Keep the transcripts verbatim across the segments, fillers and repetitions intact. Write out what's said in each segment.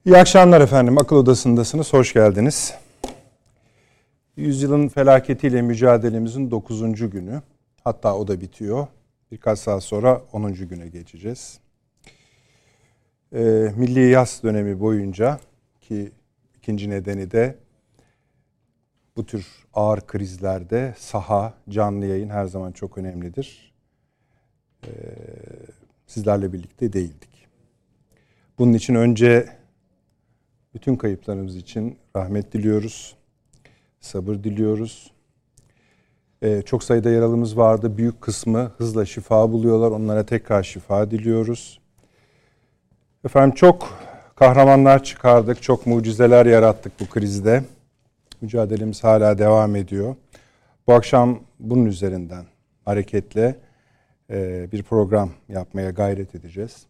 İyi akşamlar efendim. Akıl Odası'ndasınız. Hoş geldiniz. Yüzyılın felaketiyle mücadelemizin dokuzuncu günü. Hatta o da bitiyor. Birkaç saat sonra onuncu güne geçeceğiz. Ee, Milli Yas dönemi boyunca, ki ikinci nedeni de bu tür ağır krizlerde saha, canlı yayın her zaman çok önemlidir. Ee, sizlerle birlikte değildik. Bunun için önce bütün kayıplarımız için rahmet diliyoruz, sabır diliyoruz. Ee, çok sayıda yaralımız vardı. Büyük kısmı hızla şifa buluyorlar. Onlara tekrar şifa diliyoruz. Efendim çok kahramanlar çıkardık, çok mucizeler yarattık bu krizde. Mücadelemiz hala devam ediyor. Bu akşam bunun üzerinden hareketle e, bir program yapmaya gayret edeceğiz.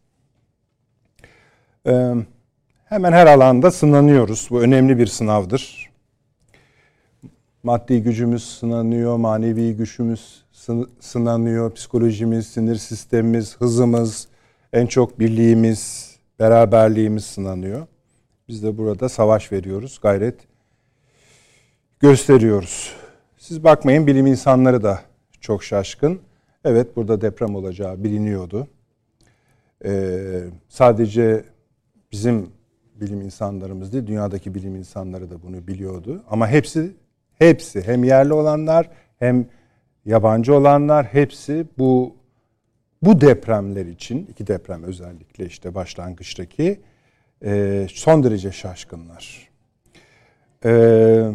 E, hemen her alanda sınanıyoruz. Bu önemli bir sınavdır. Maddi gücümüz sınanıyor, manevi gücümüz sınanıyor, psikolojimiz, sinir sistemimiz, hızımız, en çok birliğimiz, beraberliğimiz sınanıyor. Biz de burada savaş veriyoruz, gayret gösteriyoruz. Siz bakmayın, bilim insanları da çok şaşkın. Evet, burada deprem olacağı biliniyordu. Ee, sadece bizim bilim insanlarımız değil, dünyadaki bilim insanları da bunu biliyordu. Ama hepsi, hepsi hem yerli olanlar hem yabancı olanlar hepsi bu bu depremler için, iki deprem özellikle işte başlangıçtaki e, son derece şaşkınlar. Ee,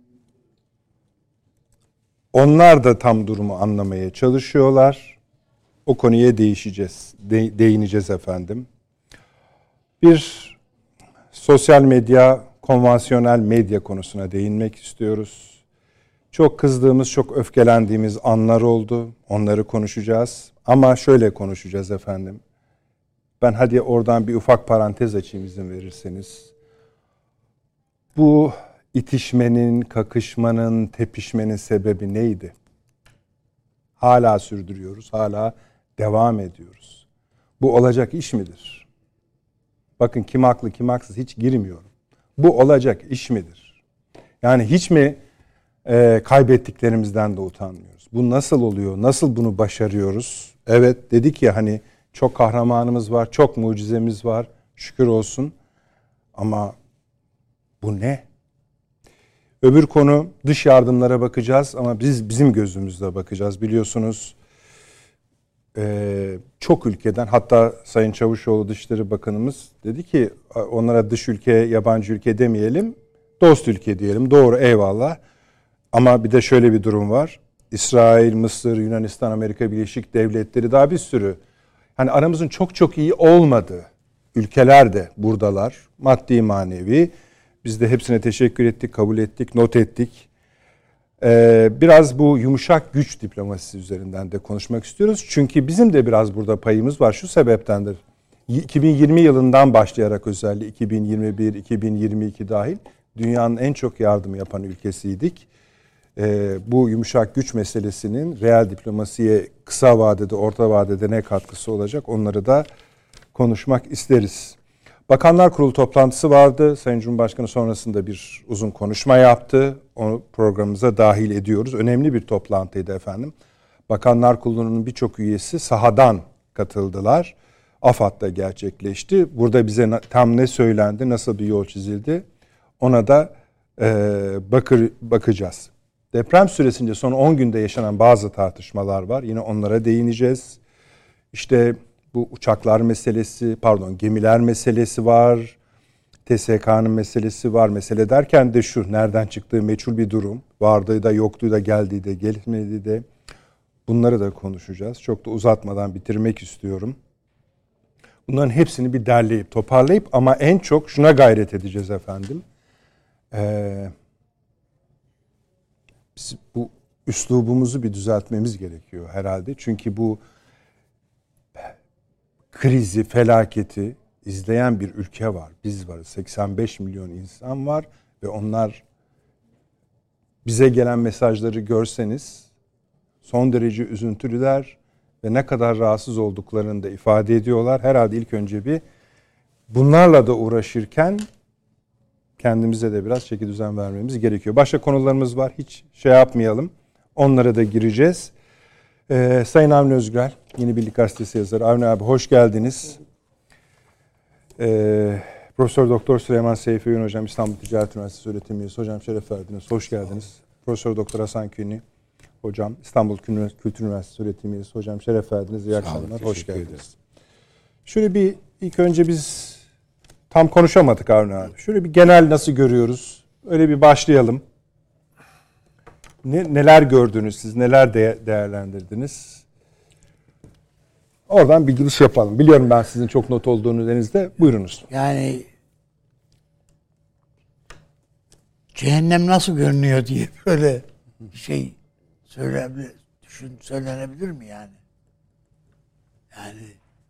onlar da tam durumu anlamaya çalışıyorlar. O konuya değişeceğiz, de, değineceğiz efendim. Bir sosyal medya, konvansiyonel medya konusuna değinmek istiyoruz. Çok kızdığımız, çok öfkelendiğimiz anlar oldu. Onları konuşacağız. Ama şöyle konuşacağız efendim. Ben hadi oradan bir ufak parantez açayım izin verirseniz. Bu itişmenin, kakışmanın, tepişmenin sebebi neydi? Hala sürdürüyoruz, hala devam ediyoruz. Bu olacak iş midir? Bakın kim haklı, kim haksız hiç girmiyorum. Bu olacak iş midir? Yani hiç mi e, kaybettiklerimizden de utanmıyoruz? Bu nasıl oluyor? Nasıl bunu başarıyoruz? Evet, dedik ya hani çok kahramanımız var, çok mucizemiz var. Şükür olsun. Ama bu ne? Öbür konu dış yardımlara bakacağız ama biz bizim gözümüzle bakacağız. Biliyorsunuz e, çok ülkeden, hatta Sayın Çavuşoğlu Dışişleri Bakanımız dedi ki onlara dış ülke, yabancı ülke demeyelim, dost ülke diyelim. Doğru, eyvallah. Ama bir de şöyle bir durum var. İsrail, Mısır, Yunanistan, Amerika Birleşik Devletleri, daha bir sürü. Hani aramızın çok çok iyi olmadığı ülkeler de buradalar. Maddi, manevi. Biz de hepsine teşekkür ettik, kabul ettik, not ettik. Ee, biraz bu yumuşak güç diplomasisi üzerinden de konuşmak istiyoruz. Çünkü bizim de biraz burada payımız var. Şu sebeptendir. iki bin yirmi yılından başlayarak özellikle iki bin yirmi bir, iki bin yirmi iki dahil dünyanın en çok yardım yapan ülkesiydik. Ee, bu yumuşak güç meselesinin reel diplomasiye kısa vadede, orta vadede ne katkısı olacak onları da konuşmak isteriz. Bakanlar Kurulu toplantısı vardı. Sayın Cumhurbaşkanı sonrasında bir uzun konuşma yaptı. Onu programımıza dahil ediyoruz. Önemli bir toplantıydı efendim. Bakanlar Kurulu'nun birçok üyesi sahadan katıldılar. AFAD'da gerçekleşti. Burada bize tam ne söylendi, nasıl bir yol çizildi ona da e, bakır, bakacağız. Deprem süresince son on günde yaşanan bazı tartışmalar var. Yine onlara değineceğiz. İşte bu uçaklar meselesi, pardon gemiler meselesi var. T S K'nın meselesi var. Mesele derken de şu, nereden çıktığı meçhul bir durum. Vardığı da yoktuğu da geldiği de gelmediği de. Bunları da konuşacağız. Çok da uzatmadan bitirmek istiyorum. Bunların hepsini bir derleyip toparlayıp ama en çok şuna gayret edeceğiz efendim. Ee, biz bu üslubumuzu bir düzeltmemiz gerekiyor herhalde. Çünkü bu krizi, felaketi izleyen bir ülke var. Biz varız. seksen beş milyon insan var ve onlar, bize gelen mesajları görseniz son derece üzüntülüler ve ne kadar rahatsız olduklarını da ifade ediyorlar. Herhalde ilk önce bir bunlarla da uğraşırken kendimize de biraz çeki düzen vermemiz gerekiyor. Başka konularımız var. Hiç şey yapmayalım. Onlara da gireceğiz. Ee, Sayın Avni Özgürel, Yeni Birlik Gazetesi yazarı. Avni abi hoş geldiniz. Ee, Profesör Doktor Süleyman Seyfi Öğün hocam, İstanbul Ticaret Üniversitesi öğretim üyesi. Hocam şeref verdiniz. Hoş geldiniz. Profesör Doktor Hasan Künni hocam, İstanbul Kültür Üniversitesi öğretim üyesi. Hocam şeref verdiniz. İyi akşamlar. Hoş geldiniz. Ederiz. Şöyle bir ilk önce biz tam konuşamadık Avni abi. Şöyle bir genel nasıl görüyoruz? Öyle bir başlayalım. Ne, neler gördünüz siz? Neler de, değerlendirdiniz? Oradan bir giriş yapalım. Biliyorum ben sizin çok not olduğunuz elinizde. Buyurunuz. Yani cehennem nasıl görünüyor diye böyle şey söylenebilir, düşün, söylenebilir mi yani? Yani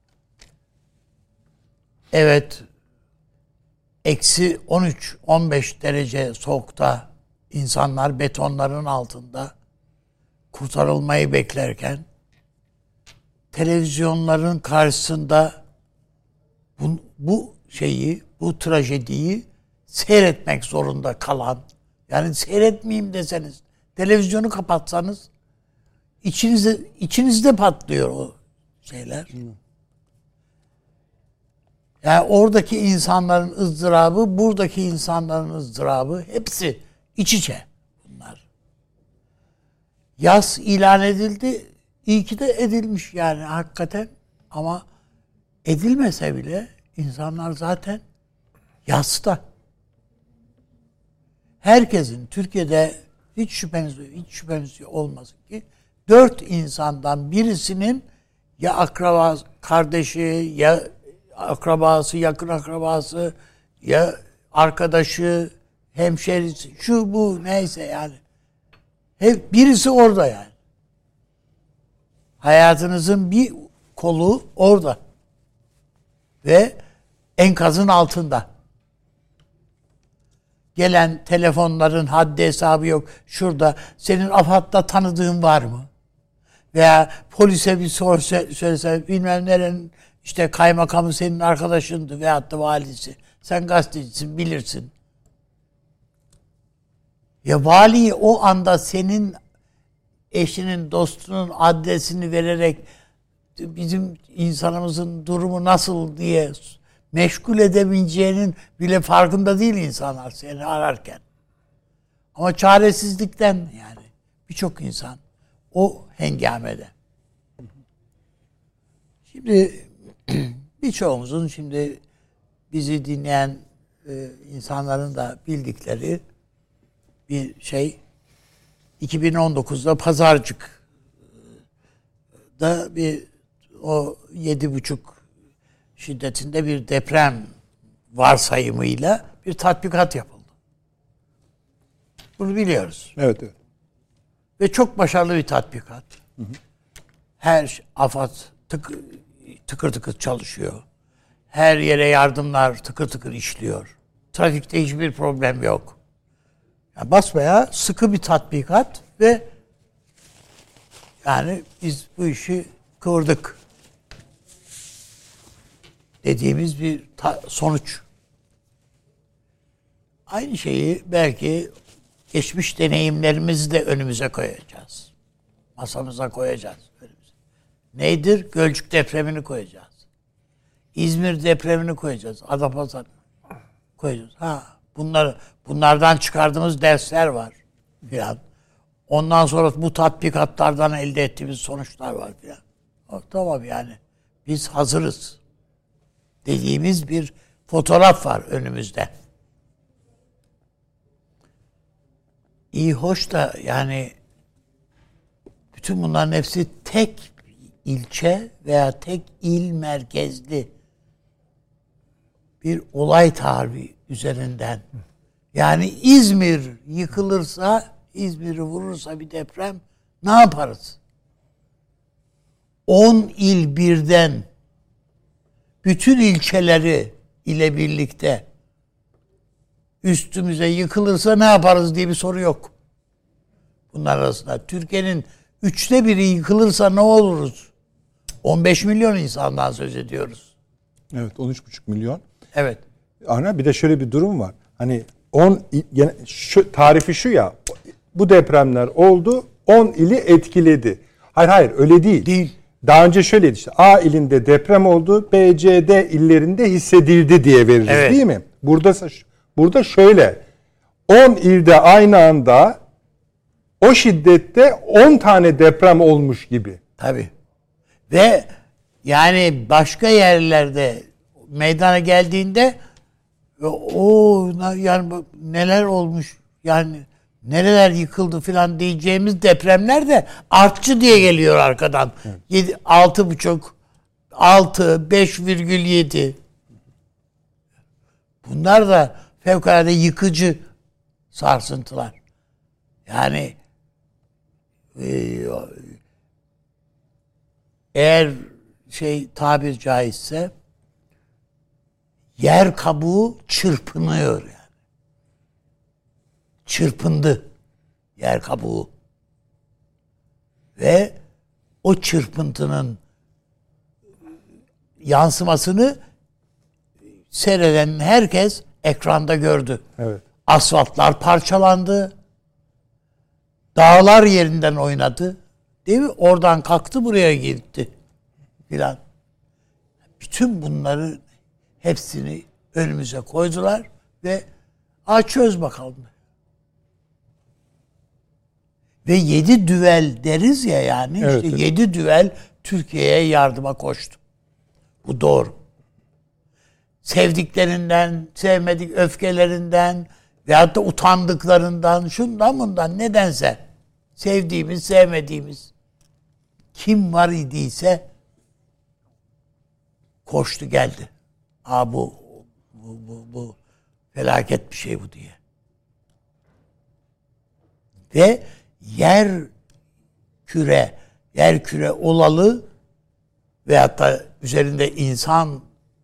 evet, eksi on üç on beş derece soğukta insanlar betonların altında kurtarılmayı beklerken televizyonların karşısında bu, bu şeyi, bu trajediyi seyretmek zorunda kalan, yani seyretmeyeyim deseniz, televizyonu kapatsanız içinizde içinizde patlıyor o şeyler. Hmm. Yani oradaki insanların ızdırabı, buradaki insanların ızdırabı hepsi iç içe bunlar. Yas ilan edildi. İyi ki de edilmiş yani hakikaten. Ama edilmese bile insanlar zaten yasta. Herkesin Türkiye'de hiç şüpheniz hiç şüpheniz olmasın ki dört insandan birisinin ya akrabası, kardeşi, ya akrabası, yakın akrabası, ya arkadaşı, hemşerisi, şu bu neyse yani. Hep birisi orada yani. Hayatınızın bir kolu orada. Ve enkazın altında. Gelen telefonların haddi hesabı yok. Şurada senin AFAD'da tanıdığın var mı? Veya polise bir sor söylese bilmem nerenin işte kaymakamı senin arkadaşındı veyahut da valisi. Sen gazetecisin bilirsin. Ya vali o anda senin eşinin, dostunun adresini vererek bizim insanımızın durumu nasıl diye meşgul edemeyeceğinin bile farkında değil insanlar seni ararken. Ama çaresizlikten yani birçok insan o hengamede. Şimdi birçoğumuzun şimdi bizi dinleyen e, insanların da bildikleri bir şey iki bin on dokuzda Pazarcık'da bir o yedi buçuk şiddetinde bir deprem varsayımıyla bir tatbikat yapıldı. Bunu biliyoruz. Evet, evet. Ve çok başarılı bir tatbikat. Hı hı. Her AFAD tık, tıkır tıkır çalışıyor. Her yere yardımlar tıkır tıkır işliyor. Trafikte hiçbir problem yok. Yani basbayağı sıkı bir tatbikat ve yani biz bu işi kıvırdık dediğimiz bir ta- sonuç. Aynı şeyi belki geçmiş deneyimlerimizi de önümüze koyacağız. Masamıza koyacağız. Önümüze. Nedir? Gölcük depremini koyacağız. İzmir depremini koyacağız. Adapazarı koyacağız. Ha, bunlar bunlardan çıkardığımız dersler var filan. Ondan sonra bu tatbikatlardan elde ettiğimiz sonuçlar var filan. Tamam yani. Biz hazırız dediğimiz bir fotoğraf var önümüzde. İyi hoş da yani bütün bunların hepsi tek ilçe veya tek il merkezli bir olay tarihi üzerinden. Yani İzmir yıkılırsa, İzmir'i vurursa bir deprem ne yaparız? On il birden bütün ilçeleri ile birlikte üstümüze yıkılırsa ne yaparız diye bir soru yok. Bunlar arasında. Türkiye'nin üçte biri yıkılırsa ne oluruz? on beş milyon insandan söz ediyoruz. Evet, on üç buçuk milyon. Evet. Ana bir de şöyle bir durum var. Hani on yani şu tarifi şu ya. Bu depremler oldu. on ili etkiledi. Hayır hayır öyle değil. Değil. Daha önce şöyleydi işte. A ilinde deprem oldu. B, C, D illerinde hissedildi diye veririz Evet. değil mi? Burada burada şöyle. on ilde aynı anda o şiddette on tane deprem olmuş gibi. Tabii. Ve yani başka yerlerde meydana geldiğinde o yani neler olmuş yani nereler yıkıldı falan diyeceğimiz depremler de artçı diye geliyor arkadan. Evet. altı buçuk, altı, beş virgül yedi. Bunlar da fevkalade yıkıcı sarsıntılar. Yani e, eğer şey tabir caizse yer kabuğu çırpınıyor yani. Çırpındı yer kabuğu. Ve o çırpıntının yansımasını seyreden herkes ekranda gördü. Evet. Asfaltlar parçalandı. Dağlar yerinden oynadı. Değil mi? Oradan kalktı buraya gitti. Filan. Bütün bunları hepsini önümüze koydular ve a çöz bakalım. Ve yedi düvel deriz ya yani. Evet, işte evet. yedi düvel Türkiye'ye yardıma koştu. Bu doğru. Sevdiklerinden, sevmedik öfkelerinden veyahut da utandıklarından, şundan bundan nedense sevdiğimiz, sevmediğimiz kim var idiyse koştu geldi. Aa bu, bu, bu, bu felaket bir şey bu diye. Ve yer küre, yer küre olalı veyahut da üzerinde insan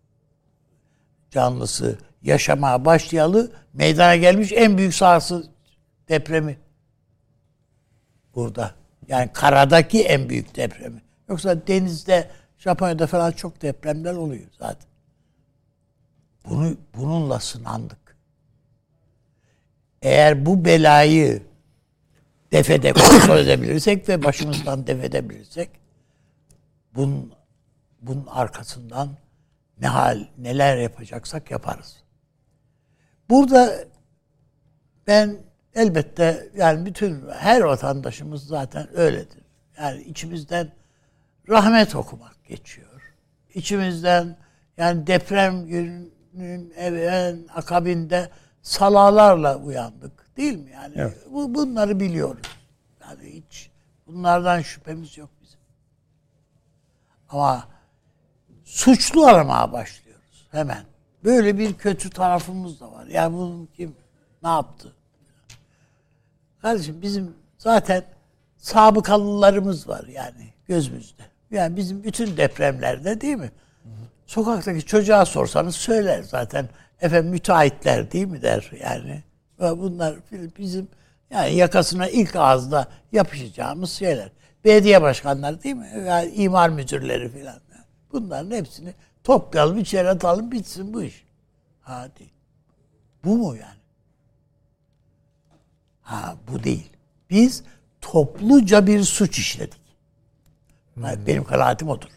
canlısı yaşamaya başlayalı meydana gelmiş en büyük sarsı depremi. Burada. Yani karadaki en büyük depremi. Yoksa denizde, Japonya'da falan çok depremler oluyor zaten. Bunu bununla sınandık. Eğer bu belayı defede kontrol edebilirsek ve başımızdan defedebilirsek bunun, bunun arkasından ne hal, neler yapacaksak yaparız. Burada ben elbette yani bütün her vatandaşımız zaten öyledir. Yani içimizden rahmet okumak geçiyor. İçimizden yani deprem gününün en akabinde salalarla uyandık. Değil mi? Yani evet. bu bunları biliyoruz. Yani hiç bunlardan şüphemiz yok bizim. Ama suçlu aramaya başlıyoruz hemen. Böyle bir kötü tarafımız da var. Yani bunun kim ne yaptı? Kardeşim bizim zaten sabıkalılarımız var yani gözümüzde. Yani bizim bütün depremlerde değil mi? Hı hı. Sokaktaki çocuğa sorsanız söyler zaten. Efendim müteahhitler değil mi der yani. Bunlar bizim yani yakasına ilk ağızda yapışacağımız şeyler. Belediye başkanları değil mi? Yani imar müdürleri filan. Bunların hepsini toplayalım, içeri atalım, bitsin bu iş. Hadi. Bu mu yani? Ha bu değil. Biz topluca bir suç işledik. Hmm. Benim kanaatim odur.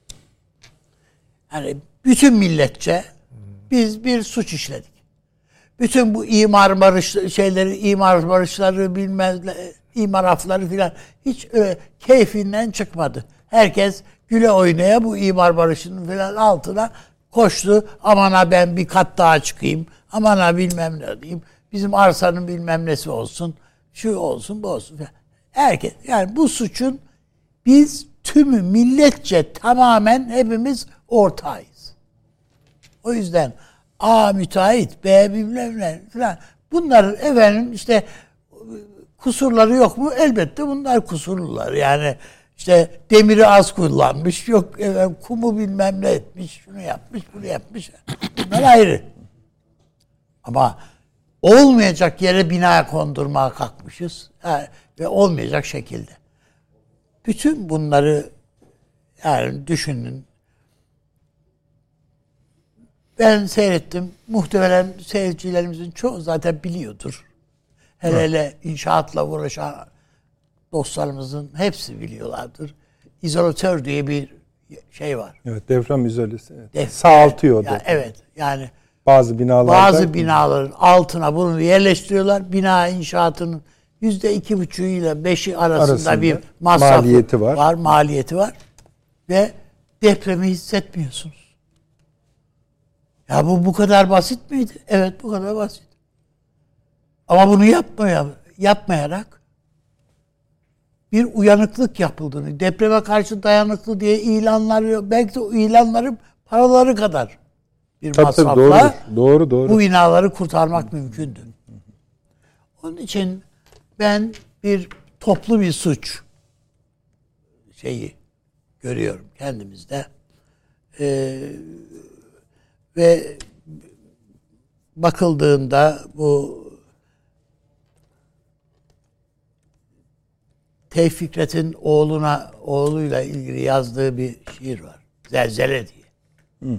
Yani bütün milletçe biz bir suç işledik. Bütün bu imar barış şeyleri, imar barışları bilmez, imar afları filan hiç öyle keyfinden çıkmadı. Herkes güle oynaya bu imar barışının filan altına koştu. Aman ha ben bir kat daha çıkayım. Aman ha bilmem ne diyeyim. Bizim arsanın bilmem nesi olsun. Şu olsun bu olsun filan. Herkes yani bu suçun biz tümü milletçe tamamen hepimiz ortağıyız. O yüzden A müteahhit, B bilmem ne falan. Bunların efendim işte kusurları yok mu? Elbette bunlar kusurlular. Yani işte demiri az kullanmış, yok efendim kumu bilmem ne etmiş, şunu yapmış, bunu yapmış. Bunlar ayrı. Ama olmayacak yere bina kondurmaya kalkmışız. Yani, ve olmayacak şekilde. Bütün bunları yani düşünün. Ben seyrettim. Muhtemelen seyircilerimizin çoğu zaten biliyordur. Hele hele inşaatla uğraşan dostlarımızın hepsi biliyorlardır. İzolatör diye bir şey var. Evet, deprem izolesi. Evet. Def- Sağaltıyor yani, deprem. evet. Yani bazı binalarda bazı binaların altına bunu yerleştiriyorlar. Bina inşaatının yüzde iki buçuğu ile beşi arasında, arasında bir masrafı maliyeti var. var, maliyeti var ve depremi hissetmiyorsunuz. Ya bu bu kadar basit miydi? Evet, bu kadar basit. Ama bunu yapmaya, yapmayarak bir uyanıklık yapıldığını, depreme karşı dayanıklı diye ilanlar yok. Belki de o ilanların paraları kadar bir tabii, masrafla tabii, doğru, doğru, doğru. bu binaları kurtarmak mümkündü. Onun için ben bir toplu bir suç şeyi görüyorum kendimizde. Ee, ve bakıldığında bu Tevfik Fikret'in oğluna oğluyla ilgili yazdığı bir şiir var. Zelzele diye. Hı.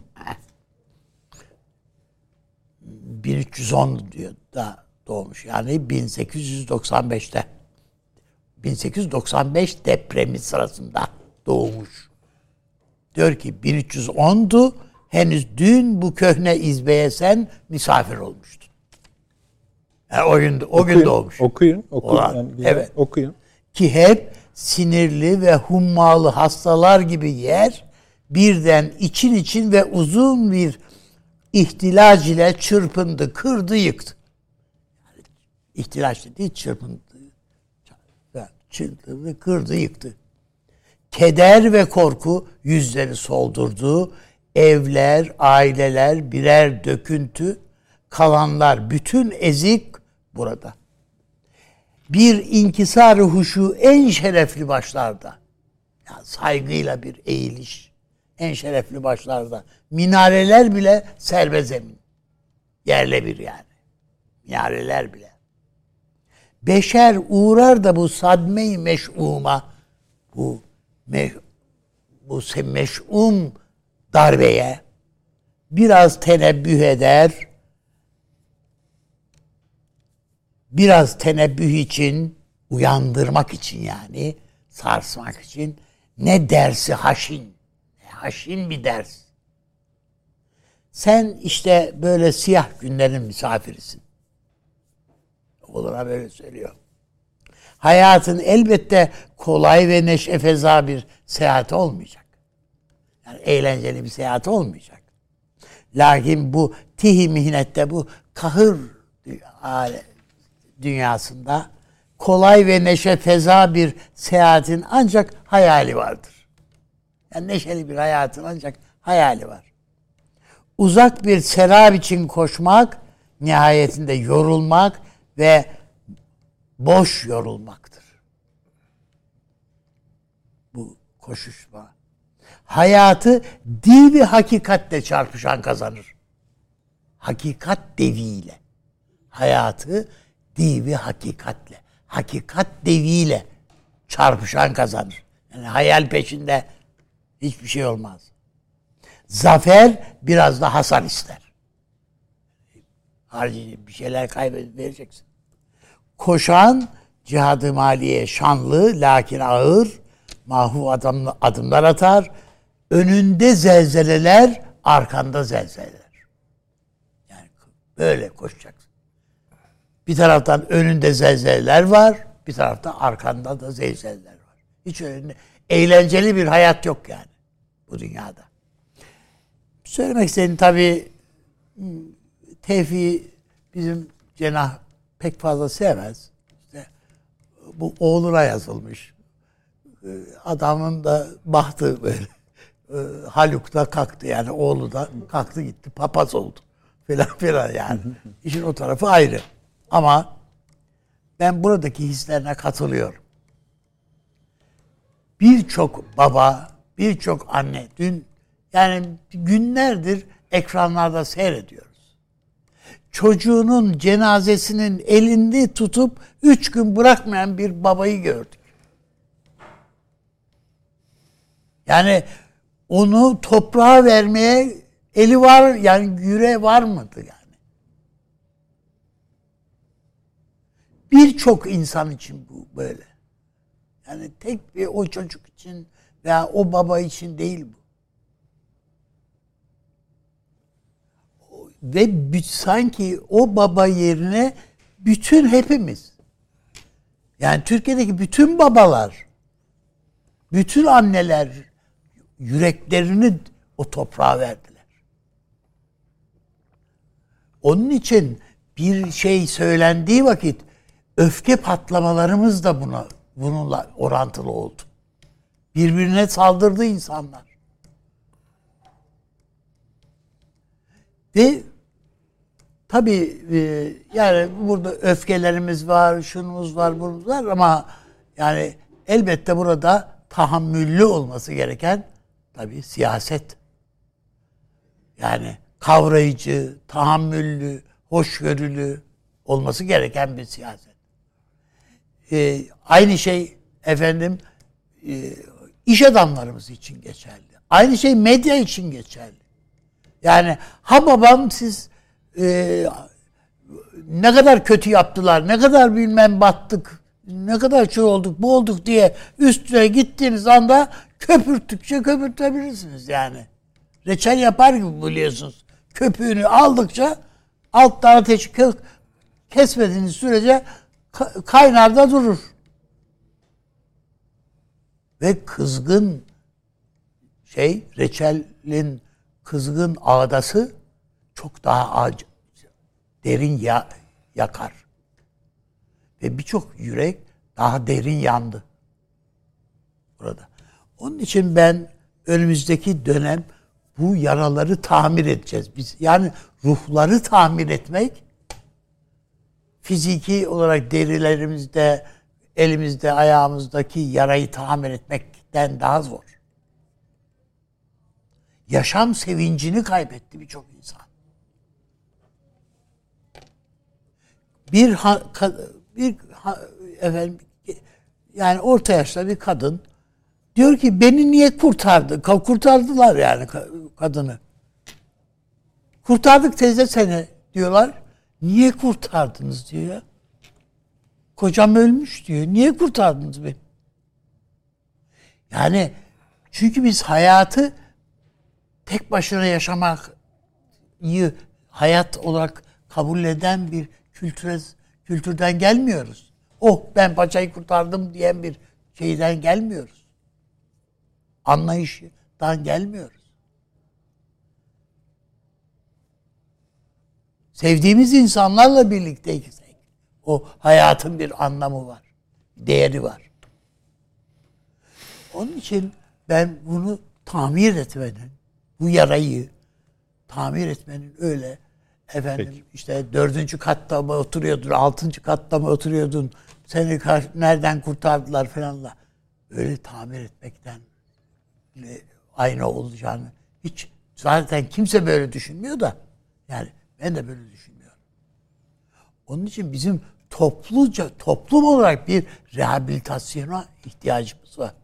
bin üç yüz on diyor da doğmuş. Yani bin sekiz yüz doksan beşte. bin sekiz yüz doksan beş depremi sırasında doğmuş. Diyor ki bin üç yüz ondu. Henüz dün bu köhne izbeye sen misafir olmuştun. Yani o gün, o okuyun, gün doğmuş. Okuyun. okuyun Olan, yani, evet. Okuyun. Ki hep sinirli ve hummalı hastalar gibi yer, birden için için ve uzun bir ihtilac ile çırpındı, kırdı, yıktı. Yani ihtilaç değil, çırpındı. Çırpındı, kırdı, yıktı. Keder ve korku yüzleri soldurdu. Evler, aileler birer döküntü. Kalanlar bütün ezik burada. Bir inkisar-ı huşu en şerefli başlarda. Yani saygıyla bir eğiliş en şerefli başlarda. Minareler bile serbezemin. Yerle bir yani. Minareler bile. Beşer uğrar da bu sadme-i meş'uma, bu me, bu meş'um darbeye biraz tenebbüh eder, biraz tenebbüh için, uyandırmak için yani, sarsmak için ne dersi haşin, ne haşin bir ders. Sen işte böyle siyah günlerin misafirisin. Oğluna böyle söylüyor. Hayatın elbette kolay ve neşe feza bir seyahat olmayacak. Yani eğlenceli bir seyahat olmayacak. Lakin bu tih-i mihnette, bu kahır dünyasında kolay ve neşe feza bir seyahatin ancak hayali vardır. Yani neşeli bir hayatın ancak hayali var. Uzak bir serap için koşmak, nihayetinde yorulmak ve boş yorulmaktır. Bu koşuşma. Hayatı divi hakikatle çarpışan kazanır. Hakikat deviyle. Hayatı divi hakikatle, hakikat deviyle çarpışan kazanır. Yani hayal peşinde hiçbir şey olmaz. Zafer biraz da hasar ister. Harici bir şeyler kaybedip vereceksin. Koşan cihad-ı maliye şanlı lakin ağır, mahvu adım, adımlar atar. Önünde zelzeleler, arkanda zelzeleler. Yani böyle koşacaksın. Bir taraftan önünde zelzeleler var, bir taraftan arkanda da zelzeleler var. Hiç öyle eğlenceli bir hayat yok yani bu dünyada. Söylemek istediğim tabii Tevfik'i bizim cenah pek fazla sevmez. İşte bu oğluna yazılmış. Adamın da bahtı böyle. Haluk da kalktı yani, oğlu da kalktı gitti, papaz oldu falan filan yani. İşin o tarafı ayrı. Ama ben buradaki hislerine katılıyorum. Birçok baba, birçok anne dün yani günlerdir ekranlarda seyrediyoruz. Çocuğunun cenazesinin elini tutup üç gün bırakmayan bir babayı gördük. Yani onu toprağa vermeye eli var yani yüreği var mıydı yani? Birçok insan için bu böyle. Yani tek bir o çocuk için veya o baba için değil bu. Ve sanki o baba yerine bütün hepimiz, yani Türkiye'deki bütün babalar, bütün anneler yüreklerini o toprağa verdiler. Onun için bir şey söylendiği vakit öfke patlamalarımız da buna bununla orantılı oldu. Birbirine saldırdı insanlar. Ve tabii e, yani burada öfkelerimiz var, şunumuz var, bunumuz var ama yani elbette burada tahammüllü olması gereken tabii siyaset. Yani kavrayıcı, tahammüllü, hoşgörülü olması gereken bir siyaset. E, aynı şey efendim e, iş adamlarımız için geçerli. Aynı şey medya için geçerli. Yani ha babam siz e, ne kadar kötü yaptılar, ne kadar bilmem battık, ne kadar şu olduk, bu olduk diye üstüne gittiğiniz anda köpürttükçe köpürtebilirsiniz yani. Reçel yapar gibi biliyorsunuz. Köpüğünü aldıkça alttan ateşi kesmediğiniz sürece kaynar da durur. Ve kızgın şey, reçelin kızgın ağdası çok daha acı, derin ya, yakar. Ve birçok yürek daha derin yandı burada. Onun için ben önümüzdeki dönem bu yaraları tamir edeceğiz. Biz yani ruhları tamir etmek fiziki olarak derilerimizde, elimizde, ayağımızdaki yarayı tamir etmekten daha zor. Yaşam sevincini kaybetti birçok insan. Bir ha, bir ha, efendim yani orta yaşta bir kadın diyor ki beni niye kurtardı? Kurtardılar yani kadını. Kurtardık teyze seni diyorlar. Niye kurtardınız diyor ya. Kocam ölmüş diyor. Niye kurtardınız beni? Yani çünkü biz hayatı tek başına yaşamak iyi hayat olarak kabul eden bir kültüre, kültürden gelmiyoruz. Oh ben paçayı kurtardım diyen bir şeyden gelmiyoruz. Anlayıştan gelmiyoruz. Sevdiğimiz insanlarla birlikteysek o hayatın bir anlamı var. Değeri var. Onun için ben bunu tamir etmenin, bu yarayı tamir etmenin öyle efendim Peki. işte dördüncü katta mı oturuyordun, altıncı katta mı oturuyordun, seni nereden kurtardılar falanla öyle tamir etmekten aynı olacağını hiç zaten kimse böyle düşünmüyor da yani ben de böyle düşünmüyorum. Onun için bizim topluca toplum olarak bir rehabilitasyona ihtiyacımız var.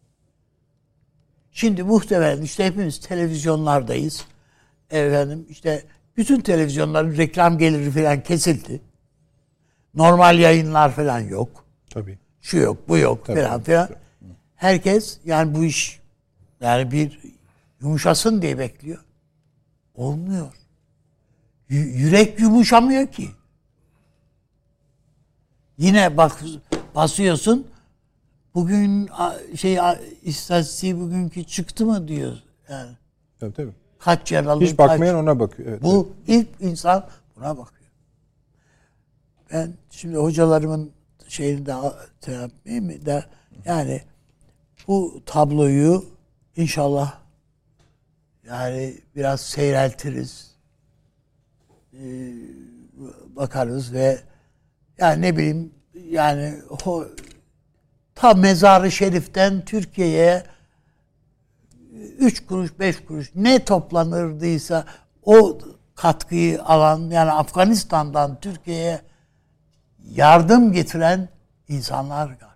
Şimdi muhtemelen işte hepimiz televizyonlardayız. Efendim işte bütün televizyonların reklam geliri falan kesildi. Normal yayınlar falan yok. Tabii. Şu yok, bu yok Tabii. falan filan. Herkes yani bu iş yani bir yumuşasın diye bekliyor. Olmuyor. Y- yürek yumuşamıyor ki. Yine bak basıyorsun. Bugün şey istatistiği bugünkü çıktı mı diyor. Yani. Tabii tabii. Kaç yaralı. Hiç bakmayan kaç, ona bakıyor. Evet, bu evet. ilk insan buna bakıyor. Ben şimdi hocalarımın şeyinde terapi mi de yani bu tabloyu inşallah yani biraz seyreltiriz. Ee, bakarız ve yani ne bileyim yani o ta Mezar-ı Şerif'ten Türkiye'ye üç kuruş beş kuruş ne toplanırdıysa o katkıyı alan yani Afganistan'dan Türkiye'ye yardım getiren insanlar var.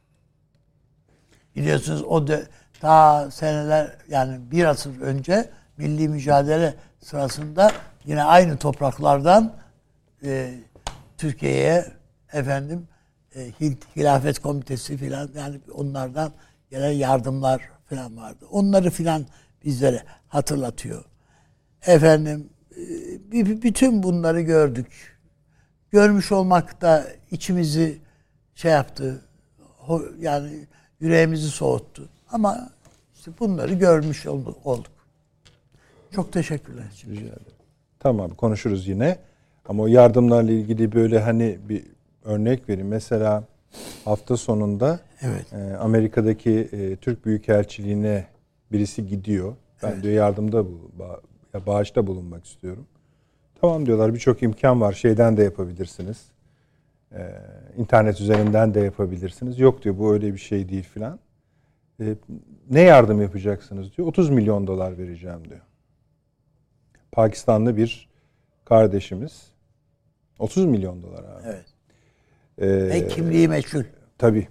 Biliyorsunuz o da ta seneler yani bir asır önce milli mücadele sırasında yine aynı topraklardan e, Türkiye'ye efendim e, Hilafet Komitesi filan, yani onlardan gelen yardımlar filan vardı. Onları filan bizlere hatırlatıyor. Efendim e, bütün bunları gördük. Görmüş olmak da içimizi şey yaptı. Yani yüreğimizi soğuttu. Ama işte bunları görmüş olduk. Çok teşekkürler. Rica ederim. Tamam, konuşuruz yine. Ama o yardımlarla ilgili böyle hani bir örnek vereyim. Mesela hafta sonunda evet. e, Amerika'daki e, Türk Büyükelçiliğine birisi gidiyor. Ben evet. diyor yardımda bu ba- bağışta bulunmak istiyorum. Tamam diyorlar, birçok imkan var. Şeyden de yapabilirsiniz. Ee, internet üzerinden de yapabilirsiniz. Yok diyor, bu öyle bir şey değil filan. Ee, ne yardım yapacaksınız diyor. otuz milyon dolar vereceğim diyor. Pakistanlı bir kardeşimiz. otuz milyon dolar abi. Evet. Ee, Ve kimliği meçhul. Tabii.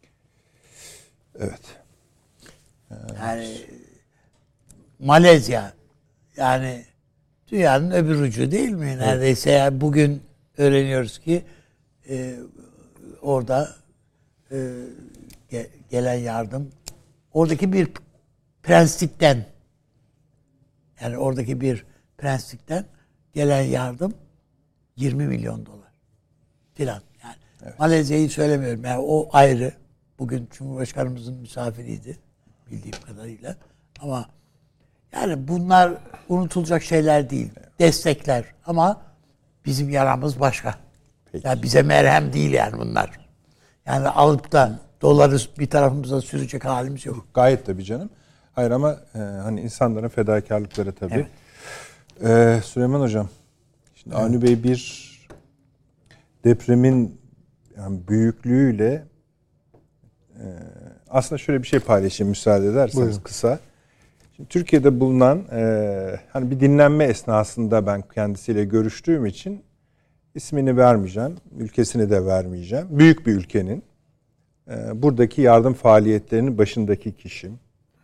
Evet. Ee, yani Malezya, yani dünyanın öbür ucu değil mi? Neredeyse evet. Yani bugün öğreniyoruz ki e, orada e, ge, gelen yardım oradaki bir prenslikten, yani oradaki bir prenslikten gelen yardım yirmi milyon dolar filan. Yani evet. Malezya'yı söylemiyorum. Yani o ayrı. Bugün Cumhurbaşkanımızın misafiriydi bildiğim kadarıyla. Ama yani bunlar unutulacak şeyler değil. Destekler ama bizim yaramız başka. Peki. Yani bize merhem değil yani bunlar. Yani alıp da doları bir tarafımıza sürecek halimiz yok. Gayet tabii canım. Hayır ama e, hani insanların fedakarlıkları tabii. Evet. Ee, Süleyman Hocam, şimdi evet. Avni Bey bir depremin yani büyüklüğüyle e, aslında şöyle bir şey paylaşayım müsaade ederseniz. Buyurun. Kısa. Şimdi Türkiye'de bulunan e, hani bir dinlenme esnasında ben kendisiyle görüştüğüm için ismini vermeyeceğim, ülkesini de vermeyeceğim. Büyük bir ülkenin e, buradaki yardım faaliyetlerinin başındaki kişi.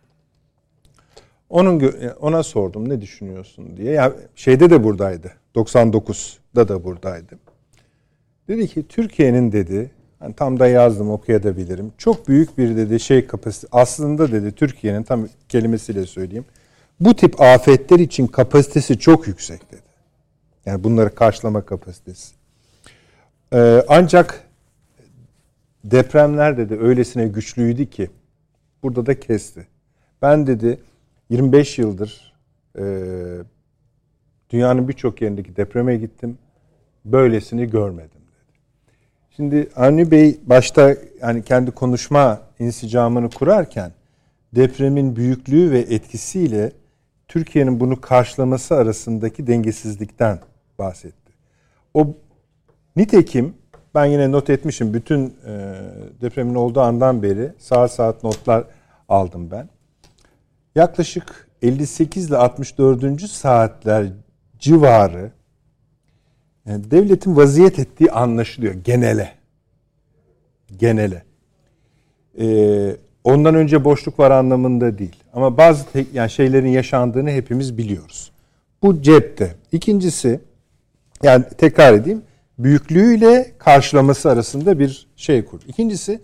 Onun ona sordum ne düşünüyorsun diye. Yani şeyde de buradaydı. doksan dokuzda da buradaydı. Dedi ki Türkiye'nin dedi, hani tam da yazdım okuyabilirim. Çok büyük bir dedi şey kapasite. Aslında dedi Türkiye'nin tam kelimesiyle söyleyeyim. Bu tip afetler için kapasitesi çok yüksek dedi. Yani bunları karşılama kapasitesi. Ee, ancak depremler dedi öylesine güçlüydü ki burada da kesti. Ben dedi yirmi beş yıldır e, dünyanın birçok yerindeki depreme gittim. Böylesini görmedim dedi. Şimdi Avni Bey başta yani kendi konuşma insicamını kurarken depremin büyüklüğü ve etkisiyle Türkiye'nin bunu karşılaması arasındaki dengesizlikten bahsetti. O nitekim ben yine not etmişim bütün e, depremin olduğu andan beri saat saat notlar aldım ben. Yaklaşık elli sekiz ile altmış dördüncü saatler civarı yani devletin vaziyet ettiği anlaşılıyor genele. Genele. Ee, ondan önce boşluk var anlamında değil. Ama bazı tek, yani şeylerin yaşandığını hepimiz biliyoruz. Bu cepte. İkincisi yani tekrar edeyim. Büyüklüğüyle karşılaması arasında bir şey kur. İkincisi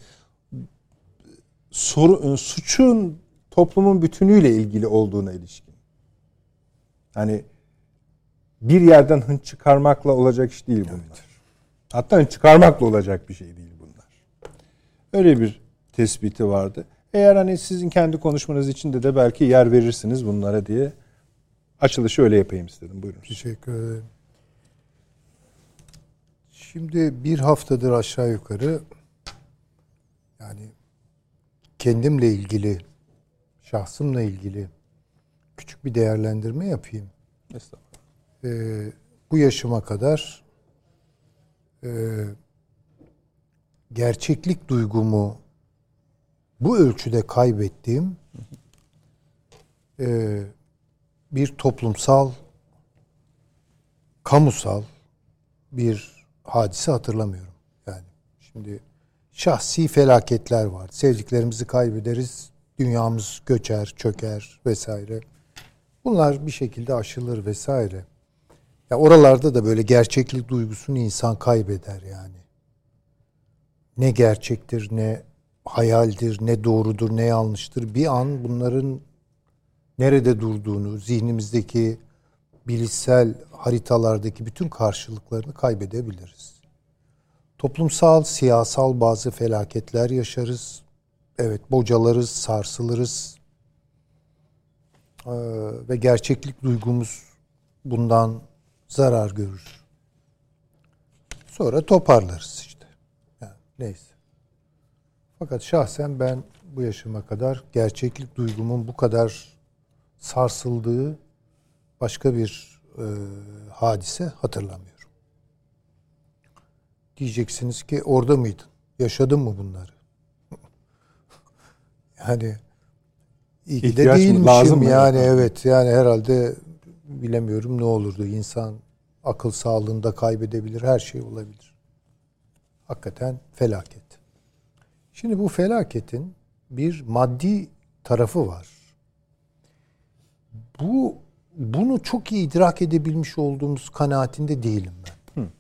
soru, suçun toplumun bütünüyle ilgili olduğuna ilişkin. Yani bir yerden hınç çıkarmakla olacak iş değil bunlar. Evet. Hatta hınç çıkarmakla olacak bir şey değil bunlar. Öyle bir tespiti vardı. Eğer hani sizin kendi konuşmanız içinde de belki yer verirsiniz bunlara diye açılışı öyle yapayım istedim. Buyurun. Teşekkür ederim. Şimdi bir haftadır aşağı yukarı yani kendimle ilgili, şahsımla ilgili küçük bir değerlendirme yapayım. Estağfurullah. Ee, bu yaşıma kadar e, gerçeklik duygumu bu ölçüde kaybettiğim e, bir toplumsal, kamusal bir hadise hatırlamıyorum. Yani şimdi şahsi felaketler var. Sevdiklerimizi kaybederiz. Dünyamız göçer, çöker vesaire. Bunlar bir şekilde aşılır vesaire. Ya oralarda da böyle gerçeklik duygusunu insan kaybeder yani. Ne gerçektir, ne hayaldir, ne doğrudur, ne yanlıştır. Bir an bunların nerede durduğunu, zihnimizdeki bilişsel haritalardaki bütün karşılıklarını kaybedebiliriz. Toplumsal, siyasal bazı felaketler yaşarız. Evet, bocalarız, sarsılırız. Ee, ve gerçeklik duygumuz bundan zarar görür. Sonra toparlarız işte. Yani neyse. Fakat şahsen ben bu yaşıma kadar gerçeklik duygumun bu kadar sarsıldığı başka bir e, hadise hatırlamıyorum. Diyeceksiniz ki orada mıydın? Yaşadın mı bunları? Yani iyi ki de değilmişim lazım yani mı? evet yani herhalde bilemiyorum ne olurdu. İnsan akıl sağlığını da kaybedebilir, her şey olabilir. Hakikaten felaket. Şimdi bu felaketin bir maddi tarafı var. Bu bunu çok iyi idrak edebilmiş olduğumuz kanaatinde değilim ben. Hı.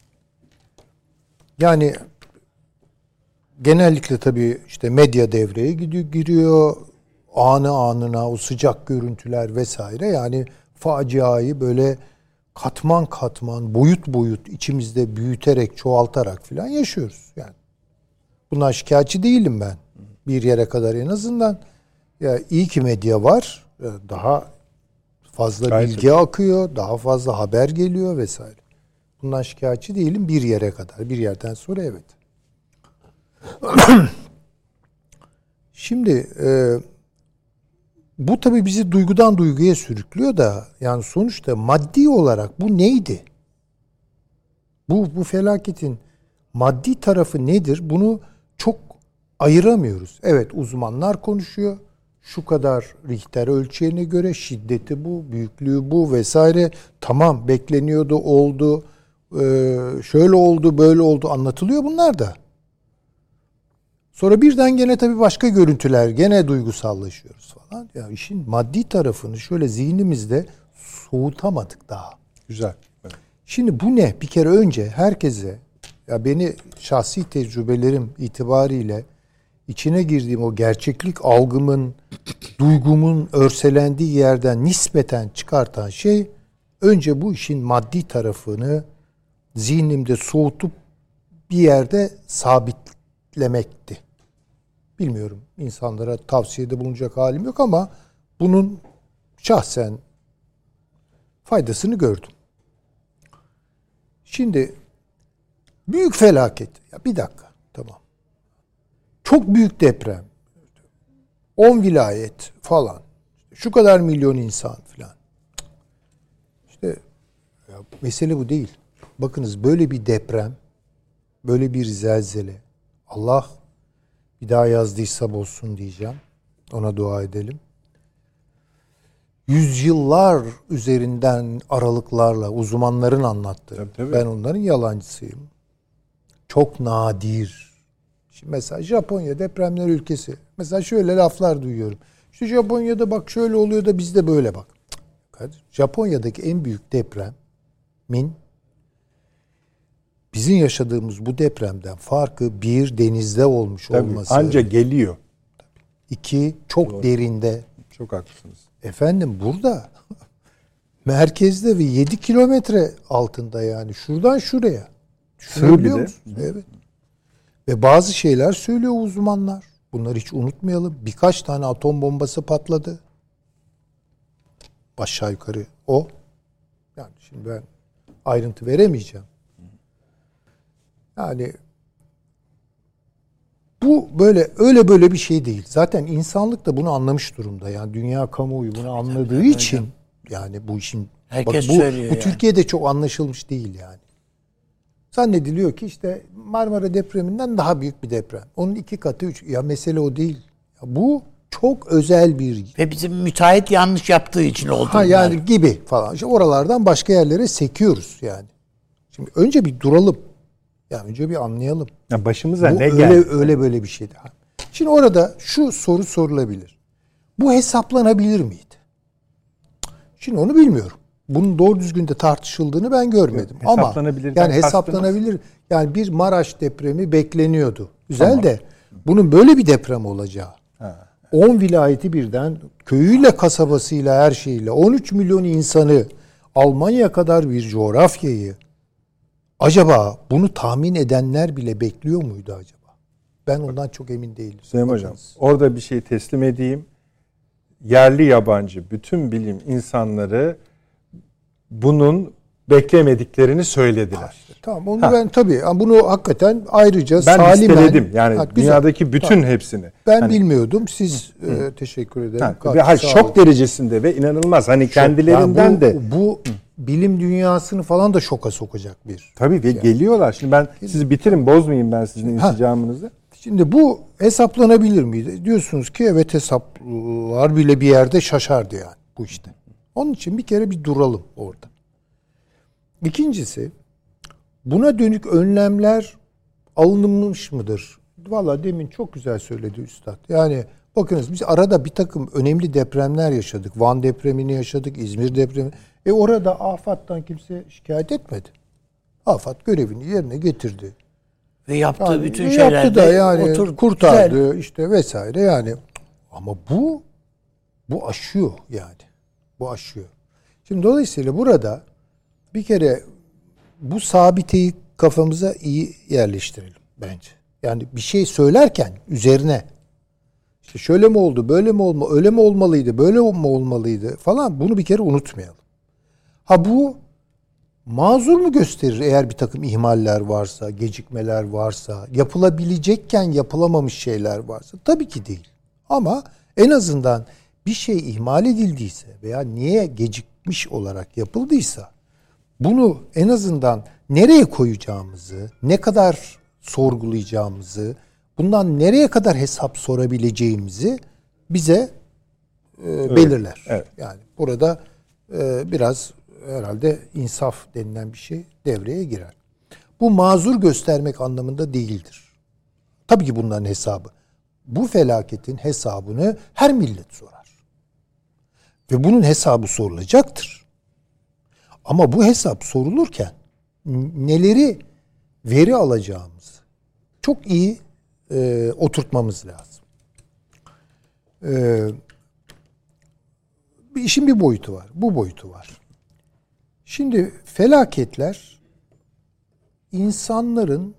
Yani genellikle tabii işte medya devreye gidiyor, giriyor. Anı anına o sıcak görüntüler vesaire yani faciayı böyle katman katman, boyut boyut içimizde büyüterek, çoğaltarak falan yaşıyoruz yani. Bundan şikayetçi değilim ben. Bir yere kadar en azından. Ya iyi ki medya var. Daha fazla Gayet bilgi öyle akıyor, daha fazla haber geliyor vesaire. Bundan şikayetçi değilim bir yere kadar. Bir yerden sonra evet. Şimdi e, bu tabii bizi duygudan duyguya sürüklüyor da yani sonuçta maddi olarak bu neydi? Bu bu felaketin maddi tarafı nedir? Bunu çok ayıramıyoruz. Evet, uzmanlar konuşuyor. Şu kadar Richter ölçeğine göre şiddeti bu, büyüklüğü bu vesaire. Tamam, bekleniyordu, oldu. Ee, şöyle oldu, böyle oldu anlatılıyor bunlar da. Sonra birden gene tabii başka görüntüler, gene duygusallaşıyoruz falan. Ya işin maddi tarafını şöyle zihnimizde soğutamadık daha. Güzel. Evet. Şimdi bu ne? Bir kere önce herkese, ya beni şahsi tecrübelerim itibariyle içine girdiğim o gerçeklik algımın, duygumun örselendiği yerden nispeten çıkartan şey önce bu işin maddi tarafını zihnimde soğutup bir yerde sabitlemekti. Bilmiyorum, insanlara tavsiyede bulunacak halim yok ama bunun şahsen faydasını gördüm. Şimdi büyük felaket. Ya bir dakika, tamam. Çok büyük deprem. on vilayet falan. Şu kadar milyon insan falan. İşte ya mesele bu değil. Bakınız böyle bir deprem, böyle bir zelzele. Allah bir daha yazdıysa bozsun diyeceğim. Ona dua edelim. Yüzyıllar üzerinden aralıklarla uzmanların anlattığı. Tabii, tabii. Ben onların yalancısıyım. Çok nadir. Şimdi mesela Japonya depremler ülkesi. Mesela şöyle laflar duyuyorum. İşte Japonya'da bak şöyle oluyor da bizde böyle bak. Japonya'daki en büyük depremin bizim yaşadığımız bu depremden farkı bir, denizde olmuş tabii, olması. Ancak geliyor. İki, çok doğru, derinde. Çok haklısınız. Efendim burada merkezde ve yedi kilometre altında yani şuradan şuraya. Sığ bir de. Evet. Ve bazı şeyler söylüyor uzmanlar. Bunları hiç unutmayalım. Birkaç tane atom bombası patladı. Aşağı yukarı o. Yani şimdi ben ayrıntı veremeyeceğim. Yani bu böyle öyle böyle bir şey değil. Zaten insanlık da bunu anlamış durumda. Yani dünya kamuoyu bunu anladığı tabii, için hocam. Yani bu işin herkes bak, bu, söylüyor bu yani. Türkiye'de çok anlaşılmış değil yani. Zannediliyor ki işte Marmara depreminden daha büyük bir deprem. Onun iki katı üç. Ya mesele o değil. Ya bu çok özel bir. Ve bizim müteahhit yanlış yaptığı için oldu. Ha yani bunlar gibi falan. İşte oralardan başka yerlere sekiyoruz yani. Şimdi önce bir duralım. Yani önce bir anlayalım. Ya başımıza bu ne öyle, geldi? Öyle böyle bir şeydi. Şimdi orada şu soru sorulabilir. Bu hesaplanabilir miydi? Şimdi onu bilmiyorum. Bunun doğru düzgün de tartışıldığını ben görmedim. Ama hesaplanabilirden yani hesaplanabilir. Yani bir Maraş depremi bekleniyordu. Güzel tamam. de bunun böyle bir deprem olacağı. on vilayeti birden köyüyle, kasabasıyla, her şeyiyle on üç milyon insanı, Almanya kadar bir coğrafyayı acaba bunu tahmin edenler bile bekliyor muydu acaba? Ben ondan çok emin değilim. Süleyman Hocam, orada bir şey teslim edeyim. Yerli yabancı bütün bilim insanları bunun beklemediklerini söylediler. İşte, tamam onu ha. ben tabii bunu hakikaten ayrıca ben salimen. Ben listeledim yani ha, dünyadaki bütün tamam. hepsini. Ben hani, bilmiyordum. Siz e, teşekkür ederim. Ha, ve hayır, şok derecesinde ve inanılmaz. Hani şok. kendilerinden yani bu, de. Bu bilim dünyasını falan da şoka sokacak bir. Tabii ve yani. geliyorlar. Şimdi ben sizi bitirin, bozmayayım ben sizin insicamınızı. Şimdi bu hesaplanabilir miydi? Diyorsunuz ki evet hesaplar bile bir yerde şaşardı yani bu işte. Onun için bir kere bir duralım orada. İkincisi, buna dönük önlemler alınmış mıdır? Valla demin çok güzel söyledi Üstad. Yani bakınız biz arada bir takım önemli depremler yaşadık. Van depremini yaşadık, İzmir depremi. E orada AFAD'dan kimse şikayet etmedi. AFAD görevini yerine getirdi. Ve yaptığı yani, bütün şeylerde yaptı da yani otur, kurtardı güzel. işte vesaire yani. Ama bu bu aşıyor yani. Bu aşıyor. Şimdi dolayısıyla burada bir kere bu sabiteyi kafamıza iyi yerleştirelim bence. Yani bir şey söylerken üzerine işte şöyle mi oldu, böyle mi olma, öyle mi olmalıydı, böyle mi olmalıydı falan bunu bir kere unutmayalım. Ha bu mazur mu gösterir eğer bir takım ihmaller varsa, gecikmeler varsa, yapılabilecekken yapılamamış şeyler varsa? Tabii ki değil. Ama en azından bir şey ihmal edildiyse veya niye gecikmiş olarak yapıldıysa bunu en azından nereye koyacağımızı, ne kadar sorgulayacağımızı, bundan nereye kadar hesap sorabileceğimizi bize e, evet, belirler. Evet. Yani burada e, biraz herhalde insaf denilen bir şey devreye girer. Bu mazur göstermek anlamında değildir. Tabii ki bunların hesabı. Bu felaketin hesabını her millet sorar. Ve bunun hesabı sorulacaktır. Ama bu hesap sorulurken neleri veri alacağımızı çok iyi e, oturtmamız lazım. E, bir işin bir boyutu var. Bu boyutu var. Şimdi felaketler insanların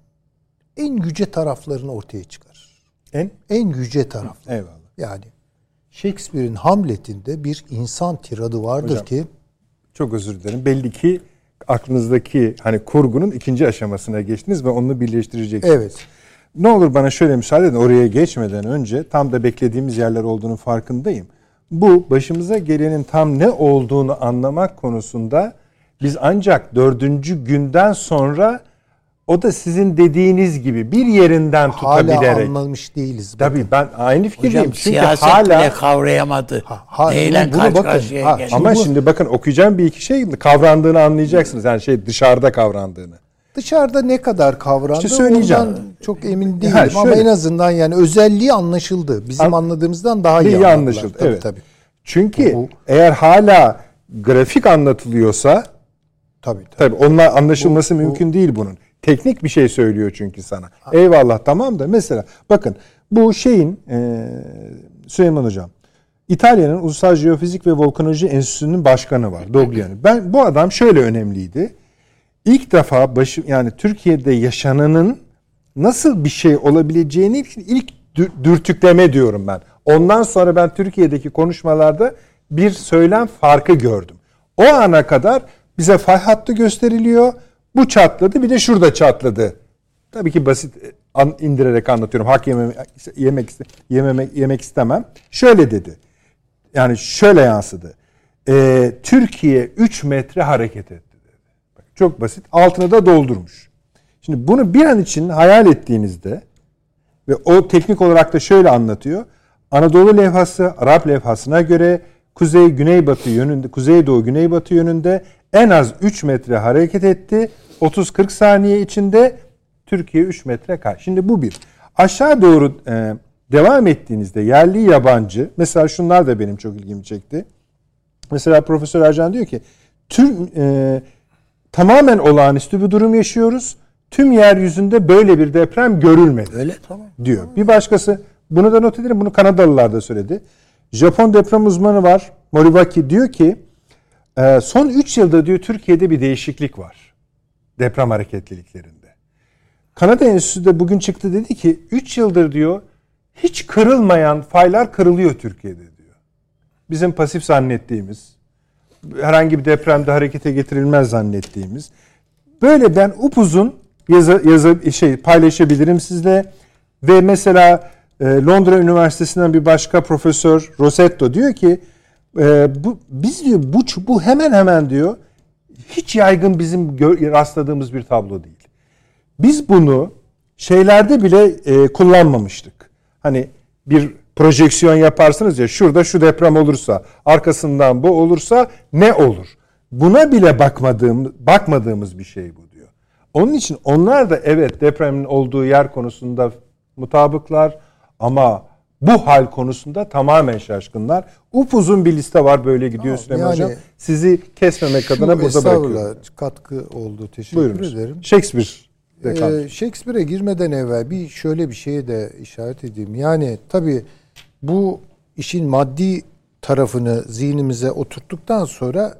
en yüce taraflarını ortaya çıkarır. En en yüce tarafları. Eyvallah. Yani Shakespeare'in Hamlet'inde bir insan tiradı vardır Hocam, ki çok özür dilerim. Belli ki aklınızdaki hani kurgunun ikinci aşamasına geçtiniz ve onu birleştireceksiniz. Evet. Ne olur bana şöyle müsaade edin. Oraya geçmeden önce tam da beklediğimiz yerler olduğunun farkındayım. Bu başımıza gelenin tam ne olduğunu anlamak konusunda biz ancak dördüncü günden sonra o da sizin dediğiniz gibi bir yerinden tutabilerek. Hala anlamış değiliz. Bakın. Tabii ben aynı fikirdeyim. Hocam, çünkü hala bile kavrayamadı. Ha, ha, Neyle bunu karşı bakın, karşıya ha, geldi. Ama bu, şimdi bakın okuyacağım bir iki şey kavrandığını anlayacaksınız. Yani şey dışarıda kavrandığını. Dışarıda ne kadar kavrandı işte söyleyeceğim. Ondan çok emin değilim yani ama en azından yani özelliği anlaşıldı. Bizim An- anladığımızdan daha iyi, iyi anlaşıldı. Tabii, evet. tabii. Çünkü bu, eğer hala grafik anlatılıyorsa tabii, tabii. tabii onunla anlaşılması bu, mümkün bu, değil bunun. Teknik bir şey söylüyor çünkü sana. Ha. Eyvallah tamam da mesela bakın bu şeyin e, Süleyman Hocam İtalya'nın Ulusal Jeofizik ve Volkanoloji Enstitüsü'nün başkanı var. Dogliani. Ben bu adam şöyle önemliydi. İlk defa başı yani Türkiye'de yaşananın nasıl bir şey olabileceğini ilk dürtükleme diyorum ben. Ondan sonra ben Türkiye'deki konuşmalarda bir söylem farkı gördüm. O ana kadar bize fay hattı gösteriliyor. Bu çatladı, bir de şurada çatladı. Tabii ki basit an, indirerek anlatıyorum. Hak yememek, yemek, yememek, yemek istemem. Şöyle dedi. Yani şöyle yansıdı. Ee, Türkiye üç metre hareket etti dedi. Bak, çok basit. Altını da doldurmuş. Şimdi bunu bir an için hayal ettiğinizde ve o teknik olarak da şöyle anlatıyor. Anadolu levhası Arap levhasına göre kuzey güneybatı yönünde, kuzeydoğu güneybatı yönünde en az üç metre hareket etti. otuz kırk saniye içinde Türkiye üç metre kay. Şimdi bu bir. Aşağı doğru e, devam ettiğinizde yerli yabancı, mesela şunlar da benim çok ilgimi çekti. Mesela Profesör Ercan diyor ki tüm e, tamamen olağanüstü bir durum yaşıyoruz. Tüm yeryüzünde böyle bir deprem görülmedi. Öyle tamam. Diyor. Bir başkası, bunu da not edelim, bunu Kanadalılar da söyledi. Japon deprem uzmanı var, Moribaki, diyor ki son üç yılda diyor Türkiye'de bir değişiklik var deprem hareketliliklerinde. Kanada Enstitüsü de bugün çıktı, dedi ki üç yıldır diyor hiç kırılmayan faylar kırılıyor Türkiye'de diyor. Bizim pasif zannettiğimiz, herhangi bir depremde harekete getirilmez zannettiğimiz. Böyle ben upuzun yazı, yazı şey paylaşabilirim sizle. Ve mesela e, Londra Üniversitesi'nden bir başka profesör Rosetto diyor ki e, bu biz diyor bu bu hemen hemen diyor hiç yaygın bizim gö- rastladığımız bir tablo değil. Biz bunu şeylerde bile e, kullanmamıştık. Hani bir projeksiyon yaparsınız ya, şurada şu deprem olursa, arkasından bu olursa ne olur? Buna bile bakmadığım bakmadığımız bir şey bu diyor. Onun için onlar da evet depremin olduğu yer konusunda mutabıklar ama bu hal konusunda tamamen şaşkınlar. Upuzun bir liste var, böyle gidiyor Süleyman yani, Hocam. Sizi kesmemek adına burada bırakıyorum. Katkı oldu. Teşekkür Buyurunuz. ederim. Shakespeare. Ee, Shakespeare'e girmeden evvel bir şöyle bir şeye de işaret edeyim. Yani tabii bu işin maddi tarafını zihnimize oturttuktan sonra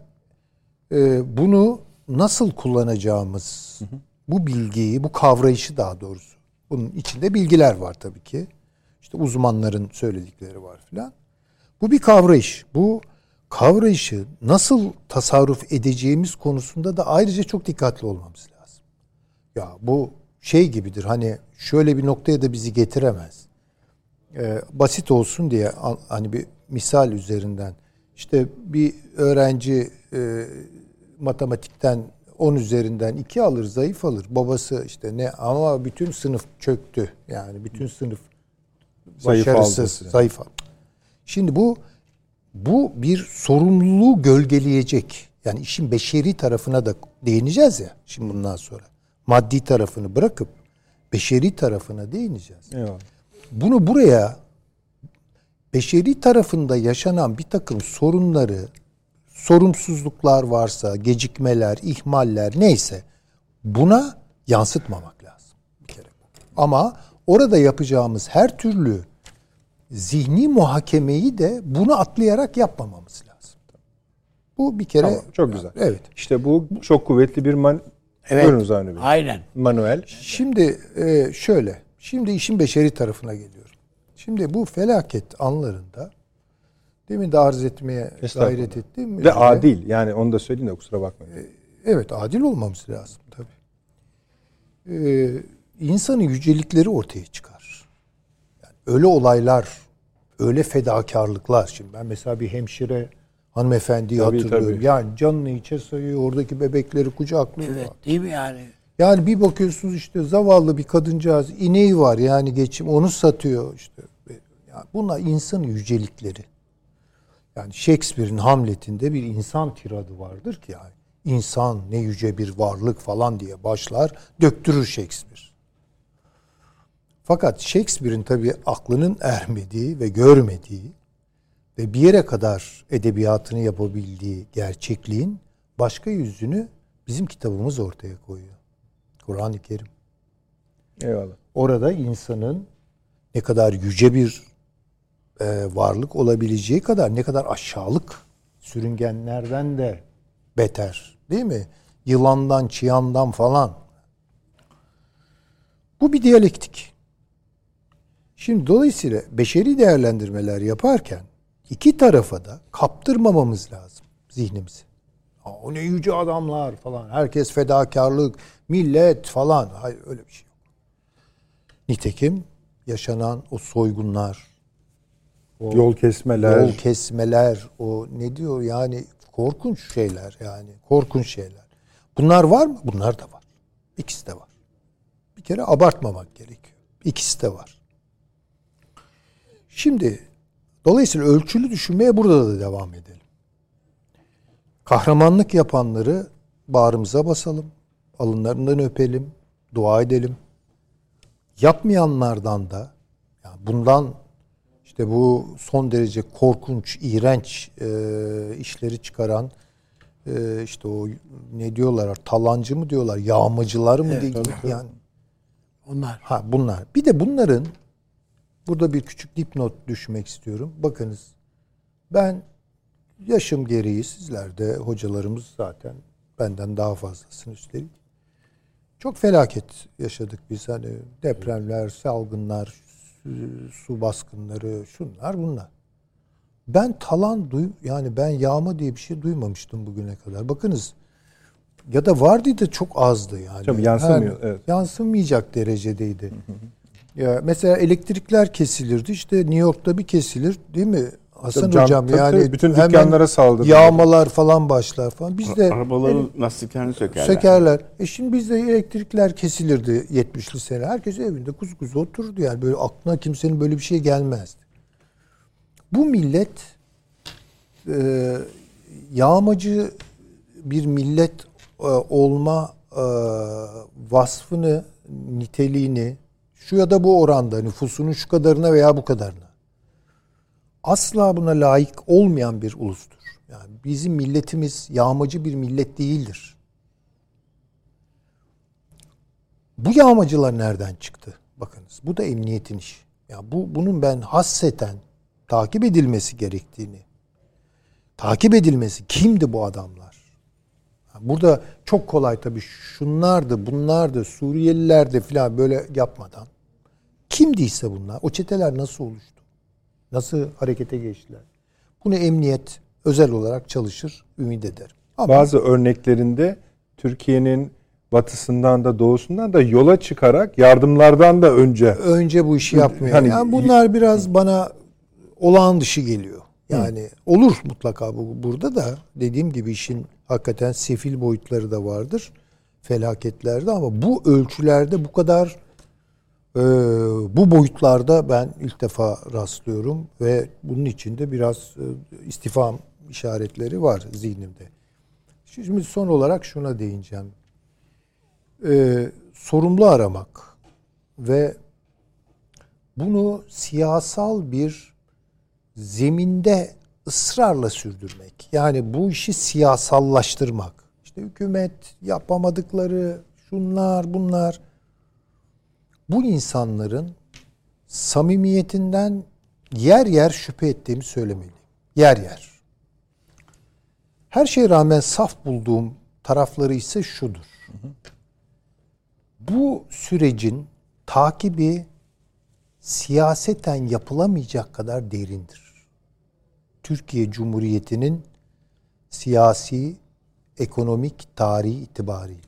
e, bunu nasıl kullanacağımız, hı hı. bu bilgiyi, bu kavrayışı daha doğrusu. Bunun içinde bilgiler var tabii ki. İşte uzmanların söyledikleri var filan. Bu bir kavrayış. Bu kavrayışı nasıl tasarruf edeceğimiz konusunda da ayrıca çok dikkatli olmamız lazım. Ya bu şey gibidir, hani şöyle bir noktaya da bizi getiremez. Ee, basit olsun diye hani bir misal üzerinden, işte bir öğrenci e, matematikten on üzerinden iki alır, zayıf alır. Babası işte ne, ama bütün sınıf çöktü. Yani bütün sınıf zayıf başarısız, aldı. zayıf aldı. Şimdi bu bu bir sorumluluğu gölgeleyecek. Yani işin beşeri tarafına da değineceğiz ya şimdi bundan sonra. Maddi tarafını bırakıp beşeri tarafına değineceğiz. Eyvallah. Bunu buraya beşeri tarafında yaşanan bir takım sorunları, sorumsuzluklar varsa, gecikmeler, ihmaller neyse buna yansıtmamak lazım bir kere. Ama orada yapacağımız her türlü zihni muhakemeyi de bunu atlayarak yapmamamız lazım. Bu bir kere... Tamam, çok güzel. Evet. İşte bu çok kuvvetli bir man... Evet. Buyurunuz Avni Bey. Aynen. Manuel. Şimdi e, şöyle. Şimdi işin beşeri tarafına geliyorum. Şimdi bu felaket anlarında demin de arz etmeye gayret ettiğim ve adil. Yani onu da söyleyeyim de kusura bakmayın. E, evet, adil olmamız lazım tabii. E, insanın yücelikleri ortaya çıkar. Yani öyle olaylar, öyle fedakarlıklar. Şimdi ben mesela bir hemşire hanımefendiyi tabii, hatırlıyorum. Tabii. Yani canını içe sayıyor, oradaki bebekleri kucaklıyor. Evet, değil mi yani? Yani bir bakıyorsunuz işte zavallı bir kadıncağız, ineği var yani geçim, onu satıyor işte. Yani bunlar insan yücelikleri. Yani Shakespeare'in Hamlet'inde bir insan tiradı vardır ki yani. İnsan ne yüce bir varlık falan diye başlar, döktürür Shakespeare. Fakat Shakespeare'in tabii aklının ermediği ve görmediği ve bir yere kadar edebiyatını yapabildiği gerçekliğin başka yüzünü bizim kitabımız ortaya koyuyor. Kur'an-ı Kerim. Eyvallah. Orada insanın ne kadar yüce bir e, varlık olabileceği kadar ne kadar aşağılık, sürüngenlerden de beter, değil mi? Yılandan, çıyandan falan. Bu bir diyalektik. Şimdi dolayısıyla beşeri değerlendirmeler yaparken iki tarafa da kaptırmamamız lazım zihnimizi. O ne yüce adamlar falan. Herkes fedakarlık, millet falan. Hayır, öyle bir şey yok. Nitekim yaşanan o soygunlar, o yol kesmeler, yol kesmeler, o ne diyor yani korkunç şeyler yani. Korkunç şeyler. Bunlar var mı? Bunlar da var. İkisi de var. Bir kere abartmamak gerekiyor. İkisi de var. Şimdi dolayısıyla ölçülü düşünmeye burada da devam edelim. Kahramanlık yapanları bağrımıza basalım, alınlarından öpelim, dua edelim. Yapmayanlardan da, yani bundan işte bu son derece korkunç, iğrenç e, işleri çıkaran e, işte o ne diyorlar, talancı mı diyorlar, yağmacılar mı Evet, diyor tabii. yani. Onlar. Ha bunlar. Bir de bunların burada bir küçük dipnot düşmek istiyorum. Bakınız ben yaşım gereği, sizler de hocalarımız zaten benden daha fazlasını üstelik. Çok felaket yaşadık biz. Hani depremler, salgınlar, su baskınları, şunlar bunlar. Ben talan duy yani ben yağma diye bir şey duymamıştım bugüne kadar. Bakınız ya da vardı da çok azdı yani. Tabii yansımıyor, Yani evet. Yansımayacak derecedeydi. Ya mesela elektrikler kesilirdi. İşte New York'ta bir kesilir, değil mi? Hasan Tabii can- hocam tabii yani tabii, bütün hemen dükkanlara saldırdı. Yağmalar falan başlar falan. Biz de Arabaların lastiklerini sökerler. sökerler. E şimdi bizde elektrikler kesilirdi yetmişli sene. Herkes evinde kuzu kuzu otururdu yani. Böyle aklına kimsenin böyle bir şey gelmezdi. Bu millet e, yağmacı bir millet e, olma e, vasfını, niteliğini şu ya da bu oranda nüfusunun şu kadarına veya bu kadarına asla buna layık olmayan bir ulustur. Yani bizim milletimiz yağmacı bir millet değildir. Bu yağmacılar nereden çıktı? Bakınız bu da emniyetin işi. Ya bu bunun ben hasseten takip edilmesi gerektiğini, takip edilmesi, kimdi bu adamlar? Burada çok kolay tabii şunlardı, bunlardı, Suriyelilerdi falan böyle yapmadan. Kimdiyse bunlar, o çeteler nasıl oluştu? Nasıl harekete geçtiler? Bunu emniyet özel olarak çalışır, ümit ederim. Ama Bazı örneklerinde Türkiye'nin batısından da doğusundan da yola çıkarak yardımlardan da önce önce bu işi yapmıyor. Hani- yani bunlar biraz bana olağan dışı geliyor. Yani Hı. olur mutlaka bu burada da dediğim gibi işin hakikaten sefil boyutları da vardır felaketlerde ama bu ölçülerde bu kadar e, bu boyutlarda ben ilk defa rastlıyorum ve bunun içinde biraz e, istifham işaretleri var zihnimde. Şimdi son olarak şuna değineceğim. E, sorumlu aramak ve bunu siyasal bir zeminde ısrarla sürdürmek. Yani bu işi siyasallaştırmak. İşte hükümet yapamadıkları şunlar bunlar. Bu insanların samimiyetinden yer yer şüphe ettiğimi söylemeliyim. Yer yer. Her şeye rağmen saf bulduğum tarafları ise şudur. Bu sürecin takibi siyaseten yapılamayacak kadar derindir. Türkiye Cumhuriyeti'nin siyasi, ekonomik tarihi itibariyle.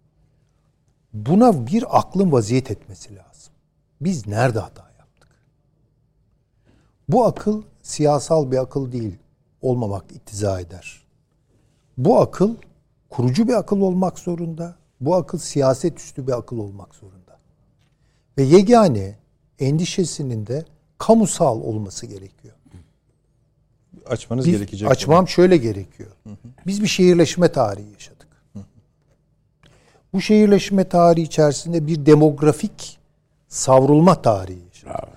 Buna bir aklın vaziyet etmesi lazım. Biz nerede hata yaptık? Bu akıl siyasal bir akıl değil, olmamak iktiza eder. Bu akıl kurucu bir akıl olmak zorunda. Bu akıl siyaset üstü bir akıl olmak zorunda. Ve yegane endişesinin de kamusal olması gerekiyor. açmanız Biz, gerekecek. açmam şöyle gerekiyor. Biz bir şehirleşme tarihi yaşadık. Bu şehirleşme tarihi içerisinde bir demografik savrulma tarihi yaşadık.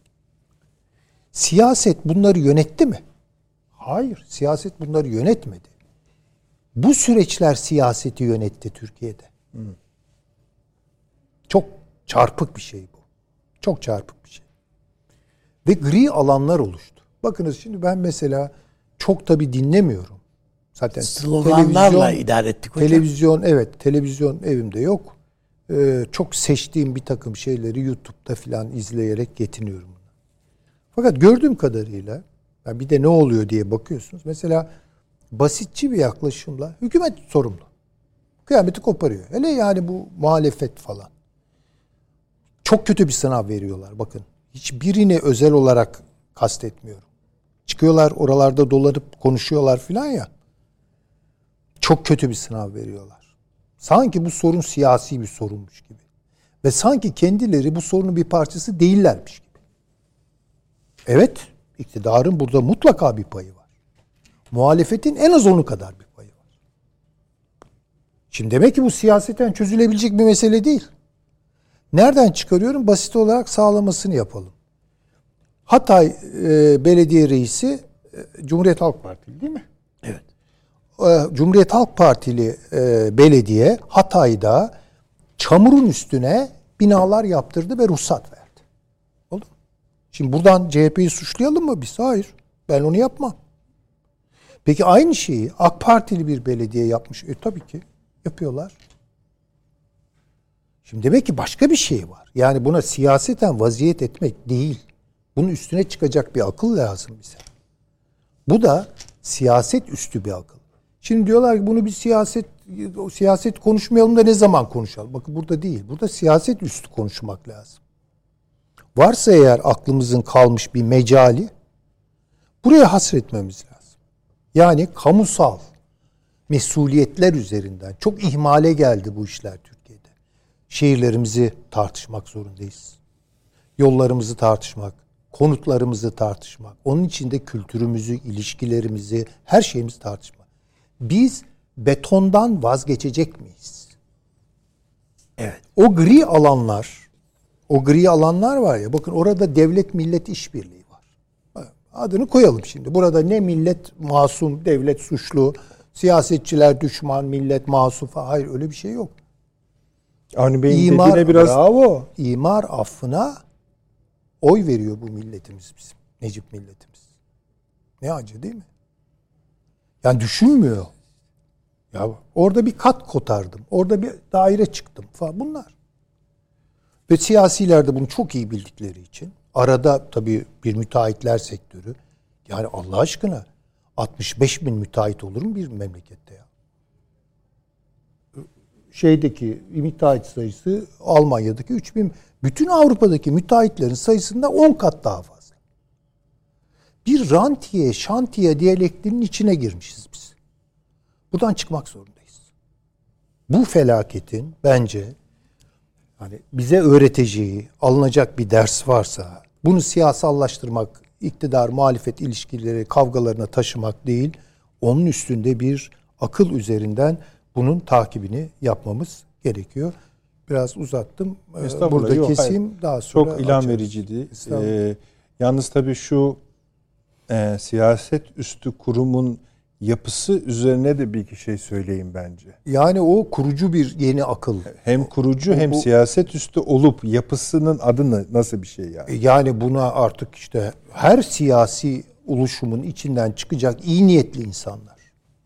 Siyaset bunları yönetti mi? Hayır, siyaset bunları yönetmedi. Bu süreçler siyaseti yönetti Türkiye'de. Hı. Çok çarpık bir şey bu. Çok çarpık bir şey. Ve gri alanlar oluştu. Bakınız şimdi ben mesela çok tabii dinlemiyorum. Zaten sloganlarla idare ettik hocam. Televizyon evet, televizyon evimde yok. Ee, çok seçtiğim bir takım şeyleri YouTube'da filan izleyerek yetiniyorum. Fakat gördüğüm kadarıyla yani bir de ne oluyor diye bakıyorsunuz. Mesela basitçi bir yaklaşımla hükümet sorumlu. Kıyameti koparıyor. Hele yani bu muhalefet falan. Çok kötü bir sınav veriyorlar bakın. Hiçbirini özel olarak kastetmiyorum. Çıkıyorlar oralarda dolanıp konuşuyorlar filan ya. Çok kötü bir sınav veriyorlar. Sanki bu sorun siyasi bir sorunmuş gibi. Ve sanki kendileri bu sorunun bir parçası değillermiş gibi. Evet, iktidarın burada mutlaka bir payı var. Muhalefetin en az onun kadar bir payı var. Şimdi demek ki bu siyaseten çözülebilecek bir mesele değil. Nereden çıkarıyorum? Basit olarak sağlamasını yapalım. Hatay e, Belediye Reisi e, Cumhuriyet Halk Partili değil mi? Evet. E, Cumhuriyet Halk Partili e, belediye Hatay'da çamurun üstüne binalar yaptırdı ve ruhsat verdi. Oldu mu? Şimdi buradan C H P'yi suçlayalım mı biz? Hayır. Ben onu yapmam. Peki aynı şeyi AK Partili bir belediye yapmış. E tabii ki yapıyorlar. Şimdi demek ki başka bir şey var. Yani buna siyaseten vaziyet etmek değil. Bunun üstüne çıkacak bir akıl lazım bize. Bu da siyaset üstü bir akıl. Şimdi diyorlar ki bunu bir siyaset siyaset konuşmayalım da ne zaman konuşalım? Bakın burada değil. Burada siyaset üstü konuşmak lazım. Varsa eğer aklımızın kalmış bir mecali buraya hasretmemiz lazım. Yani kamusal mesuliyetler üzerinden çok ihmale geldi bu işler Türkiye'de. Şehirlerimizi tartışmak zorundayız. Yollarımızı tartışmak, konutlarımızı tartışmak, onun içinde kültürümüzü, ilişkilerimizi, her şeyimizi tartışmak. Biz betondan vazgeçecek miyiz? Evet. O gri alanlar, o gri alanlar var ya, bakın orada devlet millet işbirliği var. Adını koyalım şimdi. Burada ne millet masum, devlet suçlu, siyasetçiler düşman, millet masum falan. Hayır, öyle bir şey yok. Avni Bey'in İmar, dediğine biraz... bravo. İmar affına oy veriyor bu milletimiz bizim. Necip milletimiz. Ne acı değil mi? Yani düşünmüyor. Ya orada bir kat kotardım. Orada bir daire çıktım falan. Bunlar. Ve siyasiler de bunu çok iyi bildikleri için arada tabii bir müteahhitler sektörü. Yani Allah aşkına altmış beş bin müteahhit olur mu bir memlekette ya? Şeydeki müteahhit sayısı Almanya'daki üç bin. Bütün Avrupa'daki müteahhitlerin sayısında on kat daha fazla. Bir rantiye, şantiye diyalektinin içine girmişiz biz. Buradan çıkmak zorundayız. Bu felaketin bence hani bize öğreteceği, alınacak bir ders varsa bunu siyasallaştırmak, iktidar, muhalefet ilişkileri, kavgalarına taşımak değil, onun üstünde bir akıl üzerinden bunun takibini yapmamız gerekiyor. Biraz uzattım. Burada yok, keseyim. Hayır. Daha sonra çok ilham açarız. vericiydi. Ee, yalnız tabii şu e, siyaset üstü kurumun yapısı üzerine de bir iki şey söyleyeyim bence. Yani o kurucu bir yeni akıl. Hem kurucu o, hem o, siyaset üstü olup yapısının adı nasıl bir şey yani? Yani buna artık işte her siyasi oluşumun içinden çıkacak iyi niyetli insanlar.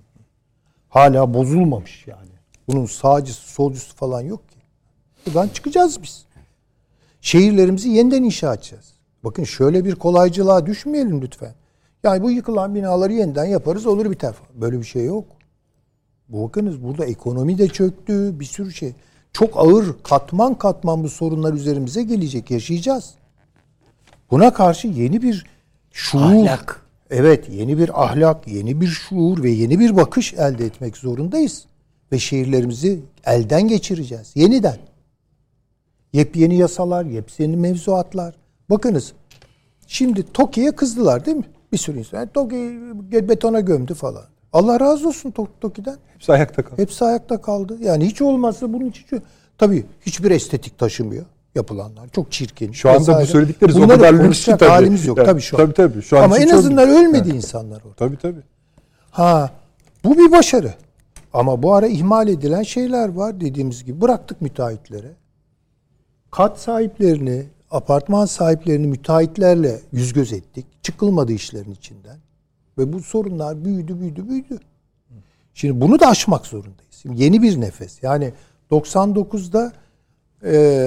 Hala bozulmamış yani. Bunun sağcısı, solcusu falan yok ki. Buradan çıkacağız biz. Şehirlerimizi yeniden inşa edeceğiz. Bakın şöyle bir kolaycılığa düşmeyelim lütfen. Yani bu yıkılan binaları yeniden yaparız, olur biter falan. Böyle bir şey yok. Bakınız burada ekonomi de çöktü, bir sürü şey. Çok ağır, katman katman bu sorunlar üzerimize gelecek, yaşayacağız. Buna karşı yeni bir şuur, Ahlak. evet, yeni bir ahlak, yeni bir şuur ve yeni bir bakış elde etmek zorundayız. Ve şehirlerimizi elden geçireceğiz, yeniden. Yepyeni yasalar, yepyeni mevzuatlar. Bakınız, şimdi TOKİ'ye kızdılar değil mi? Bir sürü insan. TOKİ'yi betona gömdü falan. Allah razı olsun TOKİ'den. Hepsi ayakta kaldı. Hepsi ayakta kaldı. Yani hiç olmazsa bunun için... Tabii hiçbir estetik taşımıyor yapılanlar. Çok çirkin. Şu anda vesaire. bu söyledikleri o Bunları kadar lüks ki konuşacak tabii. halimiz yok. Yani, tabii şu an. Tabii tabii. Şu an Ama en çok... azından ölmedi ha. insanlar orada. Tabii tabii. Ha, bu bir başarı. Ama bu ara ihmal edilen şeyler var dediğimiz gibi. Bıraktık müteahhitlere. Kat sahiplerini, apartman sahiplerini müteahhitlerle yüz göz ettik. Çıkılmadı işlerin içinden. Ve bu sorunlar büyüdü, büyüdü, büyüdü. Şimdi bunu da aşmak zorundayız. Şimdi yeni bir nefes. Yani doksan dokuzda e,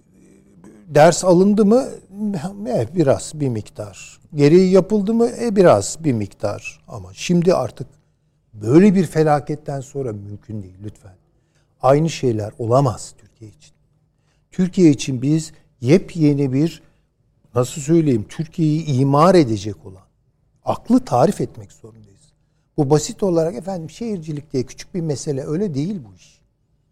ders alındı mı? E, biraz bir miktar. Gereği yapıldı mı? E, biraz bir miktar. Ama şimdi artık böyle bir felaketten sonra mümkün değil lütfen. Aynı şeyler olamaz Türkiye için. Türkiye için biz yepyeni bir, nasıl söyleyeyim, Türkiye'yi imar edecek olan aklı tarif etmek zorundayız. Bu basit olarak efendim şehircilik diye küçük bir mesele, öyle değil bu iş.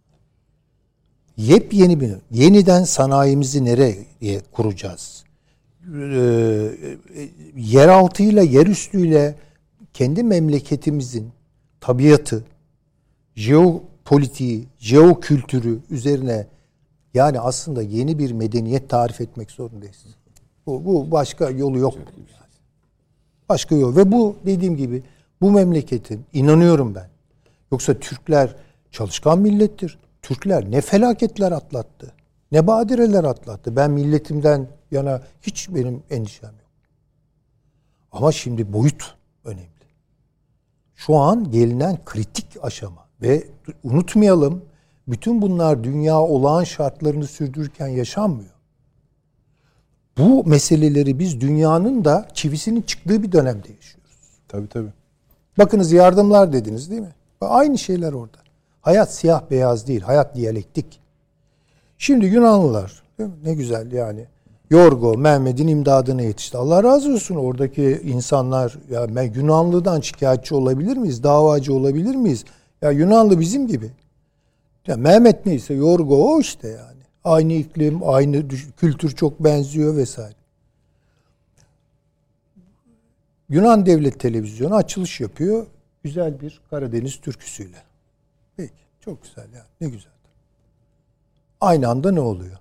Yepyeni bir, yeniden sanayimizi nereye kuracağız? Ee, yeraltıyla, yerüstüyle kendi memleketimizin tabiatı, jeopolitiği, jeokültürü üzerine, yani aslında yeni bir medeniyet tarif etmek zorundayız. Bu, bu başka yolu yok. Başka yol. Ve bu dediğim gibi bu memleketin, inanıyorum ben. Yoksa Türkler çalışkan millettir. Türkler ne felaketler atlattı. Ne badireler atlattı. Ben milletimden yana hiç benim endişem yok. Ama şimdi boyut önemli. Şu an gelinen kritik aşama ve unutmayalım, bütün bunlar dünya olağan şartlarını sürdürürken yaşanmıyor. Bu meseleleri biz dünyanın da çivisinin çıktığı bir dönemde yaşıyoruz. Tabii tabii. Bakınız yardımlar dediniz değil mi? Aynı şeyler orada. Hayat siyah beyaz değil, hayat diyalektik. Şimdi Yunanlılar, değil mi? Ne güzel yani. Yorgo, Mehmet'in imdadına yetişti. Allah razı olsun oradaki insanlar. Ya ben Yunanlı'dan şikayetçi olabilir miyiz? Davacı olabilir miyiz? Ya Yunanlı bizim gibi. Ya Mehmet neyse Yorgo o işte yani. Aynı iklim, aynı kültür çok benziyor vesaire. Yunan Devlet Televizyonu açılış yapıyor. Güzel bir Karadeniz türküsüyle. Peki, çok güzel yani. Ne güzel. Aynı anda ne oluyor?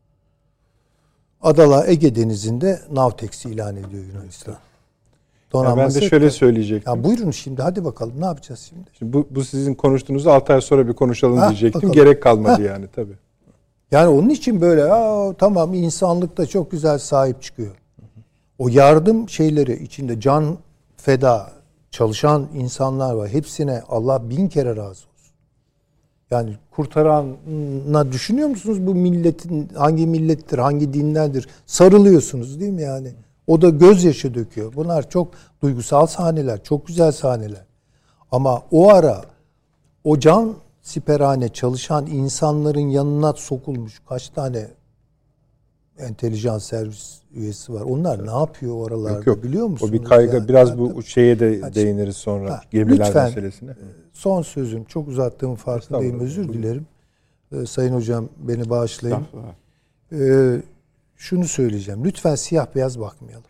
Adalar Ege Denizi'nde Navtex ilan ediyor Yunanistan. Ya ben de şöyle söyleyecektim. Ya buyurun şimdi hadi bakalım ne yapacağız şimdi? Şimdi bu, bu sizin konuştuğunuzu altı ay sonra bir konuşalım Ha, diyecektim. bakalım. Gerek kalmadı Ha. yani tabii. Yani onun için böyle Aa, tamam insanlık da çok güzel sahip çıkıyor. O yardım şeyleri içinde can feda çalışan insanlar var. Hepsine Allah bin kere razı olsun. Yani kurtarana düşünüyor musunuz bu milletin hangi millettir, hangi dinlerdir? Sarılıyorsunuz değil mi yani? O da gözyaşı döküyor. Bunlar çok duygusal sahneler, çok güzel sahneler. Ama o ara o can siperhane çalışan insanların yanına sokulmuş kaç tane entelijans servis üyesi var. Onlar ne yapıyor oralarda Yok, yok. biliyor musunuz? O bir kaygı. Yani? Biraz Ha, bu tabii. şeye de Ha, değiniriz sonra. ha, Gemiler lütfen, meselesine. Son sözüm. Çok uzattığım farkındayım. Özür Buyurun. dilerim. Ee, Sayın Hocam beni bağışlayın. Ee, şunu söyleyeceğim. Lütfen siyah beyaz bakmayalım.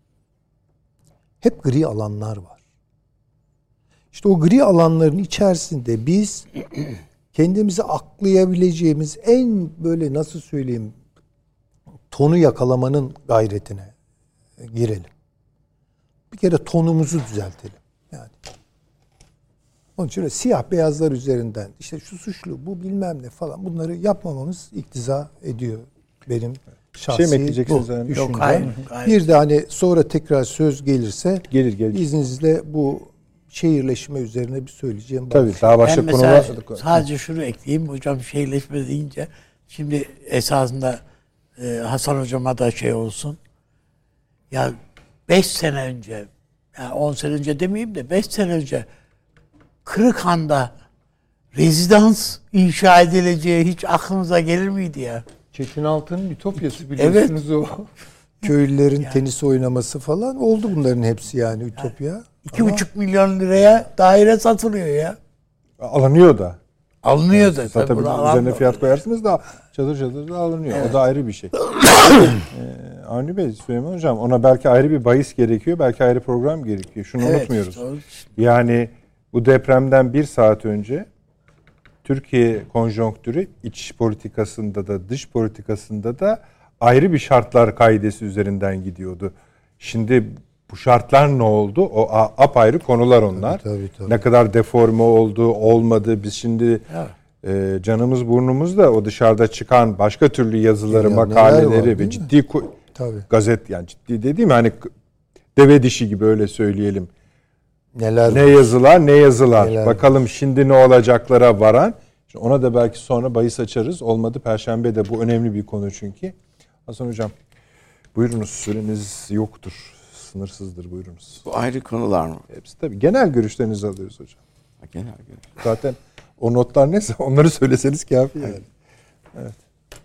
Hep gri alanlar var. İşte o gri alanların içerisinde biz kendimizi aklayabileceğimiz en böyle nasıl söyleyeyim tonu yakalamanın gayretine girelim. Bir kere tonumuzu düzeltelim. Yani. Onun için siyah beyazlar üzerinden işte şu suçlu, bu bilmem ne falan bunları yapmamamız iktiza ediyor benim şahsi şey mi ekleyeceksiniz bu yani? düşüncem. Yok, hayır, hayır. Bir de hani sonra tekrar söz gelirse Gelir gelir. izninizle bu şehirleşme üzerine bir söyleyeceğim. Tabii daha başka Ben mesela konular. sadece şunu ekleyeyim. Hocam şehirleşme deyince şimdi esasında e, Hasan Hocama da şey olsun. Ya beş sene önce yani on sene önce demeyeyim de beş sene önce Kırıkhan'da rezidans inşa edileceği hiç aklınıza gelir miydi ya? Çetin Altan'ın ütopyası biliyorsunuz o. Köylülerin tenis oynaması falan oldu bunların hepsi yani ütopya. İki buçuk milyon liraya daire satılıyor ya. Alınıyor da. Alınıyor da. Zaten tabii, üzerine alan- fiyat koyarsınız da çadır çadır da alınıyor. Evet. O da ayrı bir şey. ee, Avni Bey, Süleyman Hocam ona belki ayrı bir bahis gerekiyor. Belki ayrı program gerekiyor. Şunu Evet, unutmuyoruz. doğru. Yani bu depremden bir saat önce Türkiye konjonktürü iç politikasında da dış politikasında da ayrı bir şartlar kaidesi üzerinden gidiyordu. Şimdi bu şartlar ne oldu? O apayrı konular onlar. Tabii, tabii, tabii. Ne kadar deforme oldu, olmadı. Biz şimdi e, canımız burnumuzda o dışarıda çıkan başka türlü yazıları, Ya, makaleleri var, ve ciddi ku- Tabii. gazet yani ciddi dediğim hani deve dişi gibi öyle söyleyelim. Neler Ne var? yazılar ne yazılar. Neler Bakalım şimdi ne olacaklara varan. Şimdi ona da belki sonra bahis açarız. Olmadı Perşembe de bu önemli bir konu çünkü. Hasan Hocam buyurunuz, süreniz yoktur. Sınırsızdır, buyurunuz. Bu ayrı konular mı? Hepsi tabii. Genel görüşlerinizi alıyoruz hocam. Ha, genel genel. Zaten o notlar neyse onları söyleseniz kafi yani. Evet.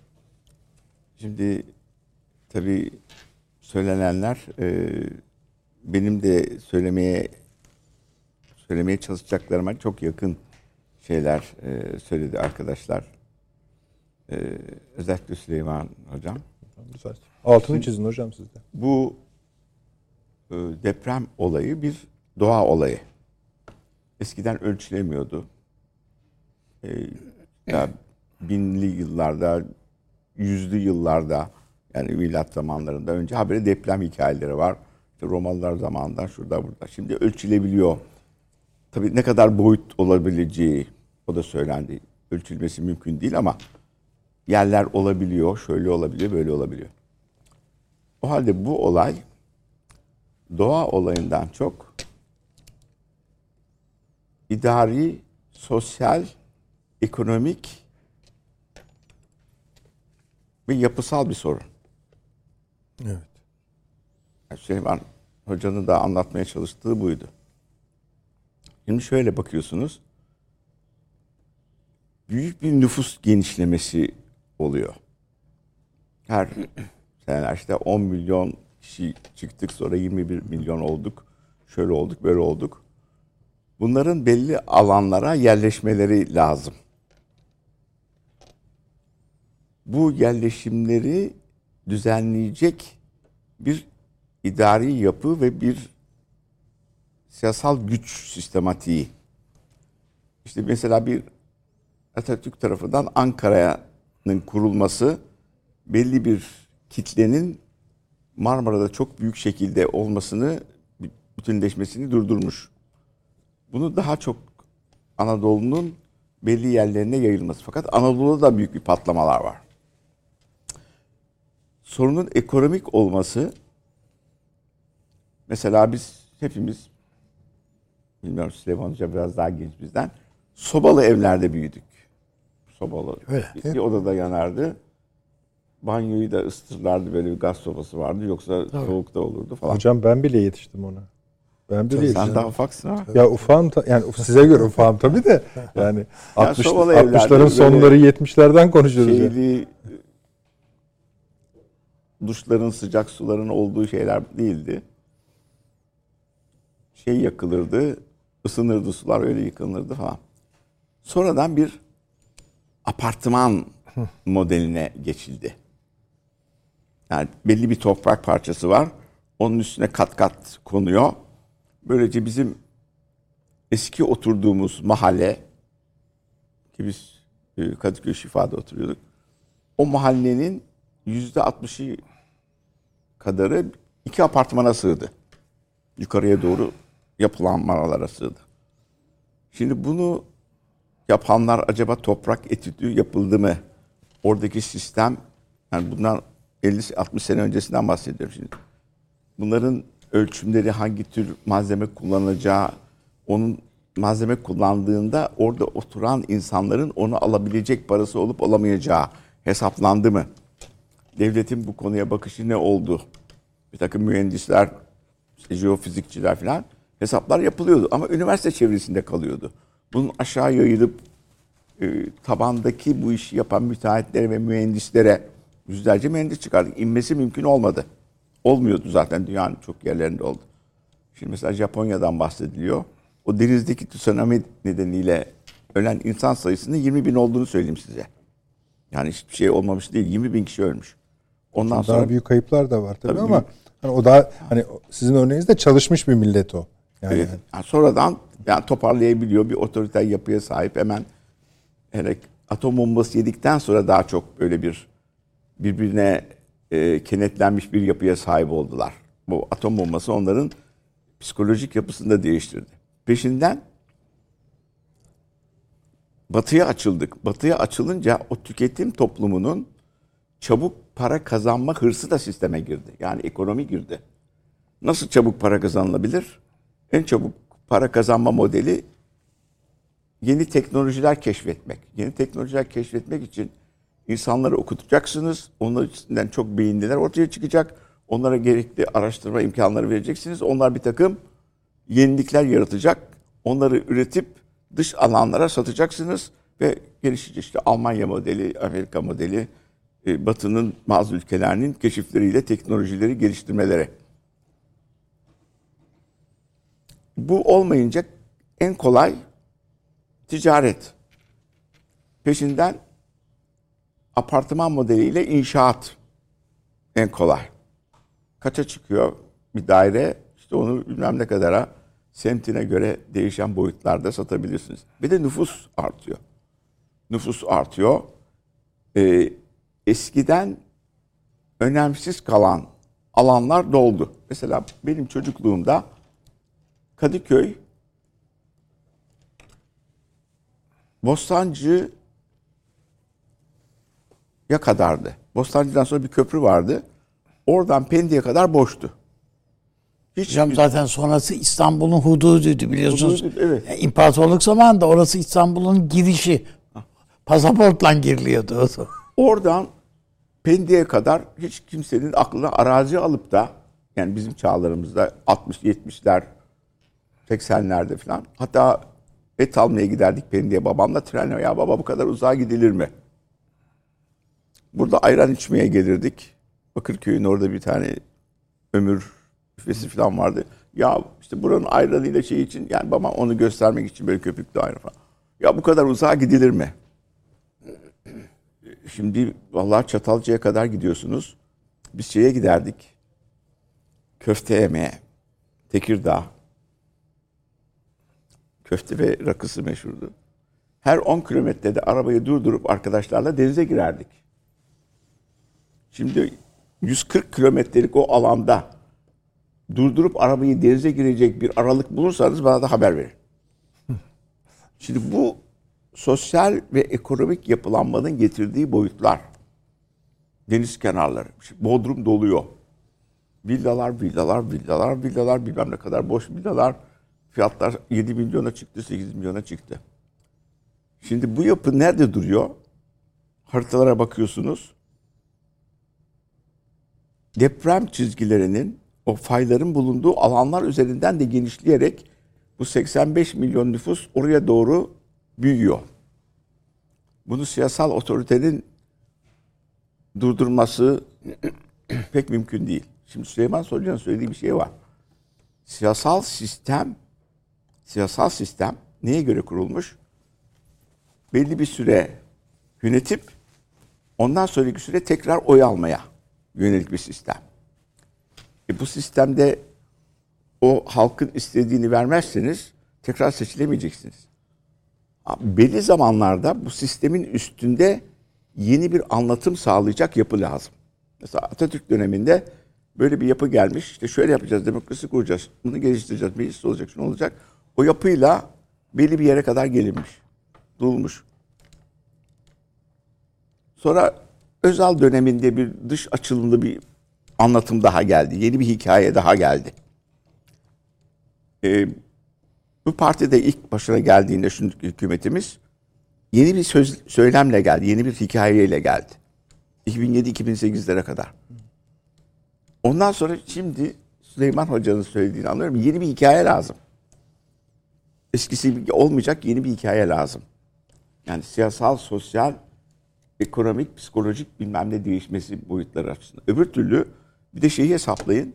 Şimdi tabii söylenenler e, benim de söylemeye söylemeye çalışacaklarıma çok yakın şeyler e, söyledi arkadaşlar. E, özellikle Süleyman Hocam. Güzel. Altını çizin hocam sizde. Bu e, deprem olayı bir doğa olayı. Eskiden ölçülemiyordu. E, ya binli yıllarda, yüzlü yıllarda Yani milat zamanlarında önce haberi deprem hikayeleri var. İşte Romalılar zamanından şurada burada. Şimdi ölçülebiliyor. Tabii ne kadar boyut olabileceği o da söylendi. Ölçülmesi mümkün değil ama yerler olabiliyor. Şöyle olabiliyor, böyle olabiliyor. O halde bu olay doğa olayından çok idari, sosyal, ekonomik ve yapısal bir sorun. Evet. Yani Süleyman Hoca'nın da anlatmaya çalıştığı buydu. Şimdi şöyle bakıyorsunuz. Büyük bir nüfus genişlemesi oluyor. Her sene işte on milyon kişi çıktık, sonra yirmi bir milyon olduk. Şöyle olduk, böyle olduk. Bunların belli alanlara yerleşmeleri lazım. Bu yerleşimleri düzenleyecek bir idari yapı ve bir siyasal güç sistematiği. İşte mesela bir Atatürk tarafından Ankara'nın kurulması belli bir kitlenin Marmara'da çok büyük şekilde olmasını, bütünleşmesini durdurmuş. Bunu daha çok Anadolu'nun belli yerlerine yayılması. Fakat Anadolu'da da büyük bir patlamalar var. Sorunun ekonomik olması, mesela biz hepimiz, bilmiyorum Süleyman Hoca biraz daha genç bizden, sobalı evlerde büyüdük. Sobalı. Öyle. Bir odada yanardı. Banyoyu da ısıtırlardı, böyle bir gaz sobası vardı. Yoksa Tabii. soğukta olurdu falan. Hocam ben bile yetiştim ona. Ben bile Sen yetiştim. daha ufaksın ama. Ya ufağım ta- yani size göre ufağım tabii de yani altmış sobalı evlerde altmışların böyle sonları yetmişlerden konuşuyoruz. ya. Şeyli, duşların, sıcak suların olduğu şeyler değildi. Şey yakılırdı, ısınırdı sular, öyle yıkanırdı falan. Sonradan bir apartman modeline geçildi. Yani belli bir toprak parçası var. Onun üstüne kat kat konuyor. Böylece bizim eski oturduğumuz mahalle, ki biz Kadıköy Şifa'da oturuyorduk. O mahallenin yüzde altmışı kadarı iki apartmana sığdı. Yukarıya doğru yapılan manalara sığdı. Şimdi bunu yapanlar acaba toprak etüdü yapıldı mı? Oradaki sistem, yani bundan elli altmış sene öncesinden bahsediyorum şimdi. Bunların ölçümleri, hangi tür malzeme kullanacağı, onun malzeme kullandığında orada oturan insanların onu alabilecek parası olup olamayacağı hesaplandı mı? Devletin bu konuya bakışı ne oldu? Bir takım mühendisler, işte jeofizikçiler falan hesaplar yapılıyordu ama üniversite çevresinde kalıyordu. Bunun aşağı yayılıp e, tabandaki bu işi yapan müteahhitlere ve mühendislere yüzlerce mühendis çıkardık. İnmesi mümkün olmadı. Olmuyordu zaten, dünyanın çok yerlerinde oldu. Şimdi mesela Japonya'dan bahsediliyor. O denizdeki tsunami nedeniyle ölen insan sayısının yirmi bin olduğunu söyleyeyim size. Yani hiçbir şey olmamış değil. yirmi bin kişi ölmüş. Ondan Daha sonra büyük kayıplar da var tabii, Tabii ama büyük. hani o da hani sizin örneğinizde çalışmış bir millet o. Yani, evet, yani sonradan yani toparlayabiliyor, bir otoriter yapıya sahip, hemen hele atom bombası yedikten sonra daha çok böyle bir birbirine e, kenetlenmiş bir yapıya sahip oldular. Bu atom bombası onların psikolojik yapısını da değiştirdi. Peşinden batıya açıldık. Batıya açılınca o tüketim toplumunun çabuk para kazanma hırsı da sisteme girdi. Yani ekonomi girdi. Nasıl çabuk para kazanılabilir? En çabuk para kazanma modeli yeni teknolojiler keşfetmek. Yeni teknolojiler keşfetmek için insanları okutacaksınız. Onlar içinden çok beyinliler ortaya çıkacak. Onlara gerekli araştırma imkanları vereceksiniz. Onlar bir takım yenilikler yaratacak. Onları üretip dış alanlara satacaksınız ve gelişecek. İşte Almanya modeli, Amerika modeli, Batı'nın bazı ülkelerinin keşifleriyle teknolojileri geliştirmeleri. Bu olmayınca en kolay ticaret. Peşinden apartman modeliyle inşaat en kolay. Kaça çıkıyor bir daire? İşte onu bilmem ne kadara, semtine göre değişen boyutlarda satabilirsiniz. Bir de nüfus artıyor. Nüfus artıyor. Ee, eskiden önemsiz kalan alanlar doldu. Mesela benim çocukluğumda Kadıköy, Bostancı'ya kadardı. Bostancı'dan sonra bir köprü vardı. Oradan Pendik'e kadar boştu. Hiç Hocam zaten sonrası İstanbul'un hududuydu biliyorsunuz. Hududuydu, evet. Yani İmparatorluk zamanında orası İstanbul'un girişi. Pasaportla giriliyordu. Oradan Pendik'e kadar hiç kimsenin aklına arazi alıp da, yani bizim çağlarımızda altmış yetmişler, seksenlerde falan, hatta et almaya giderdik Pendik'e babamla trenle. Ya baba bu kadar uzağa gidilir mi? Burada ayran içmeye gelirdik. Bakırköy'ün orada bir tane ömür büfesi falan vardı. Ya işte buranın ayranıyla şey için, yani babam onu göstermek için böyle köpüklü ayran falan. Ya bu kadar uzağa gidilir mi? Şimdi vallahi Çatalca'ya kadar gidiyorsunuz. Biz şeye giderdik. Köfte yemeye. Tekirdağ. Köfte ve rakısı meşhurdu. Her on kilometrede arabayı durdurup arkadaşlarla denize girerdik. Şimdi yüz kırk kilometrelik o alanda durdurup arabayı denize girecek bir aralık bulursanız bana da haber verin. Şimdi bu sosyal ve ekonomik yapılanmanın getirdiği boyutlar. Deniz kenarları. Bodrum doluyor. Villalar, villalar, villalar, villalar, bilmem ne kadar boş villalar. Fiyatlar yedi milyona çıktı, sekiz milyona çıktı. Şimdi bu yapı nerede duruyor? Haritalara bakıyorsunuz. Deprem çizgilerinin, o fayların bulunduğu alanlar üzerinden de genişleyerek bu seksen beş milyon nüfus oraya doğru büyüyor. Bunu siyasal otoritenin durdurması pek mümkün değil. Şimdi Süleyman Soylu'nun söylediği bir şey var. Siyasal sistem, siyasal sistem neye göre kurulmuş? Belli bir süre yönetip ondan sonraki süre tekrar oy almaya yönelik bir sistem. E bu sistemde o halkın istediğini vermezseniz tekrar seçilemeyeceksiniz. Belli zamanlarda bu sistemin üstünde yeni bir anlatım sağlayacak yapı lazım. Mesela Atatürk döneminde böyle bir yapı gelmiş. İşte şöyle yapacağız, demokrasi kuracağız, bunu geliştireceğiz, meclis olacak, şunu olacak. O yapıyla belli bir yere kadar gelinmiş, durulmuş. Sonra Özal döneminde bir dış açılımlı bir anlatım daha geldi. Yeni bir hikaye daha geldi. Ee, bu partide ilk başına geldiğinde şu hükümetimiz yeni bir söz, söylemle geldi. Yeni bir hikayeyle geldi. iki bin yedi iki bin sekizlere kadar. Ondan sonra şimdi Süleyman Hoca'nın söylediğini anlıyorum. Yeni bir hikaye lazım. Eskisi gibi olmayacak yeni bir hikaye lazım. Yani siyasal, sosyal, ekonomik, psikolojik bilmem ne değişmesi boyutları açısından. Öbür türlü bir de şeyi hesaplayın.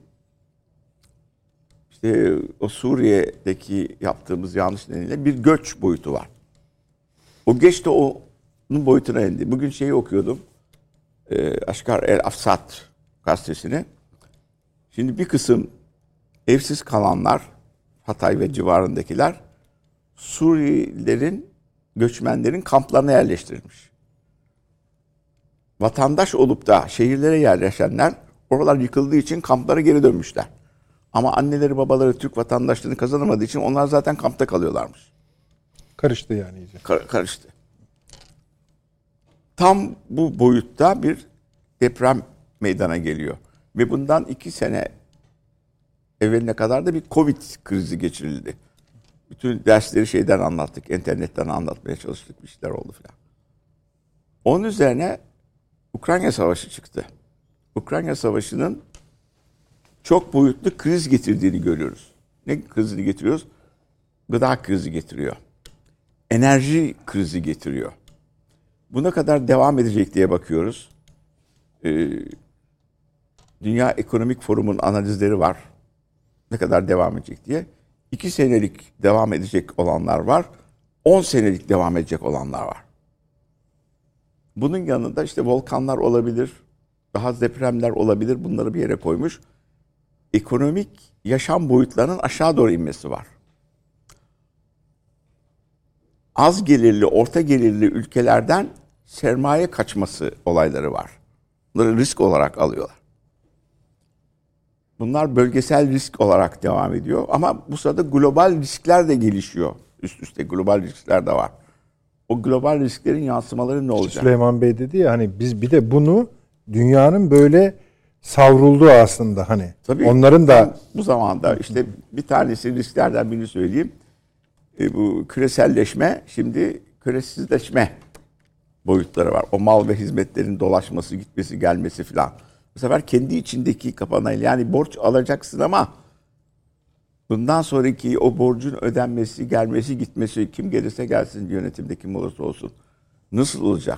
İşte o Suriye'deki yaptığımız yanlış nedeniyle bir göç boyutu var. O göç de onun boyutuna indi. Bugün şeyi okuyordum. E, Aşkar El Afsat gazetesini. Şimdi bir kısım evsiz kalanlar, Hatay ve civarındakiler, Suriyelilerin, göçmenlerin kamplarına yerleştirilmiş. Vatandaş olup da şehirlere yerleşenler oralar yıkıldığı için kamplara geri dönmüşler. Ama anneleri babaları Türk vatandaşlığını kazanamadığı için onlar zaten kampta kalıyorlarmış. Karıştı yani iyice. Kar- karıştı. Tam bu boyutta bir deprem meydana geliyor. Ve bundan iki sene evveline kadar da bir Covid krizi geçirildi. Bütün dersleri şeyden anlattık, internetten anlatmaya çalıştık, bir şeyler oldu falan. Onun üzerine Ukrayna Savaşı çıktı. Ukrayna Savaşı'nın çok boyutlu kriz getirdiğini görüyoruz. Ne krizini getiriyoruz? Gıda krizi getiriyor. Enerji krizi getiriyor. Bu ne kadar devam edecek diye bakıyoruz. Ee, Dünya Ekonomik Forum'un analizleri var. Ne kadar devam edecek diye. İki senelik devam edecek olanlar var. On senelik devam edecek olanlar var. Bunun yanında işte volkanlar olabilir, daha depremler olabilir. Bunları bir yere koymuş. Ekonomik yaşam boyutlarının aşağı doğru inmesi var. Az gelirli, orta gelirli ülkelerden sermaye kaçması olayları var. Bunları risk olarak alıyorlar. Bunlar bölgesel risk olarak devam ediyor. Ama bu sırada global riskler de gelişiyor. Üst üste global riskler de var. O global risklerin yansımaları ne olacak? Süleyman Bey dedi ya hani biz bir de bunu dünyanın böyle savrulduğu aslında hani. Tabii, onların da bu zamanda işte bir tanesi risklerden birini söyleyeyim. E, bu küreselleşme şimdi küresizleşme boyutları var. O mal ve hizmetlerin dolaşması, gitmesi, gelmesi filan. Bu sefer kendi içindeki kapanayla yani borç alacaksın ama bundan sonraki o borcun ödenmesi, gelmesi, gitmesi kim gelirse gelsin yönetimde kim olursa olsun nasıl olacak?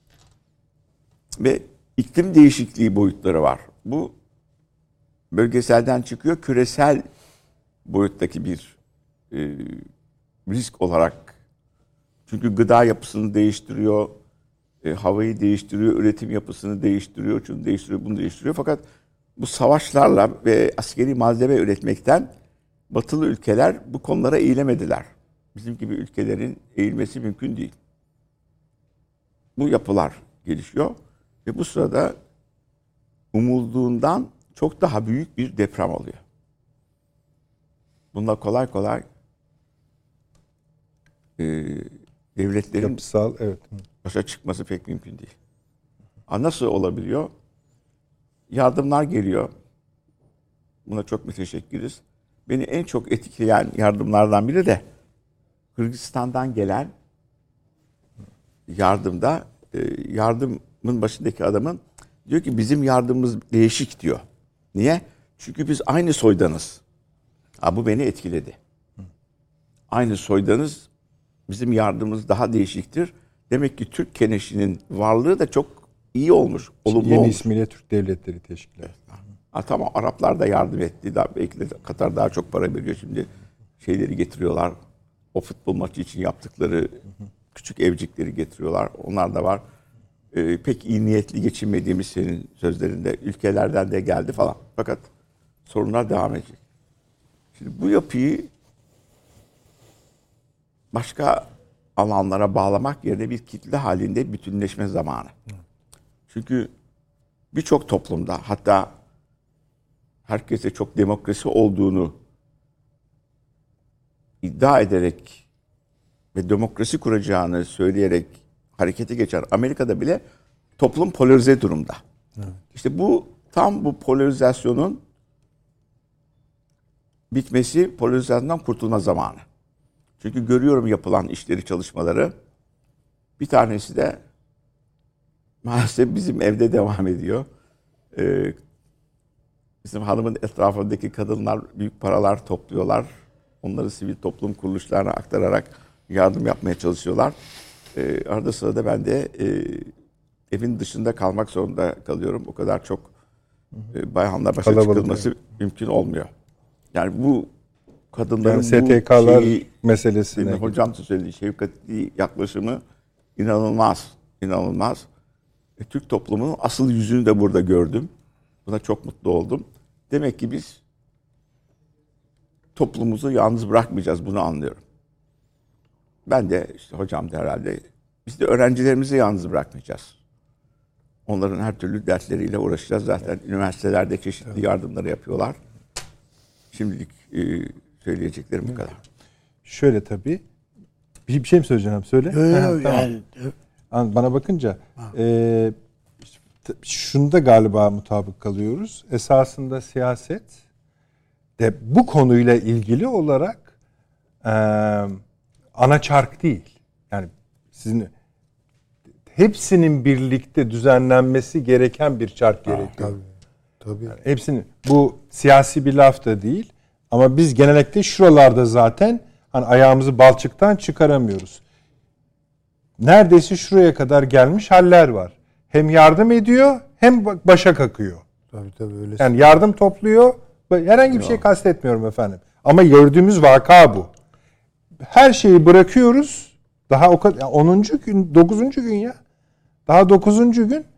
Ve iklim değişikliği boyutları var. Bu bölgeselden çıkıyor, küresel boyuttaki bir e, risk olarak. Çünkü gıda yapısını değiştiriyor, e, havayı değiştiriyor, üretim yapısını değiştiriyor, şunu değiştiriyor, bunu değiştiriyor. Fakat bu savaşlarla ve askeri malzeme üretmekten batılı ülkeler bu konulara eğilemediler. Bizim gibi ülkelerin eğilmesi mümkün değil. Bu yapılar gelişiyor ve bu sırada umulduğundan çok daha büyük bir deprem oluyor. Bunda kolay kolay e, devletlerin yapısal evet. başa çıkması pek mümkün değil. Ha, nasıl olabiliyor? Yardımlar geliyor. Buna çok müteşekkiriz. Beni en çok etkileyen yardımlardan biri de Kırgızistan'dan gelen yardımda e, yardımın başındaki adamın diyor ki bizim yardımımız değişik diyor. Niye? Çünkü biz aynı soydanız. Ha, bu beni etkiledi. Aynı soydanız, bizim yardımımız daha değişiktir. Demek ki Türk Keneşi'nin varlığı da çok iyi olmuş, olumlu Yeni olmuş. ismiyle Türk Devletleri Teşkilatı. Ha, tamam, Araplar da yardım etti. Daha, belki de Katar daha çok para veriyor şimdi. Şeyleri getiriyorlar. O futbol maçı için yaptıkları küçük evcikleri getiriyorlar. Onlar da var. Ee, pek iyi niyetli geçinmediğimiz senin sözlerinde ülkelerden de geldi falan. Fakat sorunlar devam edecek. Şimdi bu yapıyı başka alanlara bağlamak yerine bir kitle halinde bütünleşme zamanı. Çünkü birçok toplumda, hatta herkese çok demokrasi olduğunu iddia ederek ve demokrasi kuracağını söyleyerek harekete geçen Amerika'da bile toplum polarize durumda. Evet. İşte bu tam bu polarizasyonun bitmesi, polarizasyondan kurtulma zamanı. Çünkü görüyorum yapılan işleri, çalışmaları. Bir tanesi de maalesef bizim evde devam ediyor. Ee, bizim hanımın etrafındaki kadınlar büyük paralar topluyorlar. Onları sivil toplum kuruluşlarına aktararak yardım yapmaya çalışıyorlar. Ee, arada sırada ben de e, evin dışında kalmak zorunda kalıyorum. O kadar çok e, bayanla başa Kalabalık, çıkılması evet. mümkün olmuyor. Yani bu kadınların yani S T K'lar bu şeyi, meselesine. Hocam da söylediği şefkatli yaklaşımı inanılmaz. İnanılmaz. E, Türk toplumunun asıl yüzünü de burada gördüm. Buna çok mutlu oldum. Demek ki biz toplumumuzu yalnız bırakmayacağız. Bunu anlıyorum. Ben de işte hocam da herhalde biz de öğrencilerimizi yalnız bırakmayacağız. Onların her türlü dertleriyle uğraşacağız. Zaten üniversitelerde çeşitli yardımları yapıyorlar. Şimdilik e, söyleyeceklerim bu kadar. Şöyle tabii. Bir, bir şey mi söyleyeceğim? Söyle. Yo, yo, Ha, tamam. yani, Bana bakınca e, şunda galiba mutabık kalıyoruz. Esasında siyaset de bu konuyla ilgili olarak e, ana çark değil. Yani sizin hepsinin birlikte düzenlenmesi gereken bir çark gerekiyor. Tabii. Tabii. Yani hepsinin, bu siyasi bir laf da değil. Ama biz genellikle şuralarda zaten hani ayağımızı balçıktan çıkaramıyoruz. Neredeyse şuraya kadar gelmiş haller var. Hem yardım ediyor hem başa kakıyor. Tabii tabii öyle. Yani yardım topluyor. Herhangi bir şey kastetmiyorum efendim. Ama gördüğümüz vaka bu. Her şeyi bırakıyoruz. Daha o kadar onuncu gün, dokuzuncu gün ya. Daha dokuzuncu gün.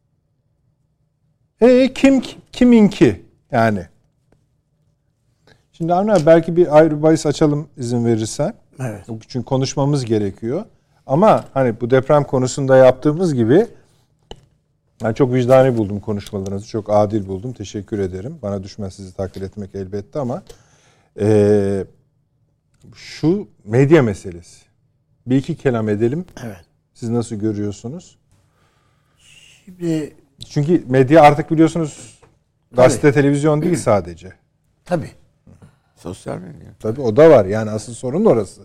E kim kiminki yani. Şimdi Avni abi belki bir ayrı bahis açalım izin verirsen. Evet. Çünkü konuşmamız gerekiyor. Ama hani bu deprem konusunda yaptığımız gibi Ben çok vicdani buldum konuşmalarınızı. Çok adil buldum. Teşekkür ederim. Bana düşmez sizi takdir etmek elbette ama e, şu medya meselesi. Bir iki kelam edelim. Evet. Siz nasıl görüyorsunuz? Şimdi Çünkü medya artık biliyorsunuz gazete, tabii, televizyon değil sadece. Tabii. Sosyal medya. Tabii o da var. Yani asıl sorun orası.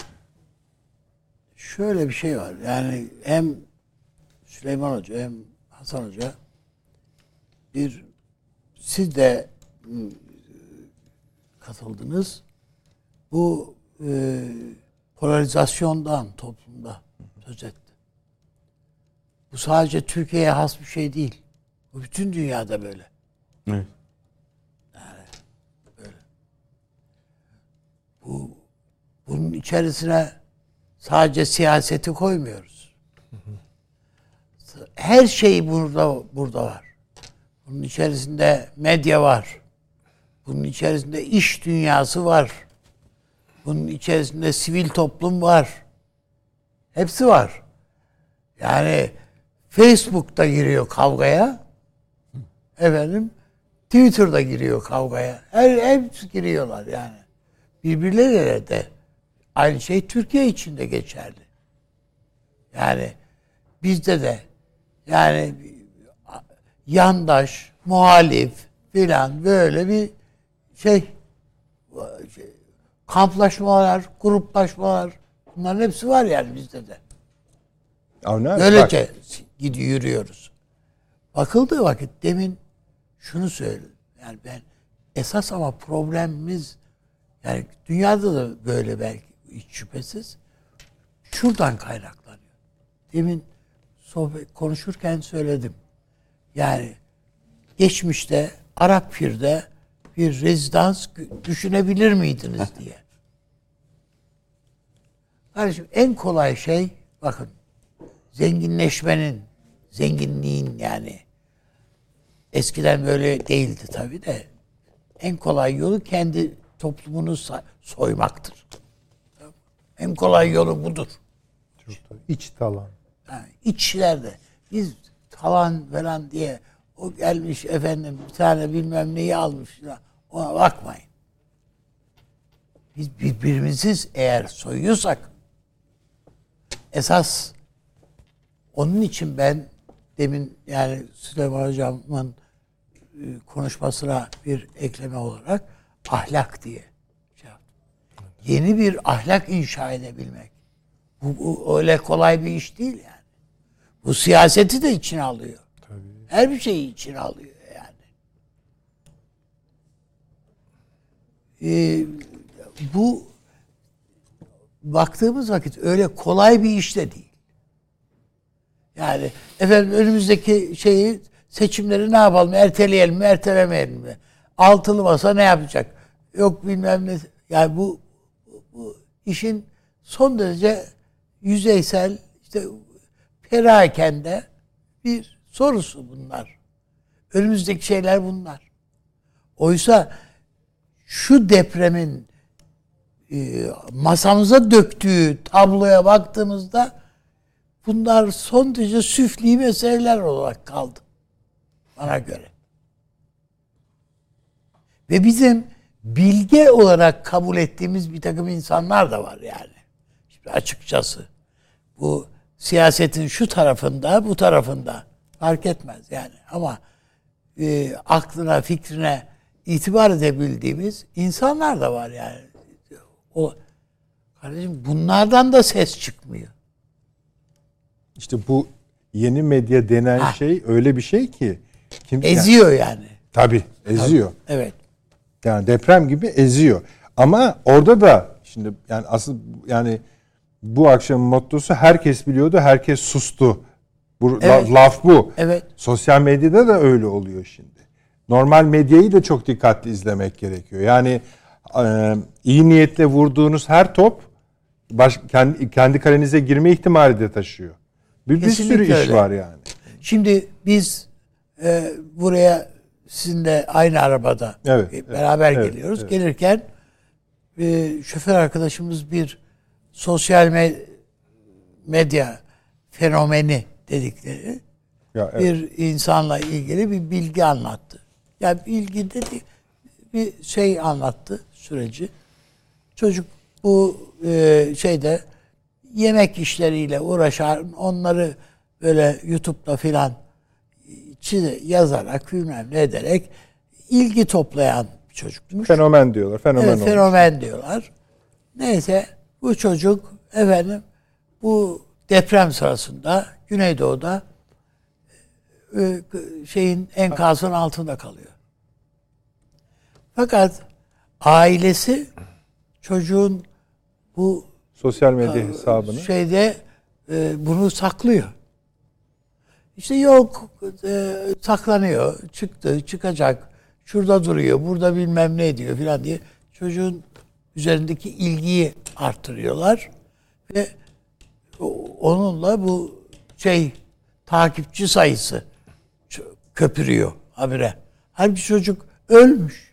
Şöyle bir şey var. Yani hem Süleyman Hoca hem Hasan Hoca bir siz de katıldınız. Bu e, polarizasyondan toplumda söz etti. Bu sadece Türkiye'ye has bir şey değil. Bu bütün dünyada böyle. Evet. Yani böyle. Bu bunun içerisine sadece siyaseti koymuyoruz. Her şey burada burada var. Bunun içerisinde medya var. Bunun içerisinde iş dünyası var. Bunun içerisinde sivil toplum var. Hepsi var. Yani Facebook'ta giriyor kavgaya. Efendim Twitter'da giriyor kavgaya. Her hepsi giriyorlar yani. Birbirleriyle de aynı şey Türkiye için de geçerli. Yani bizde de yani yandaş, muhalif filan böyle bir şey, şey kamplaşmalar, gruplaşmalar bunların hepsi var yani bizde de. Avni, böylece gidiyor yürüyoruz. Bakıldığı vakit demin şunu söyledim. Yani ben esas ama problemimiz yani dünyada da böyle belki hiç şüphesiz şuradan kaynaklanıyor. Demin sohbet konuşurken söyledim. Yani geçmişte Arap Pir'de bir rezidans düşünebilir miydiniz diye. Kardeşim en kolay şey bakın zenginleşmenin, zenginliğin yani eskiden böyle değildi tabii de en kolay yolu kendi toplumunu soymaktır. En kolay yolu budur. İç talan. Yani içlerde biz talan falan diye o gelmiş efendim bir tane bilmem neyi almış ona bakmayın. Biz birbirimizi eğer soyuyorsak esas onun için ben demin yani Süleyman Hocam'ın konuşmasına bir ekleme olarak ahlak diye şey yaptım. Yeni bir ahlak inşa edebilmek. Bu, bu öyle kolay bir iş değil yani. Bu siyaseti de içine alıyor. Tabii. Her bir şeyi içine alıyor yani. Ee, bu baktığımız vakit öyle kolay bir iş de değil. Yani efendim önümüzdeki şeyi seçimleri ne yapalım? Erteleyelim mi, ertelemeyelim mi? Altılı masa ne yapacak? Yok bilmem ne. Yani bu, bu, bu işin son derece yüzeysel işte perakende bir sorusu bunlar. Önümüzdeki şeyler bunlar. Oysa şu depremin e, masamıza döktüğü tabloya baktığımızda bunlar son derece süfli meseleler olarak kaldı. Bana göre. Ve bizim bilge olarak kabul ettiğimiz bir takım insanlar da var yani. Şimdi açıkçası bu siyasetin şu tarafında, bu tarafında fark etmez yani. Ama e, aklına, fikrine itibar edebildiğimiz insanlar da var yani. O kardeşim bunlardan da ses çıkmıyor. İşte bu yeni medya denen ha. şey öyle bir şey ki kim eziyor yani. yani. Tabii eziyor. Tabii, evet. Yani deprem gibi eziyor. Ama orada da şimdi yani asıl yani bu akşamın mottosu herkes biliyordu, herkes sustu. Bu evet. laf bu. Evet. Sosyal medyada da öyle oluyor şimdi. Normal medyayı da çok dikkatli izlemek gerekiyor. Yani e, iyi niyetle vurduğunuz her top baş, kendi, kendi kalenize girme ihtimali de taşıyor. Bir, bir sürü iş öyle. Var yani. Şimdi biz e, buraya sizinle aynı arabada evet, beraber evet, geliyoruz. Evet. Gelirken e, şoför arkadaşımız bir sosyal medya fenomeni dedikleri Ya, evet. bir insanla ilgili bir bilgi anlattı. Yani bilgi dedi, bir şey anlattı süreci. Çocuk bu e, şeyde yemek işleriyle uğraşar, onları böyle YouTube'da filan çize, yazarak bilmem ne ederek ilgi toplayan bir çocukmuş. Fenomen diyorlar. Fenomen Evet, olmuş. fenomen diyorlar. Neyse bu çocuk efendim bu deprem sırasında Güneydoğu'da e, şeyin enkazın altında kalıyor. Fakat ailesi çocuğun bu Sosyal medya hesabını. şeyde e, bunu saklıyor. İşte yok e, saklanıyor. Çıktı, çıkacak. Şurada duruyor, burada bilmem ne diyor filan diye çocuğun üzerindeki ilgiyi arttırıyorlar ve onunla bu şey takipçi sayısı köpürüyor habire. Halbuki çocuk ölmüş.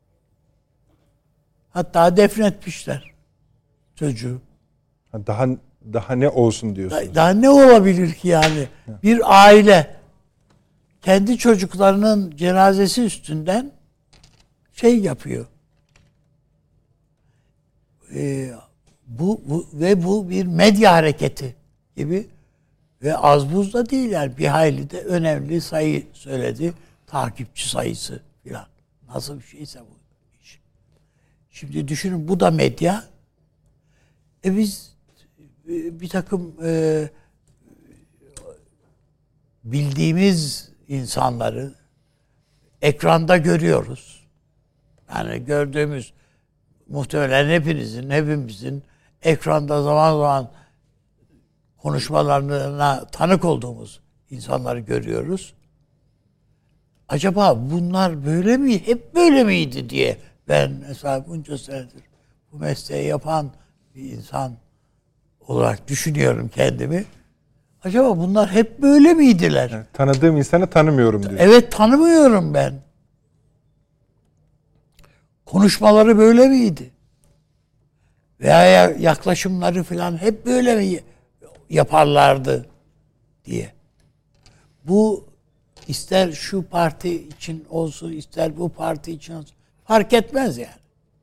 Hatta defnetmişler çocuğu. Daha daha ne olsun diyorsunuz? Daha ne olabilir ki yani? Bir aile kendi çocuklarının cenazesi üstünden şey yapıyor. Ee, bu, bu ve bu bir medya hareketi gibi ve az buz da değil yani bir hayli de önemli sayı söyledi. Takipçi sayısı filan. Nasıl bir şeyse bu iş. Şimdi düşünün bu da medya. E biz bir takım e, bildiğimiz insanları ekranda görüyoruz. Yani gördüğümüz muhtemelen hepinizin, hepimizin ekranda zaman zaman konuşmalarına tanık olduğumuz insanları görüyoruz. Acaba bunlar böyle mi, hep böyle miydi diye ben mesela bunca senedir bu mesleği yapan bir insan olarak düşünüyorum kendimi. Acaba bunlar hep böyle miydiler? Yani tanıdığım insanı tanımıyorum diyor. Evet, tanımıyorum ben. Konuşmaları böyle miydi? Veya yaklaşımları falan hep böyle mi yaparlardı diye. Bu ister şu parti için olsun, ister bu parti için olsun fark etmez yani.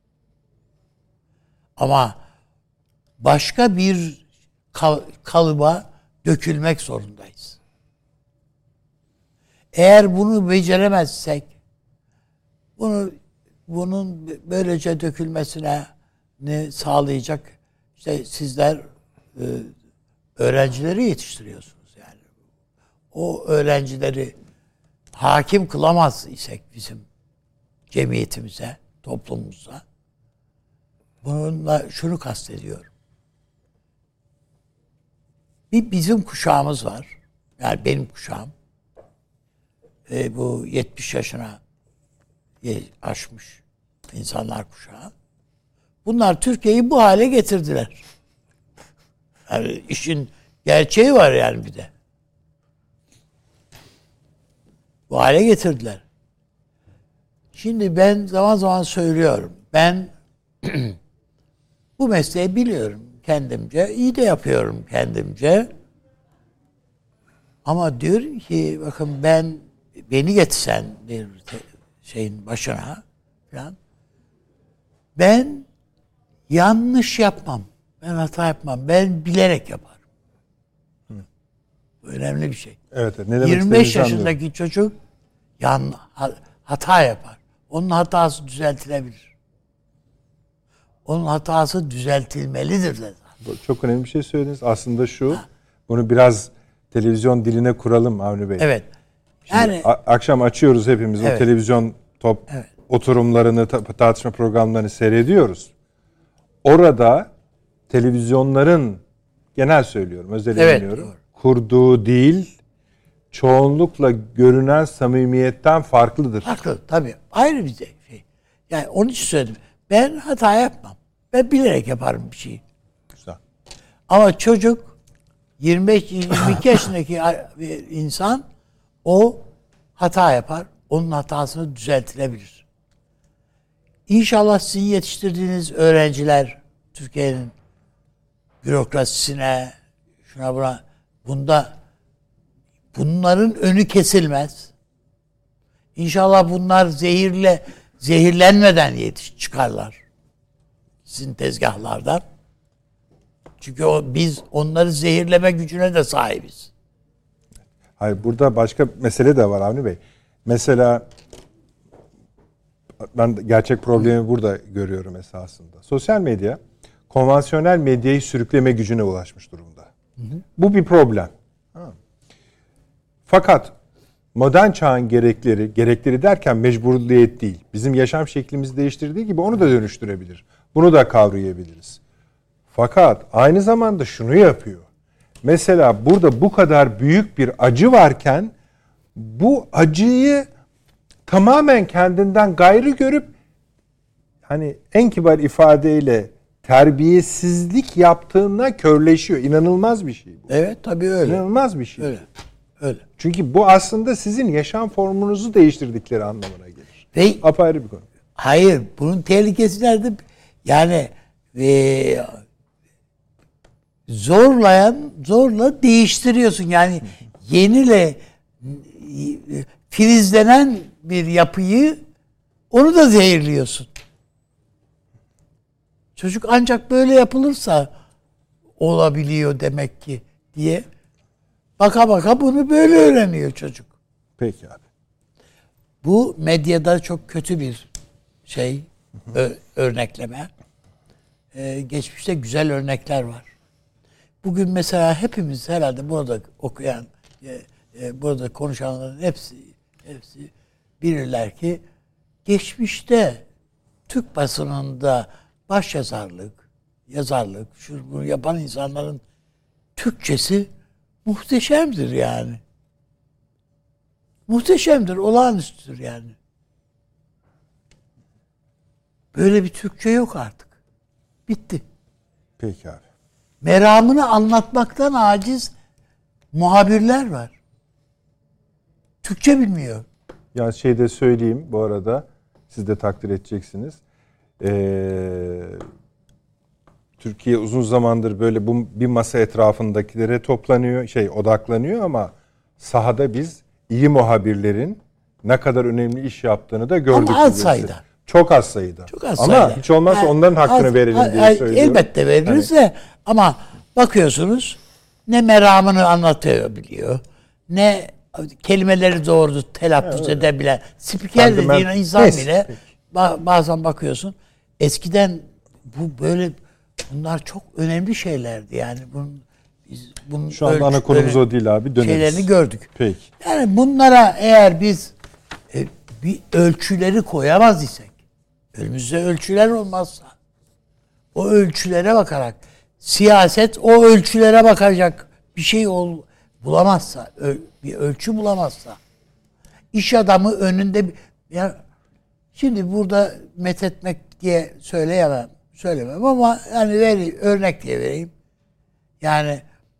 Ama başka bir kal- kalıba dökülmek zorundayız. Eğer bunu beceremezsek, bunu bunun böylece dökülmesine ne sağlayacak? İşte sizler e, öğrencileri yetiştiriyorsunuz yani. O öğrencileri hakim kılamaz isek bizim cemiyetimize, toplumumuza. Bununla şunu kastediyorum. Bir bizim kuşağımız var. Yani benim kuşağım. E, bu yetmiş yaşına aşmış insanlar kuşağı. Bunlar Türkiye'yi bu hale getirdiler. Yani işin gerçeği var yani bir de. Bu hale getirdiler. Şimdi ben zaman zaman söylüyorum. Ben bu mesleği biliyorum kendimce. İyi de yapıyorum kendimce. Ama diyorum ki bakın ben beni getirsen bir şeyin başına falan. Ben yanlış yapmam. Ben hata yapmam. Ben bilerek yaparım. Hı. Bu önemli bir şey. Evet, ne demek yirmi beş yaşındaki anlıyorum. çocuk yan, hata yapar. Onun hatası düzeltilebilir. Onun hatası düzeltilmelidir dedi. Çok önemli bir şey söylediniz. Aslında şu, ha. bunu biraz televizyon diline kuralım Avni Bey. Evet. Şimdi yani a- akşam açıyoruz hepimiz evet. o televizyon top evet. oturumlarını, ta- tartışma programlarını seyrediyoruz. Orada televizyonların, genel söylüyorum, özel evet, bilmiyorum, kurduğu değil, çoğunlukla görünen samimiyetten farklıdır. Farklı tabii. Ayrı bir şey. Yani onun için söyledim. Ben hata yapmam. Ben bilerek yaparım bir şeyi. Güzel. Ama çocuk yirmi beş yirmi iki yaşındaki bir insan o hata yapar. Onun hatasını düzeltilebilir. İnşallah sizin yetiştirdiğiniz öğrenciler Türkiye'nin bürokrasisine, şuna buna, bunda bunların önü kesilmez. İnşallah bunlar zehirle zehirlenmeden yetiş çıkarlar. Sizin tezgahlardan. Çünkü o, biz onları zehirleme gücüne de sahibiz. Hayır, burada başka mesele de var Avni Bey. Mesela ben gerçek problemi burada görüyorum esasında. Sosyal medya konvansiyonel medyayı sürükleme gücüne ulaşmış durumda. Hı hı. Bu bir problem. Ha. Fakat modern çağın gerekleri, gerekleri derken mecburiyet değil. Bizim yaşam şeklimizi değiştirdiği gibi onu da dönüştürebilir. Bunu da kavrayabiliriz. Fakat aynı zamanda şunu yapıyor. Mesela burada bu kadar büyük bir acı varken bu acıyı tamamen kendinden gayrı görüp hani en kibar ifadeyle terbiyesizlik yaptığına körleşiyor. İnanılmaz bir şey bu. Evet, tabii öyle. İnanılmaz bir şey. Öyle. Öyle. Çünkü bu aslında sizin yaşam formunuzu değiştirdikleri anlamına gelir. Ve apayrı bir konu. Hayır, bunun tehlikesi nerede? Yani e, zorlayan, zorla değiştiriyorsun. Yani yeniyle filizlenen bir yapıyı onu da zehirliyorsun. Çocuk ancak böyle yapılırsa olabiliyor demek ki diye baka baka bunu böyle öğreniyor çocuk. Peki abi. Bu medyada çok kötü bir şey, ö- örnekleme. Ee, geçmişte güzel örnekler var. Bugün mesela hepimiz herhalde burada okuyan, e, e, burada konuşanların hepsi, hepsi bilirler ki geçmişte Türk basınında başyazarlık, yazarlık, şu bunu yapan insanların Türkçesi muhteşemdir yani. Muhteşemdir, olağanüstüdür yani. Böyle bir Türkçe yok artık. Bitti. Peki abi. Meramını anlatmaktan aciz muhabirler var. Türkçe bilmiyor. Ya şey de söyleyeyim bu arada, siz de takdir edeceksiniz. Ee, Türkiye uzun zamandır böyle bu bir masa etrafındakilere toplanıyor, şey odaklanıyor ama sahada biz iyi muhabirlerin ne kadar önemli iş yaptığını da gördük. Ama az sayıda. Çok az sayıda. Çok az ama sayıda. hiç olmazsa yani, onların hakkını az, verelim diye az, söylüyorum. Elbette veririz hani. de ama bakıyorsunuz ne meramını anlatabiliyor, ne kelimeleri doğru telaffuz evet, edebilen, spiker dediğin ben, insan neyse, bile ba- bazen bakıyorsun. Eskiden bu böyle bunlar çok önemli şeylerdi yani. Bunun, biz bunun şu anda ana konumuz o değil abi. Döneriz. Şeylerini gördük. Peki. Yani bunlara eğer biz e, bir ölçüleri koyamaz isek, önümüzde ölçüler olmazsa, o ölçülere bakarak siyaset o ölçülere bakacak bir şey ol, bulamazsa, öl, bir ölçü bulamazsa, iş adamı önünde ya şimdi burada methetmek diye söyleyemem, söylemem ama yani ver, örnek diye vereyim. Yani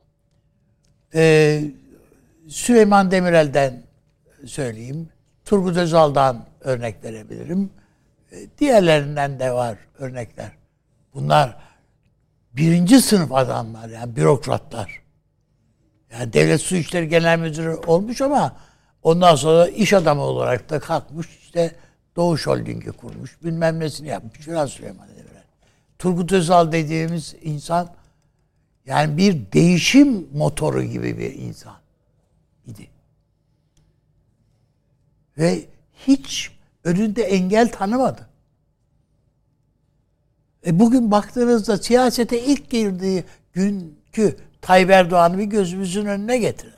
e, Süleyman Demirel'den söyleyeyim, Turgut Özal'dan örnek verebilirim. E, diğerlerinden de var örnekler. Bunlar birinci sınıf adamlar yani bürokratlar. Yani Devlet Su İşleri Genel Müdürü olmuş ama ondan sonra iş adamı olarak da kalkmış işte Doğuş Holding'i kurmuş. Bilmem nesini yapmış. Filan Süleyman Demirel. Turgut Özal dediğimiz insan yani bir değişim motoru gibi bir insan idi. Ve hiç önünde engel tanımadı. E bugün baktığınızda siyasete ilk girdiği günkü Tayyip Erdoğan'ı bir gözümüzün önüne getirin.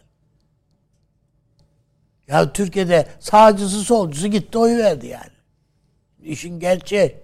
Ya Türkiye'de sağcısı solcusu gitti oy verdi yani. İşin gerçeği.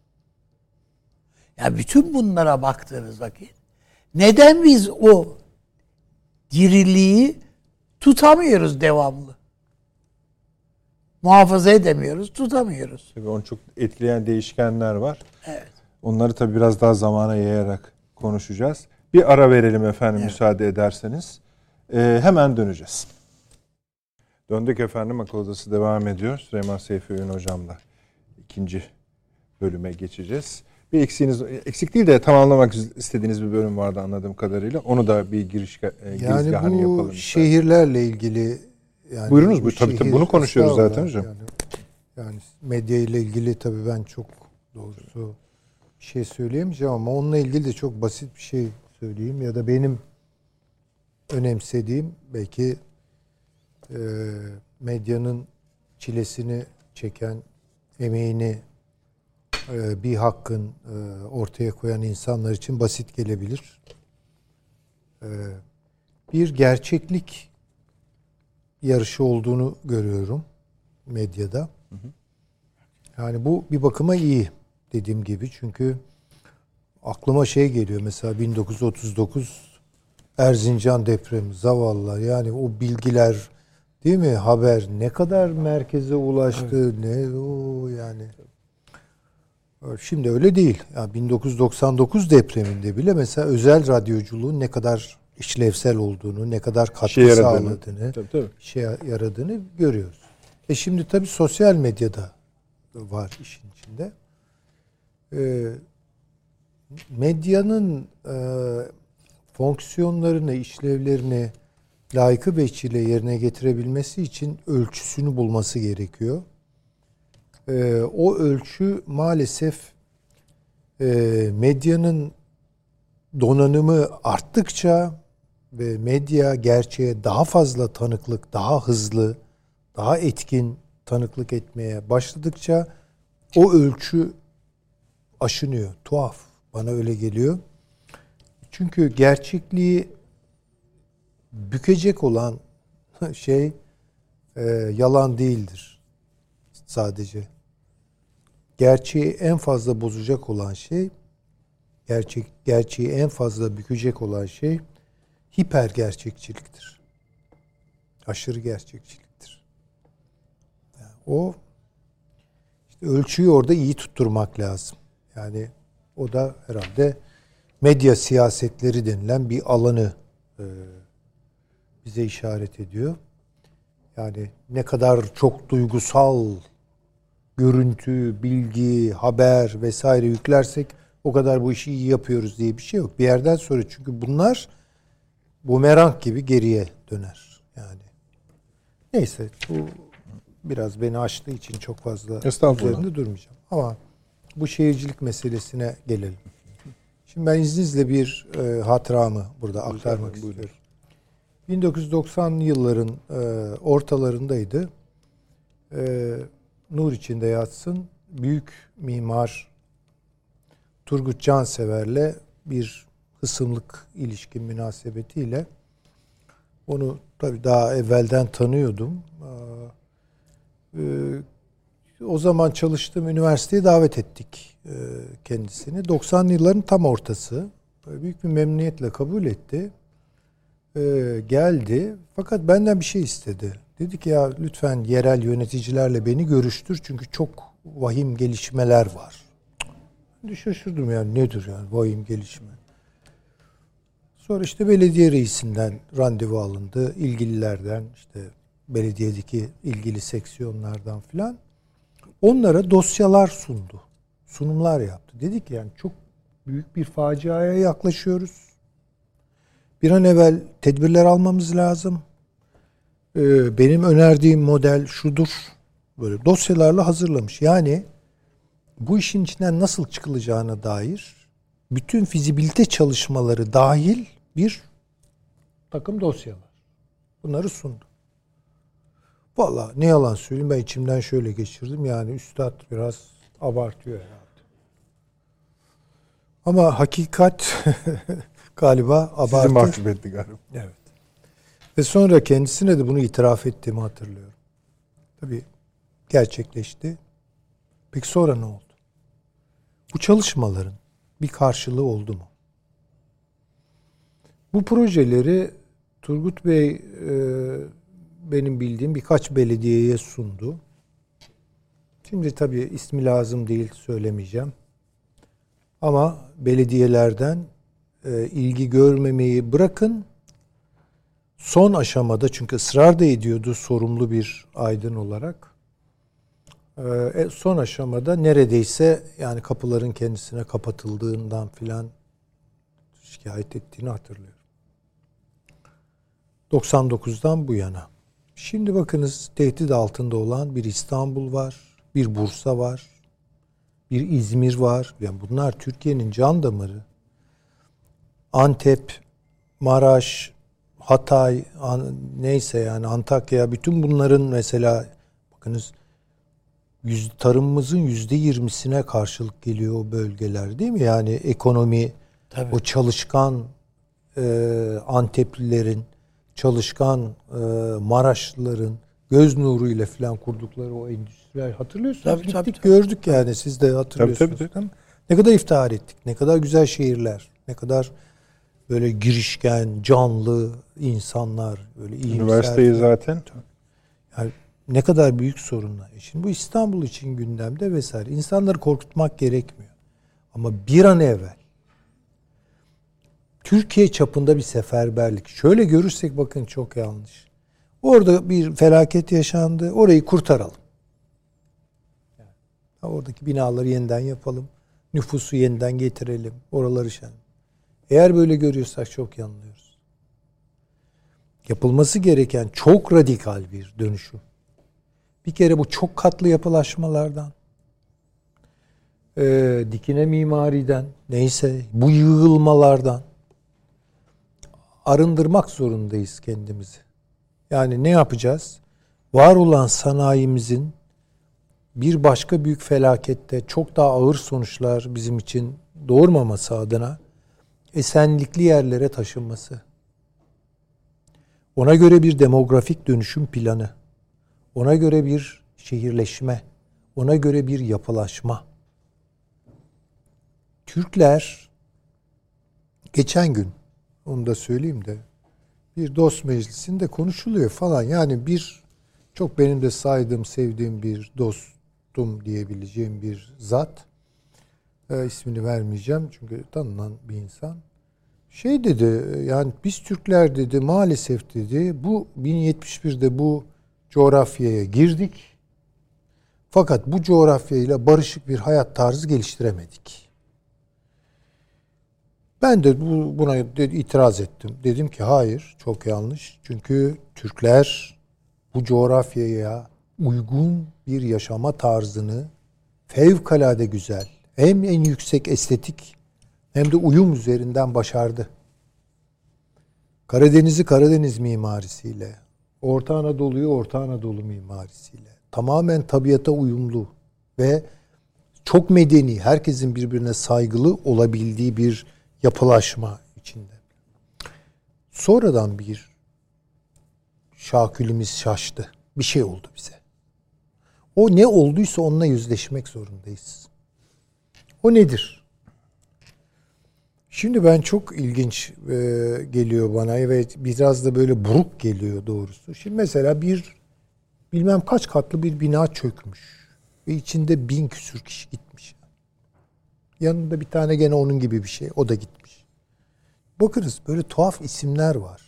Ya bütün bunlara baktığınız vakit neden biz o diriliği tutamıyoruz devamlı? Muhafaza edemiyoruz, tutamıyoruz. Tabii onu çok etkileyen değişkenler var. Evet. Onları tabii biraz daha zamana yayarak konuşacağız. Bir ara verelim efendim evet, müsaade ederseniz. Ee, hemen döneceğiz. Döndük efendim. Akıl Odası devam ediyor. Süleyman Seyfi Öğün hocamla ikinci bölüme geçeceğiz. Bir eksiğiniz, eksik değil de tamamlamak istediğiniz bir bölüm vardı anladığım kadarıyla. Onu da bir giriş e, yani girizgahını bu yapalım. şehirlerle ilgili yani buyurunuz, bu bu tabii tabii şehir- bunu konuşuyoruz zaten hocam. Yani, yani medya ile ilgili tabii ben çok doğrusu bir şey söyleyemeyeceğim ama onunla ilgili de çok basit bir şey söyleyeyim ya da benim önemsediğim belki e, medyanın çilesini çeken, emeğini e, bir hakkın e, ortaya koyan insanlar için basit gelebilir. E, bir gerçeklik yarışı olduğunu görüyorum medyada. Hı hı. Yani bu bir bakıma iyi dediğim gibi çünkü aklıma şey geliyor mesela bin dokuz yüz otuz dokuz Erzincan depremi zavallılar yani o bilgiler değil mi haber ne kadar merkeze ulaştı evet. ne o yani şimdi öyle değil yani bin dokuz yüz doksan dokuz depreminde bile mesela özel radyoculuğun ne kadar işlevsel olduğunu ne kadar katkı şey sağladığını tabii, tabii. şey yaradığını görüyoruz. E şimdi tabii sosyal medyada var işin içinde. Ee, medyanın e, fonksiyonlarını, işlevlerini layıkı beçiyle yerine getirebilmesi için ölçüsünü bulması gerekiyor. Ee, o ölçü maalesef e, medyanın donanımı arttıkça ve medya gerçeğe daha fazla tanıklık, daha hızlı, daha etkin tanıklık etmeye başladıkça o ölçü aşınıyor. Tuhaf. Bana öyle geliyor. Çünkü gerçekliği bükecek olan şey e, yalan değildir. Sadece. Gerçeği en fazla bozacak olan şey, gerçek gerçeği en fazla bükecek olan şey hiper gerçekçiliktir. Aşırı gerçekçiliktir. Yani o işte ölçüyü orada iyi tutturmak lazım. Yani o da herhalde medya siyasetleri denilen bir alanı e, bize işaret ediyor. Yani ne kadar çok duygusal görüntü, bilgi, haber vesaire yüklersek o kadar bu işi iyi yapıyoruz diye bir şey yok. Bir yerden sonra çünkü bunlar bumerang gibi geriye döner. Yani neyse bu biraz beni aştığı için çok fazla üzerinde durmayacağım. Ama bu şehircilik meselesine gelelim. Şimdi ben izninizle bir e, hatıramı burada aktarmak Buyurun. istiyorum. bin dokuz yüz doksanlı yılların e, ortalarındaydı. E, nur içinde yatsın. Büyük mimar Turgut Cansever'le bir hısımlık ilişki münasebetiyle onu tabii daha evvelden tanıyordum. E, o zaman çalıştığım üniversiteye davet ettik e, kendisini. doksanlı yılların tam ortası. Büyük bir memnuniyetle kabul etti. E, geldi. Fakat benden bir şey istedi. Dedi ki ya lütfen yerel yöneticilerle beni görüştür. Çünkü çok vahim gelişmeler var. Ben şaşırdım yani nedir yani vahim gelişme. Sonra işte belediye reisinden randevu alındı. İlgililerden işte belediyedeki ilgili seksiyonlardan filan. Onlara dosyalar sundu. Sunumlar yaptı. Dedi ki yani çok büyük bir faciaya yaklaşıyoruz. Bir an evvel tedbirler almamız lazım. Ee, benim önerdiğim model şudur. Böyle dosyalarla hazırlamış. Yani bu işin içinden nasıl çıkılacağına dair bütün fizibilite çalışmaları dahil bir takım dosyalar. Bunları sundu. Vallahi ne yalan söyleyeyim ben içimden şöyle geçirdim. Yani üstad biraz abartıyor herhalde. Ama hakikat galiba abartı. Sizi mahcup etti galiba. Evet. Ve sonra kendisine de bunu itiraf ettiğimi hatırlıyorum. Tabii gerçekleşti. Peki sonra ne oldu? Bu çalışmaların bir karşılığı oldu mu? Bu projeleri Turgut Bey e, benim bildiğim birkaç belediyeye sundu. Şimdi tabii ismi lazım değil söylemeyeceğim. Ama belediyelerden e, ilgi görmemeyi bırakın. Son aşamada çünkü ısrar da ediyordu sorumlu bir aydın olarak. Ee, son aşamada neredeyse yani kapıların kendisine kapatıldığından filan şikayet ettiğini hatırlıyorum. doksan dokuzdan bu yana. Şimdi bakınız tehdit altında olan bir İstanbul var, bir Bursa var, bir İzmir var. Yani bunlar Türkiye'nin can damarı. Antep, Maraş, Hatay, neyse yani Antakya, bütün bunların mesela bakınız yüz, tarımımızın yüzde yirmisine karşılık geliyor o bölgeler değil mi? Yani ekonomi, tabii, o çalışkan e, Anteplilerin, çalışkan e, Maraşlıların göz nuruyla falan kurdukları o endüstriler hatırlıyorsunuz. Tabii, Gittik tabii, tabii. gördük yani, siz de hatırlıyorsunuz. Tabii, tabii, tabii. Ne kadar iftihar ettik, ne kadar güzel şehirler, ne kadar böyle girişken, canlı insanlar, böyle iyimser. Üniversiteyi zaten. Yani ne kadar büyük sorunlar. Şimdi bu İstanbul için gündemde vesaire. İnsanları korkutmak gerekmiyor. Ama bir an evvel Türkiye çapında bir seferberlik. Şöyle görürsek bakın çok yanlış. Orada bir felaket yaşandı. Orayı kurtaralım. Yani oradaki binaları yeniden yapalım. Nüfusu yeniden getirelim. Oraları şen. Eğer böyle görüyorsak çok yanılıyoruz. Yapılması gereken çok radikal bir dönüşüm. Bir kere bu çok katlı yapılaşmalardan, e, dikine mimariden, neyse bu yığılmalardan arındırmak zorundayız kendimizi. Yani ne yapacağız? Var olan sanayimizin bir başka büyük felakette çok daha ağır sonuçlar bizim için doğurmaması adına esenlikli yerlere taşınması. Ona göre bir demografik dönüşüm planı. Ona göre bir şehirleşme. Ona göre bir yapılaşma. Türkler geçen gün, onu da söyleyeyim de, bir dost meclisinde konuşuluyor falan. Yani bir çok benim de saydığım, sevdiğim bir dostum diyebileceğim bir zat. E, ismini vermeyeceğim çünkü tanınan bir insan. Şey dedi, yani biz Türkler dedi, maalesef dedi, bu bin yetmiş birde bu coğrafyaya girdik. Fakat bu coğrafyayla barışık bir hayat tarzı geliştiremedik. Ben de bu, buna itiraz ettim. Dedim ki hayır, çok yanlış. Çünkü Türkler bu coğrafyaya uygun bir yaşama tarzını fevkalade güzel, hem en yüksek estetik hem de uyum üzerinden başardı. Karadeniz'i Karadeniz mimarisiyle, Orta Anadolu'yu Orta Anadolu mimarisiyle, tamamen tabiata uyumlu ve çok medeni, herkesin birbirine saygılı olabildiği bir yapılaşma içinde. Sonradan bir şakülümüz şaştı. Bir şey oldu bize. O ne olduysa onunla yüzleşmek zorundayız. O nedir? Şimdi ben çok ilginç e, geliyor bana ve biraz da böyle buruk geliyor doğrusu. Şimdi mesela bir bilmem kaç katlı bir bina çökmüş ve içinde bin küsür kişi gitmiş. Yanında bir tane gene onun gibi bir şey, o da gitmiş. Bakınız böyle tuhaf isimler var.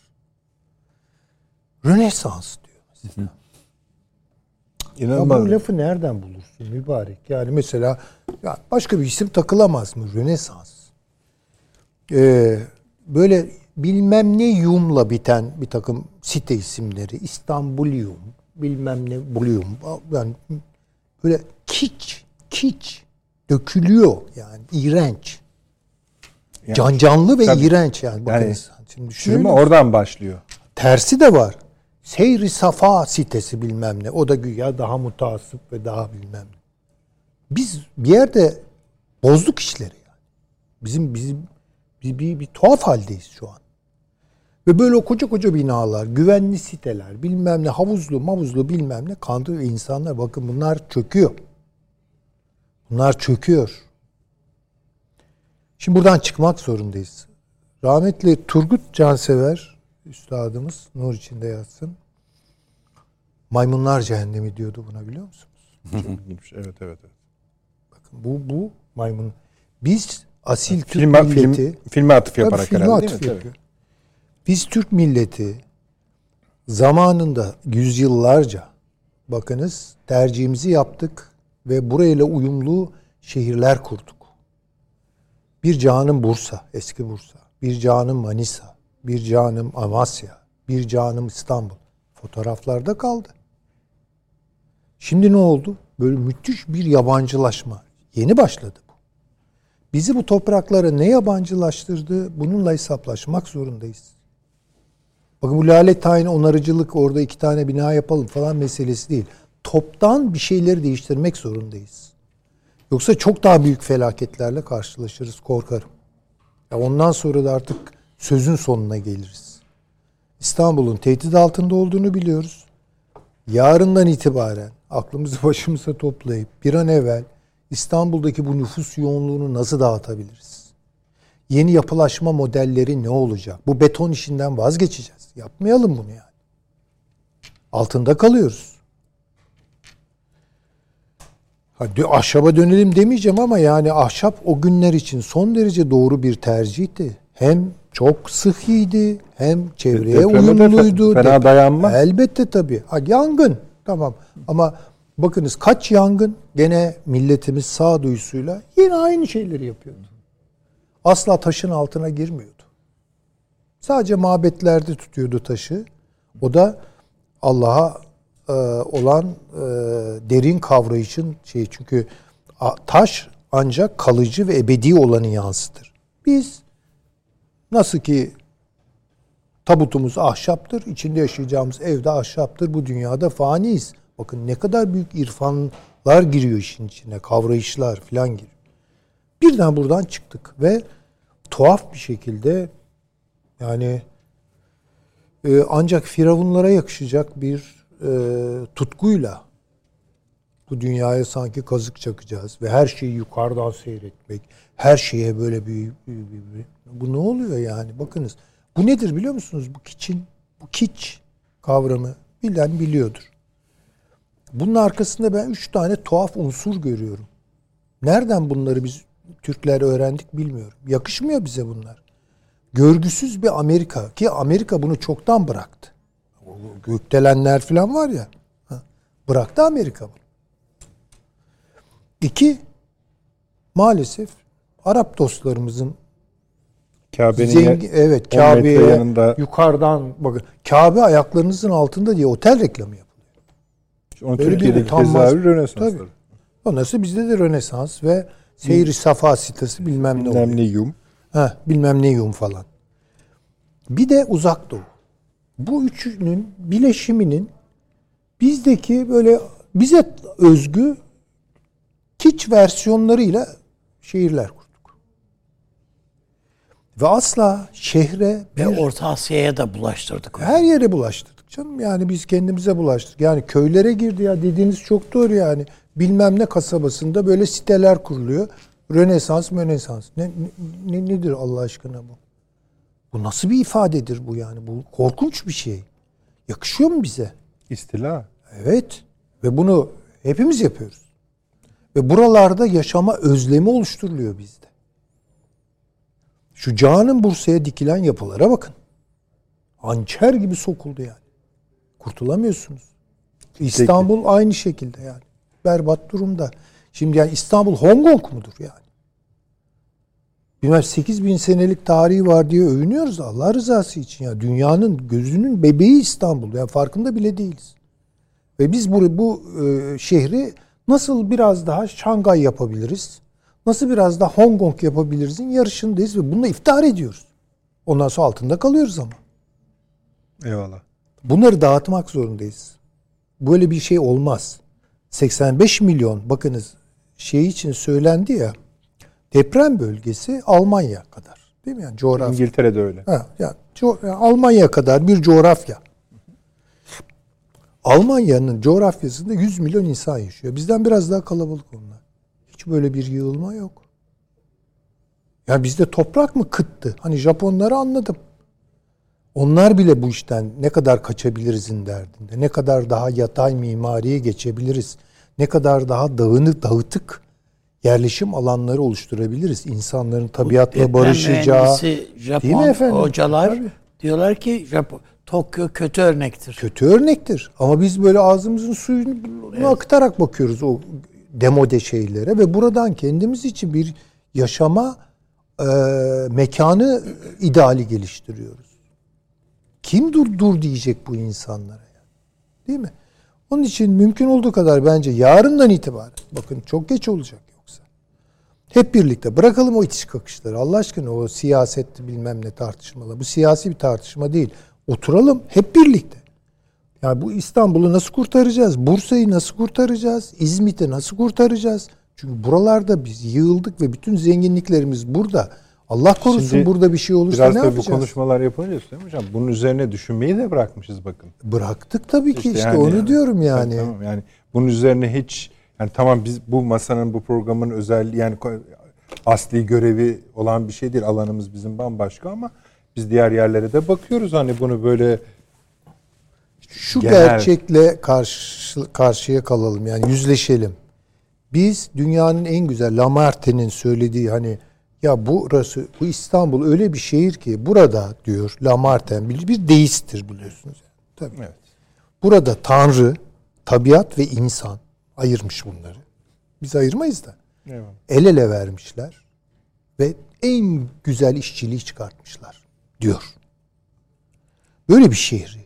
Rönesans diyor mesela. İnanılmaz. Ya bu lafı nereden bulursun mübarek? Yani mesela ya başka bir isim takılamaz mı? Rönesans. Ee, böyle bilmem ne yumla biten bir takım site isimleri. İstanbulium, bilmem ne bulium. Yani böyle kiç, kiç dökülüyor yani. İğrenç. Yani, Can canlı ve tabii, iğrenç yani. Bakın, yani şimdi çürüme oradan başlıyor. Tersi de var. Seyri Safa sitesi bilmem ne. O da güya daha mutasip ve daha bilmem ne. Biz bir yerde bozduk işleri yani. Bizim bizim bir, bir, bir tuhaf haldeyiz şu an. Ve böyle o koca koca binalar, güvenli siteler, bilmem ne, havuzlu, mavuzlu bilmem ne, kandı ve insanlar, bakın bunlar çöküyor. Bunlar çöküyor. Şimdi buradan çıkmak zorundayız. Rahmetli Turgut Cansever, üstadımız, nur içinde yatsın, maymunlar cehennemi diyordu buna, biliyor musunuz? evet, evet, evet. Bakın bu, bu maymun. Biz asil Türk Filme, milleti... film, filme atıf yaparak filme herhalde atıf değil mi? yapıyor. Biz Türk milleti zamanında yüzyıllarca bakınız tercihimizi yaptık. ve burayla uyumlu şehirler kurduk. Bir canım Bursa, eski Bursa, bir canım Manisa, bir canım Amasya, bir canım İstanbul. Fotoğraflarda kaldı. Şimdi ne oldu? Böyle müthiş bir yabancılaşma. Yeni başladı bu. Bizi bu topraklara ne yabancılaştırdı? Bununla hesaplaşmak zorundayız. Bakın bu lale tayin onarıcılık, orada iki tane bina yapalım falan meselesi değil. Toptan bir şeyleri değiştirmek zorundayız. Yoksa çok daha büyük felaketlerle karşılaşırız, korkarım. Ya ondan sonra da artık sözün sonuna geliriz. İstanbul'un tehdit altında olduğunu biliyoruz. Yarından itibaren aklımızı başımıza toplayıp bir an evvel İstanbul'daki bu nüfus yoğunluğunu nasıl dağıtabiliriz? Yeni yapılaşma modelleri ne olacak? Bu beton işinden vazgeçeceğiz. Yapmayalım bunu yani. Altında kalıyoruz. Hadi ahşaba dönelim demeyeceğim ama yani ahşap o günler için son derece doğru bir tercihti. Hem çok sıhhiydi, hem çevreye Depreme de uyumluydu. fena Dep- dayanmaz. Elbette tabii. Ha, yangın. Tamam. Ama bakınız kaç yangın gene milletimiz sağduyusuyla yine aynı şeyleri yapıyordu. Asla taşın altına girmiyordu. Sadece mabetlerde tutuyordu taşı. O da Allah'a e, olan e, derin kavrayışın şeyi. Çünkü a, taş ancak kalıcı ve ebedi olanı yansıtır. Biz nasıl ki tabutumuz ahşaptır, içinde yaşayacağımız evde ahşaptır, bu dünyada faniyiz. Bakın ne kadar büyük irfanlar giriyor işin içine, kavrayışlar falan giriyor. Birden buradan çıktık ve tuhaf bir şekilde yani e, ancak firavunlara yakışacak bir e, tutkuyla bu dünyaya sanki kazık çakacağız ve her şeyi yukarıdan seyretmek, her şeye böyle bir, bir, bir, bir bu ne oluyor yani? Bakınız. Bu nedir biliyor musunuz? Bu kiçin, bu kiç kavramı bilen biliyordur. Bunun arkasında ben üç tane tuhaf unsur görüyorum. Nereden bunları biz Türkler öğrendik bilmiyorum. Yakışmıyor bize bunlar. Görgüsüz bir Amerika, ki Amerika bunu çoktan bıraktı. O gökdelenler falan var ya. Bıraktı Amerika bunu. İki, maalesef Arap dostlarımızın Kabe'nin zengin, evet Kabe'ye yanında yukarıdan bakın. Kabe ayaklarınızın altında diye otel reklamı yapılıyor. Onun Türkiye'deki tezahürü Rönesans. Tabii. Ondan sonra bizde de Rönesans ve Seyri Safa sitesi bilmem ne bilmem ne yum. Heh, bilmem ne yum falan. Bir de Uzak Doğu. Bu üçünün bileşiminin bizdeki böyle bize özgü kiç versiyonlarıyla şehirler kurduk. Ve asla şehre ve Orta Asya'ya da bulaştırdık. Her yere bulaştırdık canım. Yani biz kendimize bulaştırdık. Yani köylere girdi ya, dediğiniz çok doğru yani. Bilmem ne kasabasında böyle siteler kuruluyor. Rönesans, Mönesans. Ne, ne, nedir Allah aşkına bu? Bu nasıl bir ifadedir bu yani? Bu korkunç bir şey. Yakışıyor mu bize? İstila. Evet. Ve bunu hepimiz yapıyoruz. Ve buralarda yaşama özlemi oluşturuluyor bizde. Şu Canım Bursa'ya dikilen yapılara bakın. Hançer gibi sokuldu yani. Kurtulamıyorsunuz. İstanbul Peki. Aynı şekilde yani. Berbat durumda. Şimdi yani İstanbul Hong Kong mudur yani? Bilmem sekiz bin senelik tarihi var diye övünüyoruz Allah rızası için ya. Dünyanın gözünün bebeği İstanbul. Yani farkında bile değiliz. Ve biz bu, bu e, şehri nasıl biraz daha Şangay yapabiliriz? Nasıl biraz daha Hong Kong yapabiliriz'in yarışındayız ve bununla iftihar ediyoruz. Ondan sonra altında kalıyoruz ama. Eyvallah. Bunları dağıtmak zorundayız. Böyle bir şey olmaz. seksen beş milyon bakınız şey için söylendi ya, deprem bölgesi Almanya kadar. Değil mi yani coğrafya? İngiltere'de öyle. Ha, yani, co- yani Almanya kadar bir coğrafya. Almanya'nın coğrafyasında yüz milyon insan yaşıyor. Bizden biraz daha kalabalık onlar. Hiç böyle bir yığılma yok. Yani bizde toprak mı kıttı? Hani Japonları anladım. Onlar bile bu işten ne kadar kaçabilirizin derdinde. Ne kadar daha yatay mimariye geçebiliriz. Ne kadar daha dağını dağıtık yerleşim alanları oluşturabiliriz. İnsanların tabiatla barışacağı. Japon hocalar Tabii. diyorlar ki Japon, Tokyo kötü örnektir. Kötü örnektir. Ama biz böyle ağzımızın suyunu evet. akıtarak bakıyoruz o demode şeylere ve buradan kendimiz için bir yaşama e, mekanı ideali geliştiriyoruz. Kim dur dur diyecek bu insanlara? Yani? Değil mi? Onun için mümkün olduğu kadar bence yarından itibaren, bakın çok geç olacak yoksa, hep birlikte bırakalım o itiş kakışları. Allah aşkına o siyaset bilmem ne tartışmalar. Bu siyasi bir tartışma değil. Oturalım hep birlikte. Yani bu İstanbul'u nasıl kurtaracağız? Bursa'yı nasıl kurtaracağız? İzmit'i nasıl kurtaracağız? Çünkü buralarda biz yığıldık ve bütün zenginliklerimiz burada. Allah korusun Şimdi burada bir şey olursa ne yapacağız? Biraz da bu konuşmalar yapınca Süleyman Hocam bunun üzerine düşünmeyi de bırakmışız bakın. Bıraktık tabii ki işte, işte yani, onu diyorum yani. Tamam, yani bunun üzerine hiç yani tamam biz bu masanın bu programın özelliği yani asli görevi olan bir şey değil. Alanımız bizim bambaşka ama biz diğer yerlere de bakıyoruz hani bunu böyle şu genel... gerçekle karşı, karşıya kalalım yani yüzleşelim. Biz dünyanın en güzel Lamartine'in söylediği hani ya burası bu İstanbul öyle bir şehir ki burada diyor Lamartine bir, bir deisttir biliyorsunuz. Yani. Tabii. Evet. Burada Tanrı, tabiat ve insan ayırmış bunları. Biz ayırmayız da. Evet. El ele vermişler ve en güzel işçiliği çıkartmışlar diyor. Böyle bir şehri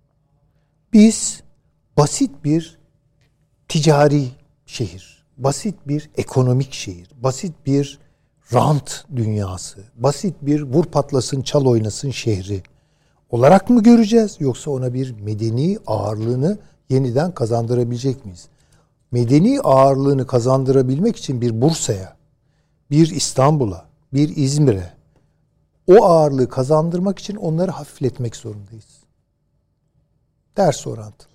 biz basit bir ticari şehir, basit bir ekonomik şehir, basit bir rant dünyası, basit bir vur patlasın çal oynasın şehri olarak mı göreceğiz? Yoksa ona bir medeni ağırlığını yeniden kazandırabilecek miyiz? Medeni ağırlığını kazandırabilmek için bir Bursa'ya, bir İstanbul'a, bir İzmir'e o ağırlığı kazandırmak için onları hafifletmek zorundayız. Ders orantılı.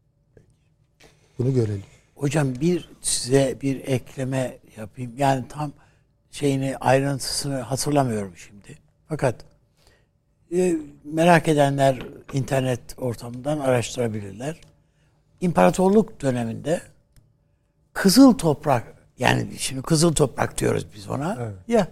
Bunu görelim. Hocam bir size bir ekleme yapayım. Yani tam şeyini ayrıntısını hatırlamıyorum şimdi. Fakat e, merak edenler internet ortamından araştırabilirler. İmparatorluk döneminde Kızıl Toprak yani şimdi Kızıl Toprak diyoruz biz ona. Evet. Ya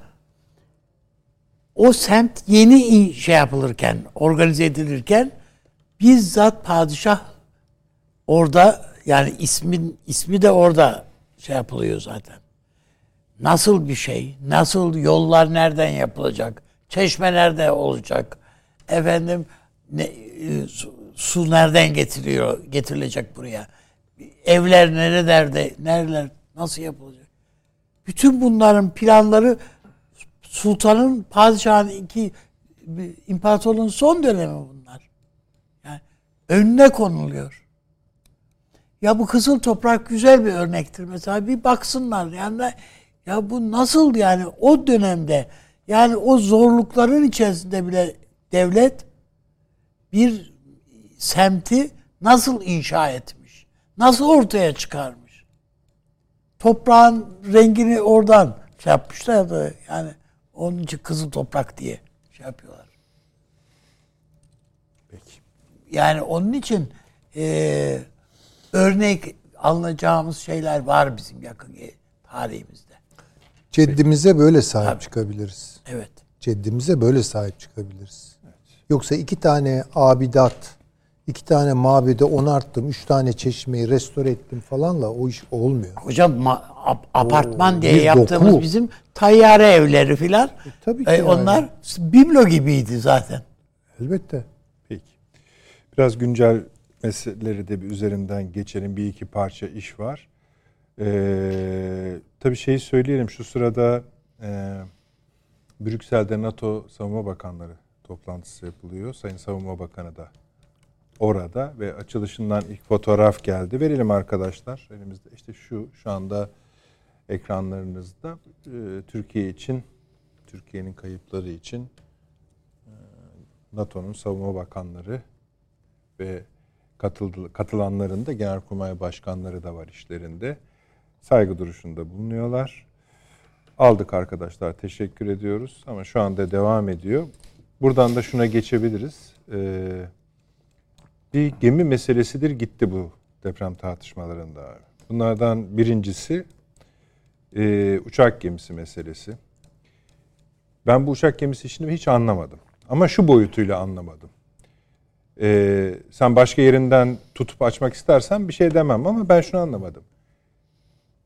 o semt yeni şey yapılırken, organize edilirken bizzat padişah orada yani ismin ismi de orada şey yapılıyor zaten. Nasıl bir şey? Nasıl yollar nereden yapılacak? Çeşme nerede olacak? Efendim ne, su, su nereden getiriyor? Getirilecek buraya? Evler nerelerde? Nereler? Nasıl yapılacak? Bütün bunların planları sultanın, padişahın iki imparatorluğun son dönemi bunlar. Yani önüne konuluyor. Ya bu Kızıl Toprak güzel bir örnektir. Mesela bir baksınlar yani ya bu nasıl yani o dönemde yani o zorlukların içerisinde bile devlet bir semti nasıl inşa etmiş? Nasıl ortaya çıkarmış? Toprağın rengini oradan şey yapmışlar da yani onun için Kızıl Toprak diye şey yapıyorlar. Peki. Yani onun için e, örnek alınacağımız şeyler var bizim yakın tarihimizde. Ceddimize böyle sahip Tabii. çıkabiliriz. Evet. Ceddimize böyle sahip çıkabiliriz. Evet. Yoksa iki tane abidat, iki tane mabede onarttım, üç tane çeşmeyi restore ettim falanla o iş olmuyor. Hocam ma- ap- apartman Oo, diye yaptığımız doku. Bizim tayyare evleri filan. E, tabii ki e, yani. Onlar biblo gibiydi zaten. Elbette. Peki. Biraz güncel meseleleri de bir üzerinden geçelim. Bir iki parça iş var. Ee, tabii şeyi söyleyelim. Şu sırada e, Brüksel'de NATO Savunma Bakanları toplantısı yapılıyor. Sayın Savunma Bakanı da orada ve açılışından ilk fotoğraf geldi. Verelim arkadaşlar. Elimizde işte şu şu anda ekranlarınızda e, Türkiye için, Türkiye'nin kayıpları için e, NATO'nun savunma bakanları ve katıldı, katılanların da Genelkurmay Başkanları da var işlerinde. Saygı duruşunda bulunuyorlar. Aldık arkadaşlar. Teşekkür ediyoruz. Ama şu anda devam ediyor. Buradan da şuna geçebiliriz. Ee, bir gemi meselesidir gitti bu deprem tartışmalarında. Bunlardan birincisi e, uçak gemisi meselesi. Ben bu uçak gemisi işini hiç anlamadım. Ama şu boyutuyla anlamadım. Ee, sen başka yerinden tutup açmak istersen bir şey demem ama ben şunu anlamadım.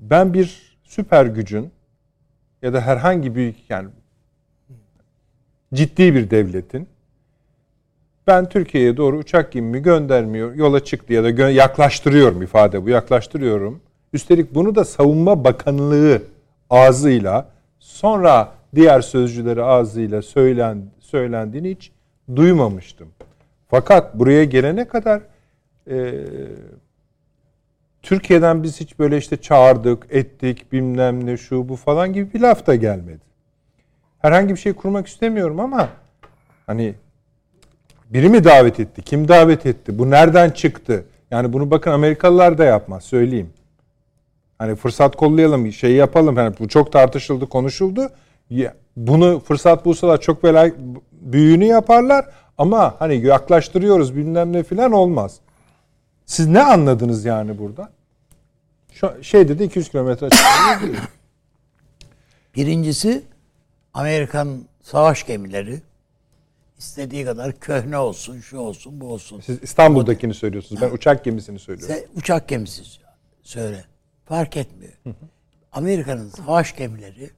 ben bir süper gücün ya da herhangi büyük yani ciddi bir devletin ben Türkiye'ye doğru uçak gemimi göndermiyor, yola çıktı ya da gö- yaklaştırıyorum ifade bu, yaklaştırıyorum. Üstelik bunu da Savunma Bakanlığı ağzıyla sonra diğer sözcüleri ağzıyla söylen, söylendiğini hiç duymamıştım. Fakat buraya gelene kadar e, Türkiye'den biz hiç böyle işte çağırdık, ettik, bilmem ne şu bu falan gibi bir laf da gelmedi. Herhangi bir şey kurmak istemiyorum ama hani biri mi davet etti? Kim davet etti? Bu nereden çıktı? Yani bunu bakın Amerikalılar da yapmaz söyleyeyim. Hani fırsat kollayalım, şey yapalım. Yani bu çok tartışıldı, konuşuldu. Bunu fırsat bulsalar çok böyle büyüğünü yaparlar ama hani yaklaştırıyoruz bilmem ne falan olmaz. Siz ne anladınız yani burada? Şu şey dedi iki yüz kilometre açıklığı. Birincisi Amerikan savaş gemileri istediği kadar köhne olsun, şu olsun, bu olsun. Siz İstanbul'dakini söylüyorsunuz. Ben uçak gemisini söylüyorum. Sen uçak gemisi söyle. Fark etmiyor. Amerika'nın savaş gemileri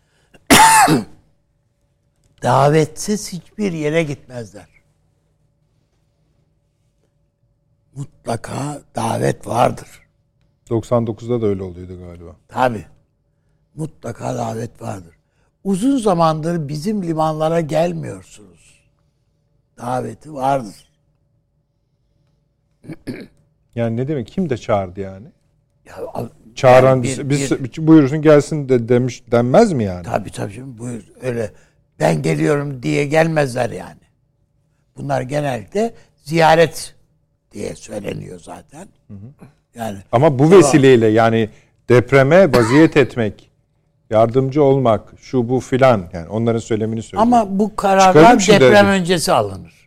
davetsiz hiçbir yere gitmezler. Mutlaka davet vardır. doksan dokuzda da öyle oluyordu galiba. Tabii. Mutlaka davet vardır. Uzun zamandır bizim limanlara gelmiyorsunuz. Daveti vardır. Yani ne demek? Kim de çağırdı yani? Ya, Çağıran yani biz, bir, biz bir, buyursun gelsin de demiş denmez mi yani? Tabii tabii şimdi buyur öyle ben geliyorum diye gelmezler yani. Bunlar genellikle ziyaret diye söyleniyor zaten. Hı hı. Yani ama bu vesileyle yani depreme vaziyet etmek, yardımcı olmak, şu bu filan yani onların söylemini söylüyorum. Ama bu kararlar deprem öncesi alınır.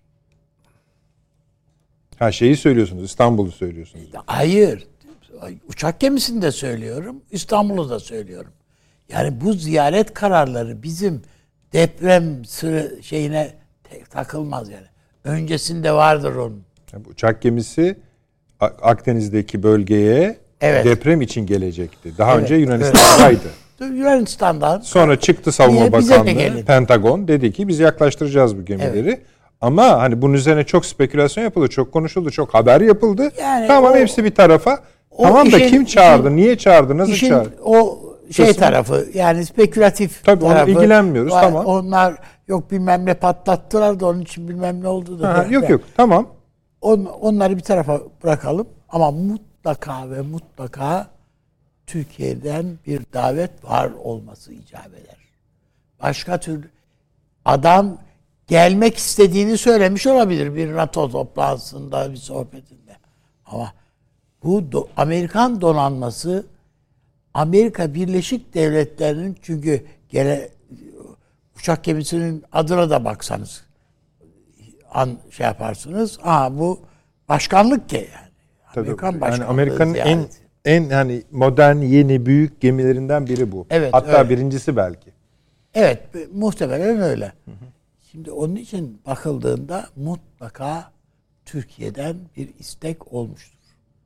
Ha şeyi söylüyorsunuz, İstanbul'u söylüyorsunuz. Hayır. Uçak gemisini de söylüyorum, İstanbul'u da söylüyorum. Yani bu ziyaret kararları bizim deprem sıra şeyine takılmaz yani. Öncesinde vardır onun. Yani bu uçak gemisi Akdeniz'deki bölgeye evet. deprem için gelecekti. Daha evet, önce Yunanistan'daydı. Yunanistan'dan. Sonra çıktı Savunma Bakanlığı, Pentagon dedi ki biz yaklaştıracağız bu gemileri. Evet. Ama hani bunun üzerine çok spekülasyon yapıldı, çok konuşuldu, çok haber yapıldı. Yani tamam o, hepsi bir tarafa. Tamam da işin, kim çağırdı, işin, niye çağırdı, nasıl işin, çağırdı? O şey Kısmı. tarafı yani spekülatif tabii tarafı. Tabii ilgilenmiyoruz var, tamam. Onlar yok bilmem ne patlattılar da onun için bilmem ne oldu da. Ha, yok yani. yok tamam. On, onları bir tarafa bırakalım ama mutlaka ve mutlaka Türkiye'den bir davet var olması icap eder. Başka türlü adam gelmek istediğini söylemiş olabilir bir NATO toplantısında, bir sohbetinde. Ama bu do, Amerikan donanması Amerika Birleşik Devletleri'nin çünkü gene uçak gemisinin adına da baksanız an şey yaparsınız. Aa bu başkanlık ki yani. Tabii, Amerikan başkanlığı. Yani Amerika'nın en en hani modern yeni büyük gemilerinden biri bu. Evet, hatta öyle. Birincisi belki. Evet, muhtemelen öyle. Hı hı. Şimdi onun için bakıldığında mutlaka Türkiye'den bir istek olmuştur.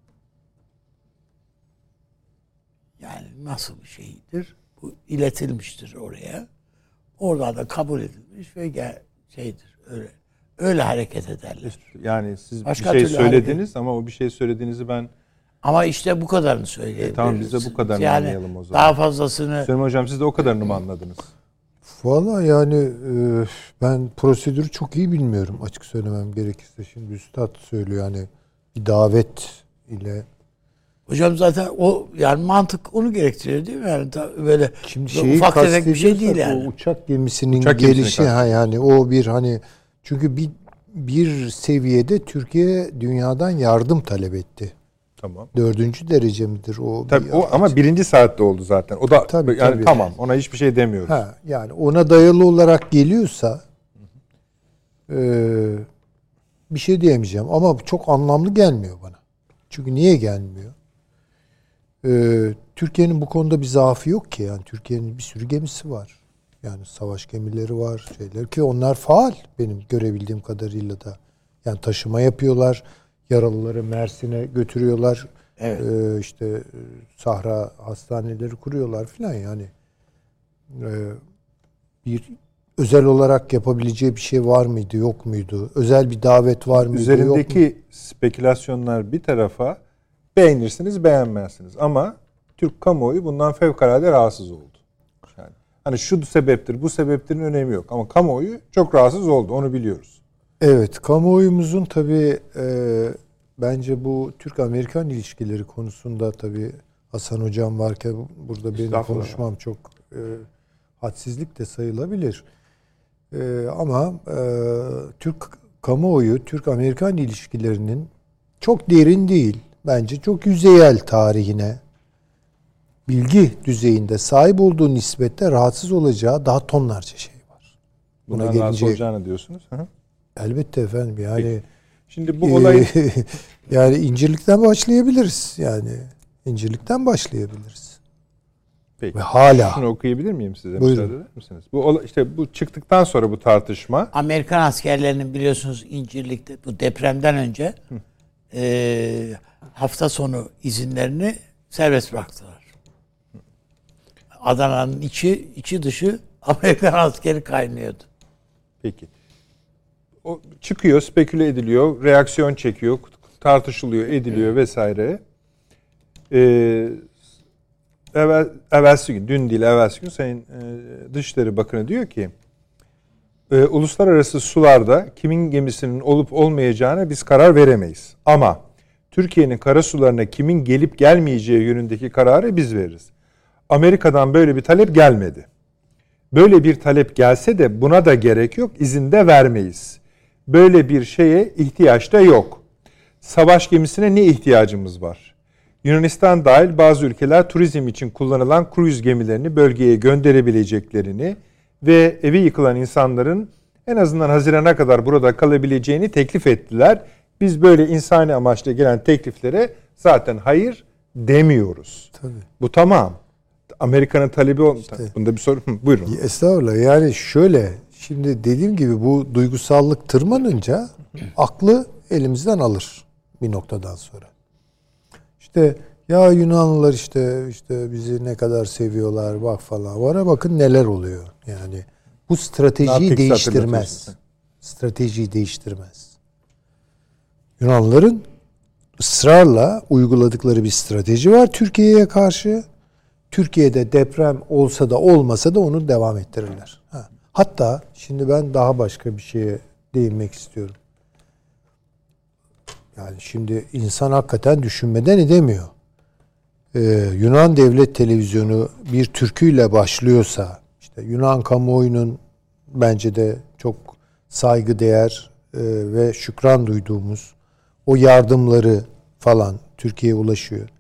Yani nasıl bir şeydir? Bu iletilmiştir oraya. Orada da kabul edilmiş ve gel şeydir öyle. Öyle hareket ederler. Yani siz Başka bir şey söylediniz hareket... ama o bir şey söylediğinizi ben ama işte bu kadarını söyleyebiliriz. E, tamam biz de bu kadarını yani anlayalım o zaman. Daha fazlasını... Süleyman Hocam siz de o kadarını mı anladınız? Valla yani e, ben prosedürü çok iyi bilmiyorum açık söylemem gerekirse. Şimdi Üstad söylüyor yani bir davet ile. Hocam zaten o yani mantık onu gerektiriyor değil mi? Yani böyle şimdi ufak tefek bir şey değil yani. O uçak gemisinin uçak gelişi ha yani o bir hani çünkü bir bir seviyede Türkiye dünyadan yardım talep etti. Tamam. Dördüncü derece midir o? Tabii o ama birinci saatte oldu zaten. O da tabii, yani tabii. Tamam ona hiçbir şey demiyoruz. Ha, yani ona dayalı olarak geliyorsa e, bir şey diyemeyeceğim ama çok anlamlı gelmiyor bana. Çünkü niye gelmiyor? E, Türkiye'nin bu konuda bir zaafı yok ki yani Türkiye'nin bir sürü gemisi var. Yani savaş gemileri var şeyler ki onlar faal benim görebildiğim kadarıyla da. Yani taşıma yapıyorlar. Yaralıları Mersin'e götürüyorlar. Evet. Ee, işte e, Sahra hastaneleri kuruyorlar filan yani. Ee, bir özel olarak yapabileceği bir şey var mıydı, yok muydu? Özel bir davet var mıydı, Üzerindeki yok muydu? spekülasyonlar bir tarafa, beğenirsiniz, beğenmezsiniz. Ama Türk kamuoyu bundan fevkalade rahatsız oldu. Yani hani şu sebeptir, bu sebeplerin önemi yok. Ama kamuoyu çok rahatsız oldu, onu biliyoruz. Evet, kamuoyumuzun tabii e, bence bu Türk-Amerikan ilişkileri konusunda tabii Hasan Hocam varken burada benim konuşmam çok e, hadsizlik de sayılabilir. E, ama e, Türk kamuoyu, Türk-Amerikan ilişkilerinin çok derin değil, bence çok yüzeyel tarihine, bilgi düzeyinde sahip olduğu nispette rahatsız olacağı daha tonlarca şey var. Buna rahatsız gelince, olacağını diyorsunuz. Hı hı. Elbette efendim yani. Peki. Şimdi bu olay yani İncirlik'ten başlayabiliriz yani. İncirlik'ten başlayabiliriz. Peki. Ve hala. Şunu okuyabilir miyim size? Buyurun. Müsaade eder misiniz? Bu olay, işte bu çıktıktan sonra bu tartışma. Amerikan askerlerinin biliyorsunuz İncirlik'te bu depremden önce e, hafta sonu izinlerini serbest bıraktılar. Adana'nın içi içi dışı Amerikan askeri kaynıyordu. Peki. O çıkıyor, speküle ediliyor, reaksiyon çekiyor, tartışılıyor, ediliyor vesaire. Ee, evvel, evvelsi gün, dün değil evvelsi gün Sayın e, Dışişleri Bakanı diyor ki e, uluslararası sularda kimin gemisinin olup olmayacağına biz karar veremeyiz. Ama Türkiye'nin karasularına kimin gelip gelmeyeceği yönündeki kararı biz veririz. Amerika'dan böyle bir talep gelmedi. Böyle bir talep gelse de buna da gerek yok, izin de vermeyiz. Böyle bir şeye ihtiyaç da yok. Savaş gemisine ne ihtiyacımız var? Yunanistan dahil bazı ülkeler turizm için kullanılan kruz gemilerini bölgeye gönderebileceklerini ve evi yıkılan insanların en azından Haziran'a kadar burada kalabileceğini teklif ettiler. Biz böyle insani amaçla gelen tekliflere zaten hayır demiyoruz. Tabii. Bu tamam. Amerika'nın talebi olmuş. İşte, bunda bir soru. Buyurun. Estağfurullah. Yani şöyle, şimdi dediğim gibi bu duygusallık tırmanınca aklı elimizden alır bir noktadan sonra. İşte ya Yunanlılar işte işte bizi ne kadar seviyorlar bak falan. Vara bakın neler oluyor. Yani bu stratejiyi değiştirmez. Stratejiyi değiştirmez. Yunanlıların ısrarla uyguladıkları bir strateji var Türkiye'ye karşı. Türkiye'de deprem olsa da olmasa da onu devam ettirirler. Ha. Hatta şimdi ben daha başka bir şeye değinmek istiyorum. Yani şimdi insan hakikaten düşünmeden edemiyor. Ee, Yunan Devlet Televizyonu bir türküyle başlıyorsa, işte Yunan kamuoyunun bence de çok saygıdeğer e, ve şükran duyduğumuz o yardımları falan Türkiye'ye ulaşıyor.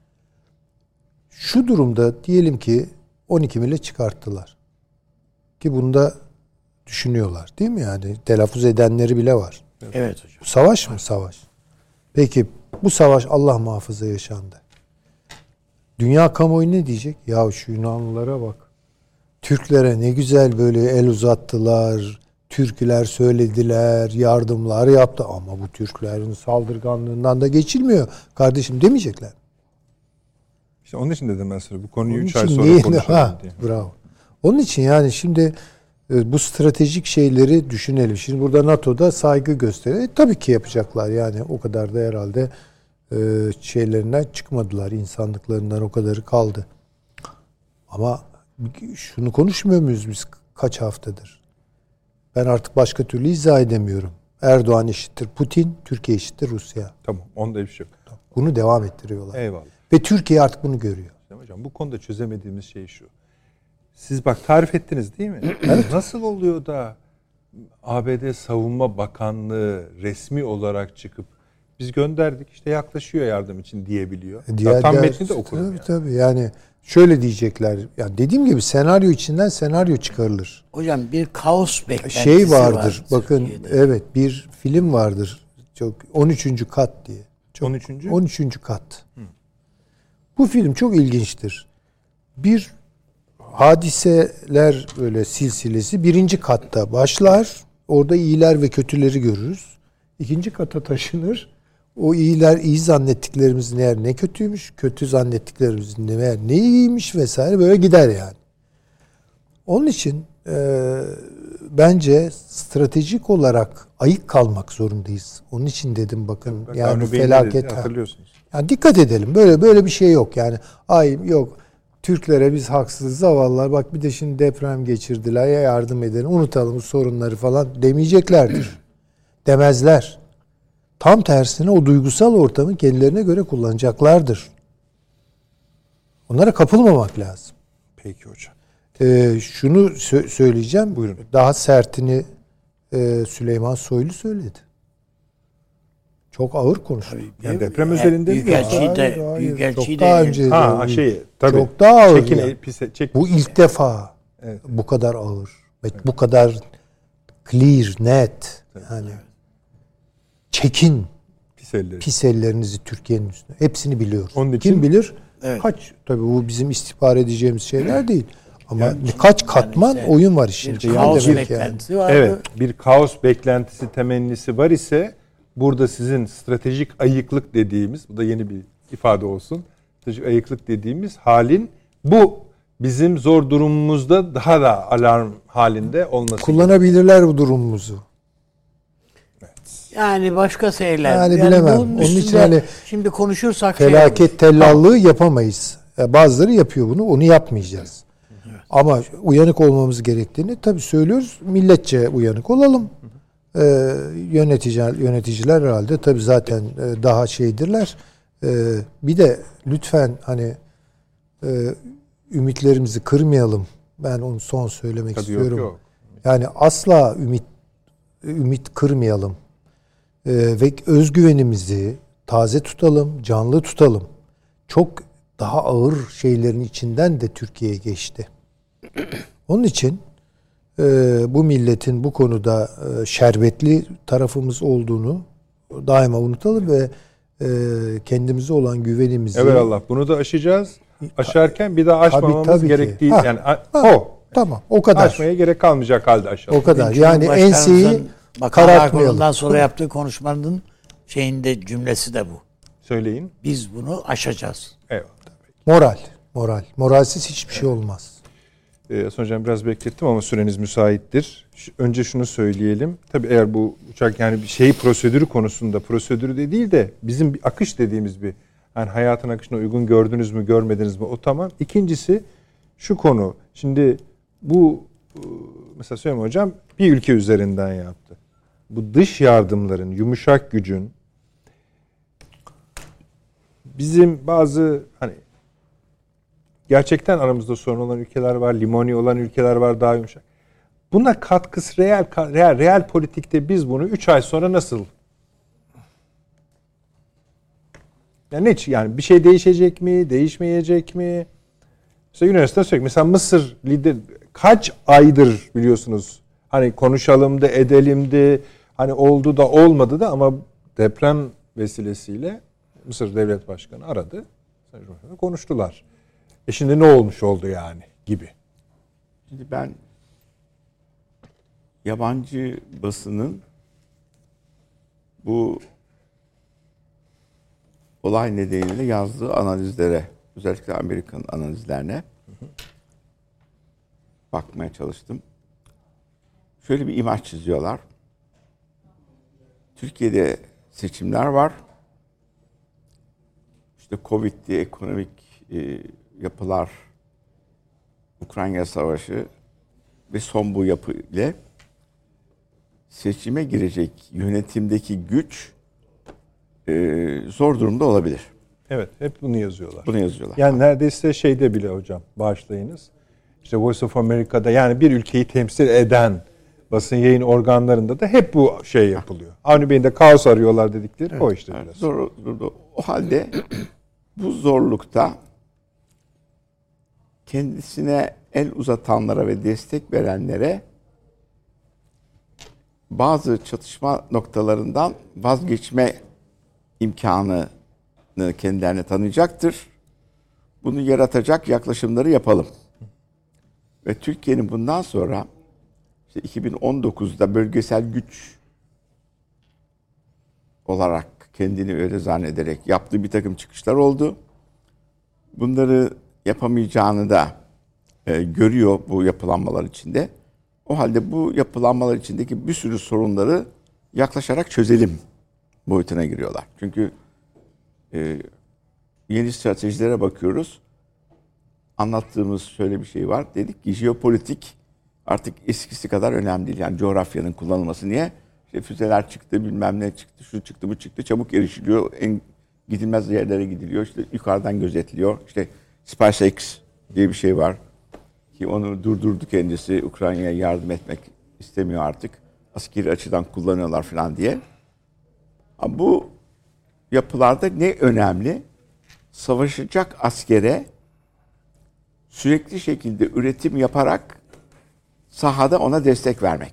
Şu durumda diyelim ki on iki mille çıkarttılar. Ki bunu da düşünüyorlar değil mi yani? Telaffuz edenleri bile var. Evet hocam. Savaş mı? Savaş. Peki bu savaş Allah muhafaza yaşandı. Dünya kamuoyu ne diyecek? Ya şu Yunanlılara bak. Türklere ne güzel böyle el uzattılar. Türküler söylediler. Yardımlar yaptı. Ama bu Türklerin saldırganlığından da geçilmiyor. Kardeşim demeyecekler. İşte onun için dedim ben sana bu konuyu Onun üç ay için sonra niye- konuşalım Ha, diye. bravo. Onun için yani şimdi e, bu stratejik şeyleri düşünelim. Şimdi burada NATO'da saygı gösteriyor. E, tabii ki yapacaklar yani o kadar da herhalde e, şeylerinden çıkmadılar. İnsanlıklarından o kadarı kaldı. Ama şunu konuşmuyor muyuz biz kaç haftadır? Ben artık başka türlü izah edemiyorum. Erdoğan eşittir Putin, Türkiye eşittir Rusya. Tamam, onda bir şey yok. Bunu devam ettiriyorlar. Eyvallah. Ve Türkiye artık bunu görüyor. Hocam bu konuda çözemediğimiz şey şu. Siz bak tarif ettiniz değil mi? Nasıl oluyor da A B D Savunma Bakanlığı resmi olarak çıkıp biz gönderdik işte yaklaşıyor yardım için diyebiliyor. E, Diğer, tam diğer, metni de okurum tabii, yani. Tabii yani şöyle diyecekler. Yani dediğim gibi senaryo içinden senaryo çıkarılır. Hocam bir kaos beklentisi Şey vardır. var Bakın Türkiye'de. evet bir film vardır. Çok on üçüncü kat diye. Çok, on üçüncü on üçüncü kat. Hı. Bu film çok ilginçtir. Bir hadiseler böyle silsilesi birinci katta başlar. Orada iyiler ve kötüleri görürüz. İkinci kata taşınır. O iyiler iyi zannettiklerimiz meğer ne kötüymüş, kötü zannettiklerimiz meğer ne iyiymiş vesaire böyle gider yani. Onun için e, bence stratejik olarak ayık kalmak zorundayız. Onun için dedim bakın Bak, yani Avni Bey'in felaket. dedi, hatırlıyorsunuz. Yani dikkat edelim. Böyle böyle bir şey yok yani. Ay yok Türklere biz haksız zavallılar bak bir de şimdi deprem geçirdiler ya yardım edelim unutalım bu sorunları falan demeyeceklerdir. Demezler. Tam tersine o duygusal ortamı kendilerine göre kullanacaklardır. Onlara kapılmamak lazım. Peki hocam. Ee, şunu sö- söyleyeceğim. Buyurun. Daha sertini e, Süleyman Soylu söyledi. Çok ağır konuştu. Yani deprem özelinde mi? Büyükelçiyi de, Hayır, hayır. Büyükelçiyi Çok daha de önce- Ha şey tabii. Çok daha ağır. Çekin, yani. pise, çek. Bu ilk defa Evet. bu kadar ağır ve bu kadar clear, net. Yani çekin Pis elleri. pis ellerinizi Türkiye'nin üstüne. Hepsini biliyoruz. Onun için- Kim bilir? Evet. Kaç? Tabii bu bizim istihbar edeceğimiz şeyler değil. Ama Yani- kaç katman işte oyun var işin bir içinde. kaos demek yani. beklentisi vardı. Evet, bir kaos beklentisi temennisi var ise burada sizin stratejik ayıklık dediğimiz, bu da yeni bir ifade olsun. Stratejik ayıklık dediğimiz halin bu bizim zor durumumuzda daha da alarm halinde olması. Kullanabilirler bu durumumuzu. Yani başka şeyler. Yani bilemem. bunun Onun için üstünde hani şimdi konuşursak şey Felaket tellallığı yapamayız. Ya bazıları yapıyor bunu. Onu yapmayacağız. Ama uyanık olmamız gerektiğini tabii söylüyoruz. Milletçe uyanık olalım. Ee, yöneticiler, yöneticiler herhalde tabii zaten e, daha şeydirler. Ee, bir de lütfen hani e, ümitlerimizi kırmayalım. Ben onu son söylemek Tabii istiyorum. yok, yok. Yani asla ümit ümit kırmayalım. Ee, ve özgüvenimizi taze tutalım, canlı tutalım. Çok daha ağır şeylerin içinden de Türkiye geçti. Onun için e, bu milletin bu konuda e, şerbetli tarafımız olduğunu daima unutalım ve e, kendimize olan güvenimizi... Evelallah bunu da aşacağız. Aşarken bir daha aşmamamız tabii ki. gerektiği Ha, yani a- ha, o. Tamam, o kadar. Aşmaya gerek kalmayacak halde aşalım. O kadar. Yani Cumhurbaşkanımızın enseyi Bakanlar karartmayalım. Kurulu'ndan sonra yaptığı konuşmanın şeyinde cümlesi de bu. Söyleyin. Biz bunu aşacağız. Eyvallah. Moral, moral. Moralsiz hiçbir şey olmaz. Ee, Hasan Hocam biraz beklettim ama süreniz müsaittir. Şu- önce şunu söyleyelim. Tabii eğer bu uçak yani bir şey prosedürü konusunda prosedürü de değil de bizim bir akış dediğimiz bir yani hayatın akışına uygun gördünüz mü görmediniz mi o tamam. İkincisi şu konu. Şimdi bu e, mesela söyleyeyim hocam bir ülke üzerinden yaptı. Bu dış yardımların yumuşak gücün bizim bazı hani gerçekten aramızda sorun olan ülkeler var, limoni olan ülkeler var daha yumuşak. Buna katkısı real real real politikte biz bunu üç ay sonra nasıl? Yani ne yani bir şey değişecek mi, değişmeyecek mi? Mesela Yunanistan sürekli mesela Mısır lider kaç aydır biliyorsunuz hani konuşalım da edelim de hani oldu da olmadı da ama deprem vesilesiyle Mısır Devlet Başkanı aradı. Konuştular. E şimdi ne olmuş oldu yani gibi. Şimdi ben yabancı basının bu olay nedeniyle yazdığı analizlere, özellikle Amerikan analizlerine bakmaya çalıştım. Şöyle bir imaj çiziyorlar. Türkiye'de seçimler var. İşte Covid'li ekonomik e, yapılar, Ukrayna Savaşı ve son bu yapı ile seçime girecek yönetimdeki güç e, zor durumda olabilir. Evet, hep bunu yazıyorlar. Bunu yazıyorlar. Yani neredeyse şeyde bile hocam, bağışlayınız. İşte Voice of America'da yani bir ülkeyi temsil eden basın yayın organlarında da hep bu şey yapılıyor. Avni Bey'in de kaos arıyorlar dedikleri evet, o işte evet, biraz. Zor durdu. O halde bu zorlukta kendisine el uzatanlara ve destek verenlere bazı çatışma noktalarından vazgeçme imkanını kendilerine tanıyacaktır. Bunu yaratacak yaklaşımları yapalım. Ve Türkiye'nin bundan sonra işte iki bin on dokuzda bölgesel güç olarak kendini öyle zannederek yaptığı bir takım çıkışlar oldu. Bunları yapamayacağını da e, görüyor bu yapılanmalar içinde. O halde bu yapılanmalar içindeki bir sürü sorunları yaklaşarak çözelim boyutuna giriyorlar. Çünkü e, yeni stratejilere bakıyoruz. Anlattığımız şöyle bir şey var. Dedik ki jeopolitik artık eskisi kadar önemli değil. Yani coğrafyanın kullanılması niye? İşte füzeler çıktı, bilmem ne çıktı, şu çıktı, bu çıktı. Çabuk erişiliyor. En gidilmez yerlere gidiliyor. İşte yukarıdan gözetliyor. İşte SpaceX diye bir şey var. Ki onu durdurdu kendisi. Ukrayna'ya yardım etmek istemiyor artık. Askeri açıdan kullanıyorlar falan diye. Ama bu yapılarda ne önemli? Savaşacak askere sürekli şekilde üretim yaparak sahada ona destek vermek.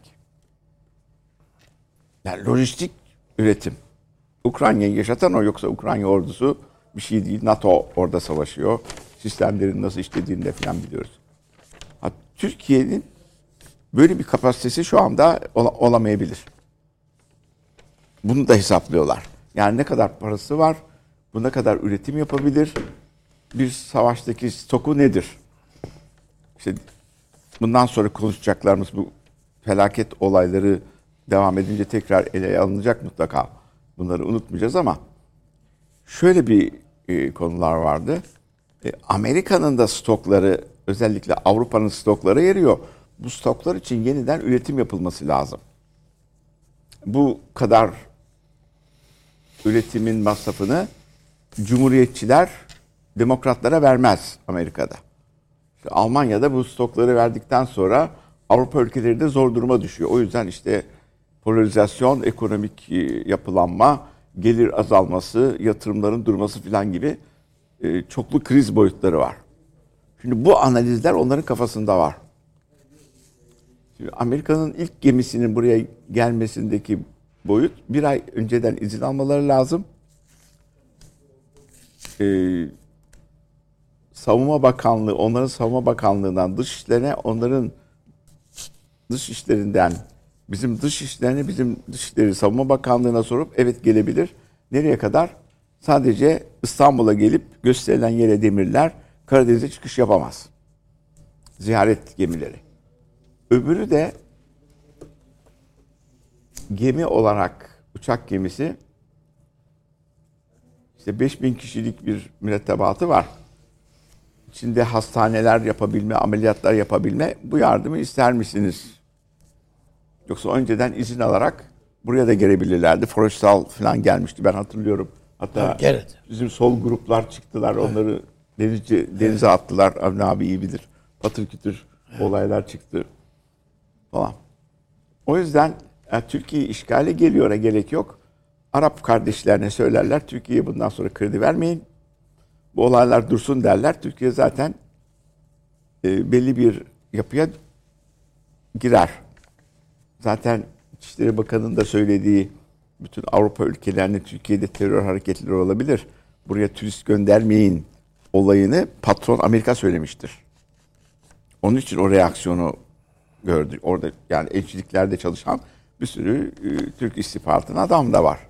Yani lojistik üretim. Ukrayna'yı yaşatan o, yoksa Ukrayna ordusu bir şey değil. NATO orada savaşıyor. Sistemlerin nasıl işlediğini de falan biliyoruz. Ha, Türkiye'nin böyle bir kapasitesi şu anda ol- olamayabilir. Bunu da hesaplıyorlar. Yani ne kadar parası var, bu ne kadar üretim yapabilir, bir savaştaki stoku nedir? İşte bundan sonra konuşacaklarımız bu felaket olayları devam edince tekrar ele alınacak mutlaka. Bunları unutmayacağız ama şöyle bir e, konular vardı. E, Amerika'nın da stokları, özellikle Avrupa'nın stokları eriyor. Bu stoklar için yeniden üretim yapılması lazım. Bu kadar üretimin masrafını Cumhuriyetçiler demokratlara vermez Amerika'da. İşte Almanya'da bu stokları verdikten sonra Avrupa ülkeleri de zor duruma düşüyor. O yüzden işte polarizasyon, ekonomik yapılanma, gelir azalması, yatırımların durması falan gibi çoklu kriz boyutları var. Şimdi bu analizler onların kafasında var. Şimdi Amerika'nın ilk gemisinin buraya gelmesindeki boyut, bir ay önceden izin almaları lazım. Ee, Savunma Bakanlığı, onların Savunma Bakanlığı'ndan dış işlerine, onların dış işlerinden bizim dış işlerine, bizim dış işleri Savunma Bakanlığı'na sorup evet gelebilir. Nereye kadar? Sadece İstanbul'a gelip gösterilen yere demirler, Karadeniz'e çıkış yapamaz. Ziyaret gemileri. Öbürü de gemi olarak uçak gemisi, işte beş bin kişilik bir mürettebatı var. İçinde hastaneler yapabilme, ameliyatlar yapabilme, bu yardımı ister misiniz? Yoksa önceden izin alarak buraya da gelebilirlerdi. Forrestal falan gelmişti, ben hatırlıyorum. Hatta evet. Bizim sol gruplar çıktılar, onları denizce, denize attılar. Avni abi iyi bilir. Patır kütür olaylar çıktı falan. O yüzden yani Türkiye işgale geliyor'a gerek yok. Arap kardeşlerine söylerler, Türkiye'ye bundan sonra kredi vermeyin. Bu olaylar dursun derler. Türkiye zaten e, belli bir yapıya girer. Zaten İçişleri Bakanı'nın da söylediği, bütün Avrupa ülkelerinde Türkiye'de terör hareketleri olabilir, buraya turist göndermeyin olayını patron Amerika söylemiştir. Onun için o reaksiyonu gördük. Orada yani elçiliklerde çalışan bir sürü e, Türk istihbaratının adam da var.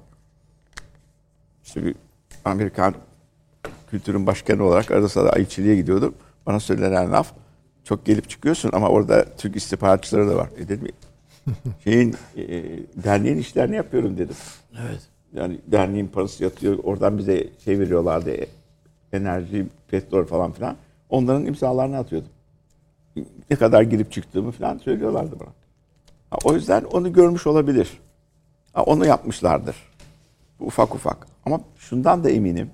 İşte bir Amerikan kültürün başkanı olarak arada sırada elçiliğe gidiyordum. Bana söylenen laf, çok gelip çıkıyorsun ama orada Türk istihbaratçıları da var. E dedim, şeyin e, derneğin işlerini yapıyorum dedim. Evet. Yani derneğin parası yatıyor. Oradan bize şey veriyorlardı. Enerji, petrol falan filan. Onların imzalarını atıyordum. Ne kadar girip çıktığımı falan söylüyorlardı bana. Ha, o yüzden onu görmüş olabilir. Ha, onu yapmışlardır. Bu ufak ufak. Ama şundan da eminim.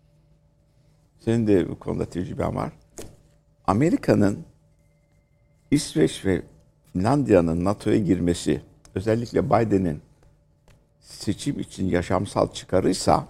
Senin de bu konuda tecrüben var. Amerika'nın İsveç ve Finlandiya'nın NATO'ya girmesi, özellikle Biden'in seçim için yaşamsal çıkarıysa,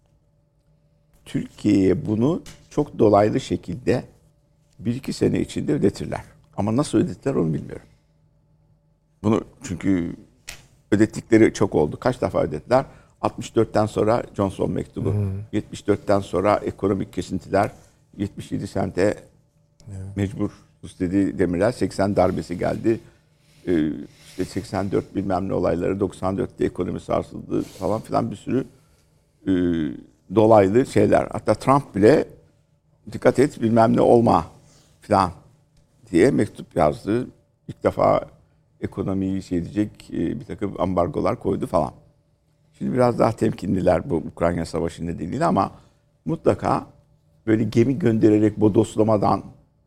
Türkiye'ye bunu çok dolaylı şekilde bir iki sene içinde ödetirler. Ama nasıl ödettiler onu bilmiyorum. Bunu çünkü ödettikleri çok oldu. Kaç defa ödettiler? altmış dörtten sonra Johnson mektubu, hmm. yetmiş dörtten sonra ekonomik kesintiler, yetmiş yedi sente evet. Mecbur istediği demirler, seksen darbesi geldi. Ee, işte seksen dört bilmem ne olayları, doksan dörtte ekonomi sarsıldı falan filan, bir sürü e, dolaylı şeyler. Hatta Trump bile dikkat et bilmem ne olma falan diye mektup yazdı. İlk defa ekonomiyi şey diyecek e, bir takım ambargolar koydu falan. Şimdi biraz daha temkinliler bu Ukrayna Savaşı nedeniyle ama mutlaka böyle gemi göndererek bodoslamadan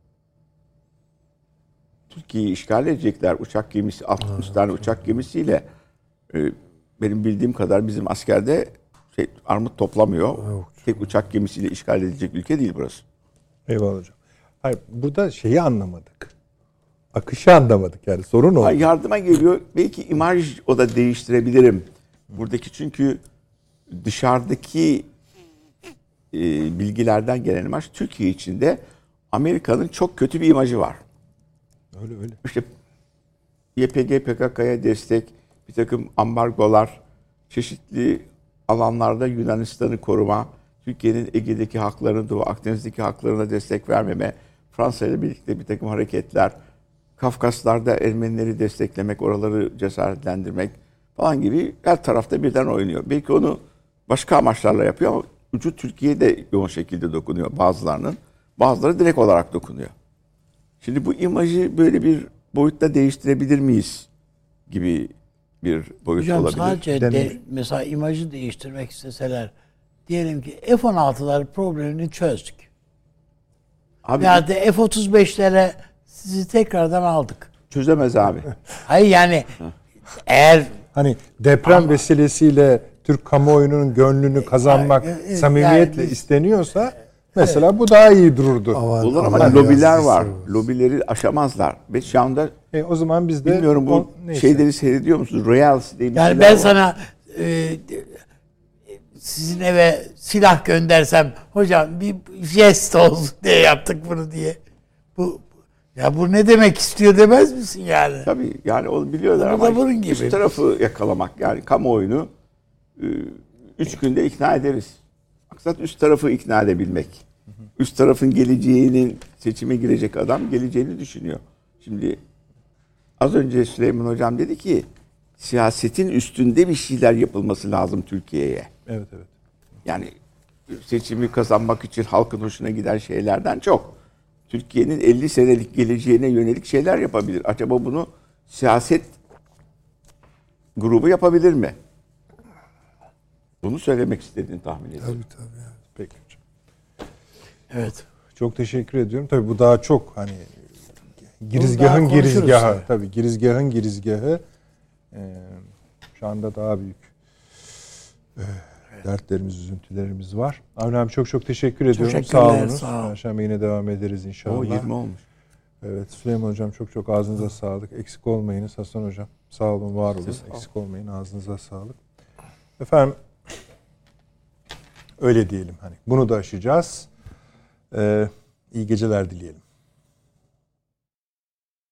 Türkiye'yi işgal edecekler. Uçak gemisi, altmış tane uçak gemisiyle e, benim bildiğim kadar bizim askerde şey, armut toplamıyor. Tek uçak gemisiyle işgal edilecek ülke değil burası. Eyvallah hocam. Hayır, burada şeyi anlamadık. Akışı anlamadık yani. Sorun o. Yardıma geliyor. Belki imaj o da değiştirebilirim. Buradaki çünkü dışarıdaki e, bilgilerden gelen imaj Türkiye içinde Amerika'nın çok kötü bir imajı var. Öyle öyle. İşte Y P G P K K'ya destek, bir takım ambargolar, çeşitli alanlarda Yunanistan'ı koruma, Türkiye'nin Ege'deki haklarını, Doğu Akdeniz'deki haklarına destek vermeme, Fransa ile birlikte bir takım hareketler, Kafkaslar'da Ermenileri desteklemek, oraları cesaretlendirmek falan gibi her tarafta birden oynuyor. Belki onu başka amaçlarla yapıyor ama ucu Türkiye'de yoğun şekilde dokunuyor bazılarının. Bazıları direkt olarak dokunuyor. Şimdi bu imajı böyle bir boyutta değiştirebilir miyiz gibi bir boyut Hocam olabilir. sadece de, mesela imajı değiştirmek isteseler diyelim ki F on altılar problemini çözdük. Abi Ya da F otuz beşlere sizi tekrardan aldık. çözemez abi. Hayır yani eğer Hani deprem vesilesiyle Türk kamuoyunun gönlünü kazanmak e, e, samimiyetle yani biz- isteniyorsa mesela bu daha iyi dururdu. Aman, Olur ama aman lobiler yazıcısı var. var. Lobileri aşamazlar. Ve şu anda E, o zaman biz de bilmiyorum bu o- neyse. şeyleri seyrediyor musunuz? Royals diye bir yani şeyler ben var. sana e, sizin eve silah göndersem hocam bir jest olsun diye yaptık bunu diye. Bu ya bu ne demek istiyor demez misin yani? Tabii yani onu biliyorlar Bunu da ama bunun gibi. üst tarafı yakalamak yani kamuoyunu e, üç günde ikna ederiz. Maksat üst tarafı ikna edebilmek. Üst tarafın geleceğinin seçime girecek adam geleceğini düşünüyor. Şimdi az önce Süleyman Hocam dedi ki siyasetin üstünde bir şeyler yapılması lazım Türkiye'ye. Evet evet. Yani seçimi kazanmak için halkın hoşuna giden şeylerden çok. Türkiye'nin elli senelik geleceğine yönelik şeyler yapabilir. Acaba bunu siyaset grubu yapabilir mi? Bunu söylemek istediğini tahmin ediyorum. Tabii tabii. Peki hocam. Evet. Çok teşekkür ediyorum. Tabii bu daha çok hani girizgahın Bunu daha konuşuruz girizgahı. tabii. Tabii girizgahın girizgahı. Ee, şu anda daha büyük e, dertlerimiz, üzüntülerimiz var. Avni abi çok çok teşekkür ediyorum. Teşekkürler, Sağ olunuz. sağ olun. Perşembe yine devam ederiz inşallah. O yirmi olmuş. Evet Süleyman Hocam çok çok ağzınıza sağlık. Eksik olmayınız. Hasan Hocam sağ olun, var olun. Sağ ol. Eksik olmayın. Ağzınıza sağlık. Efendim öyle diyelim hani. Bunu da aşacağız. Ee, iyi geceler dileyelim.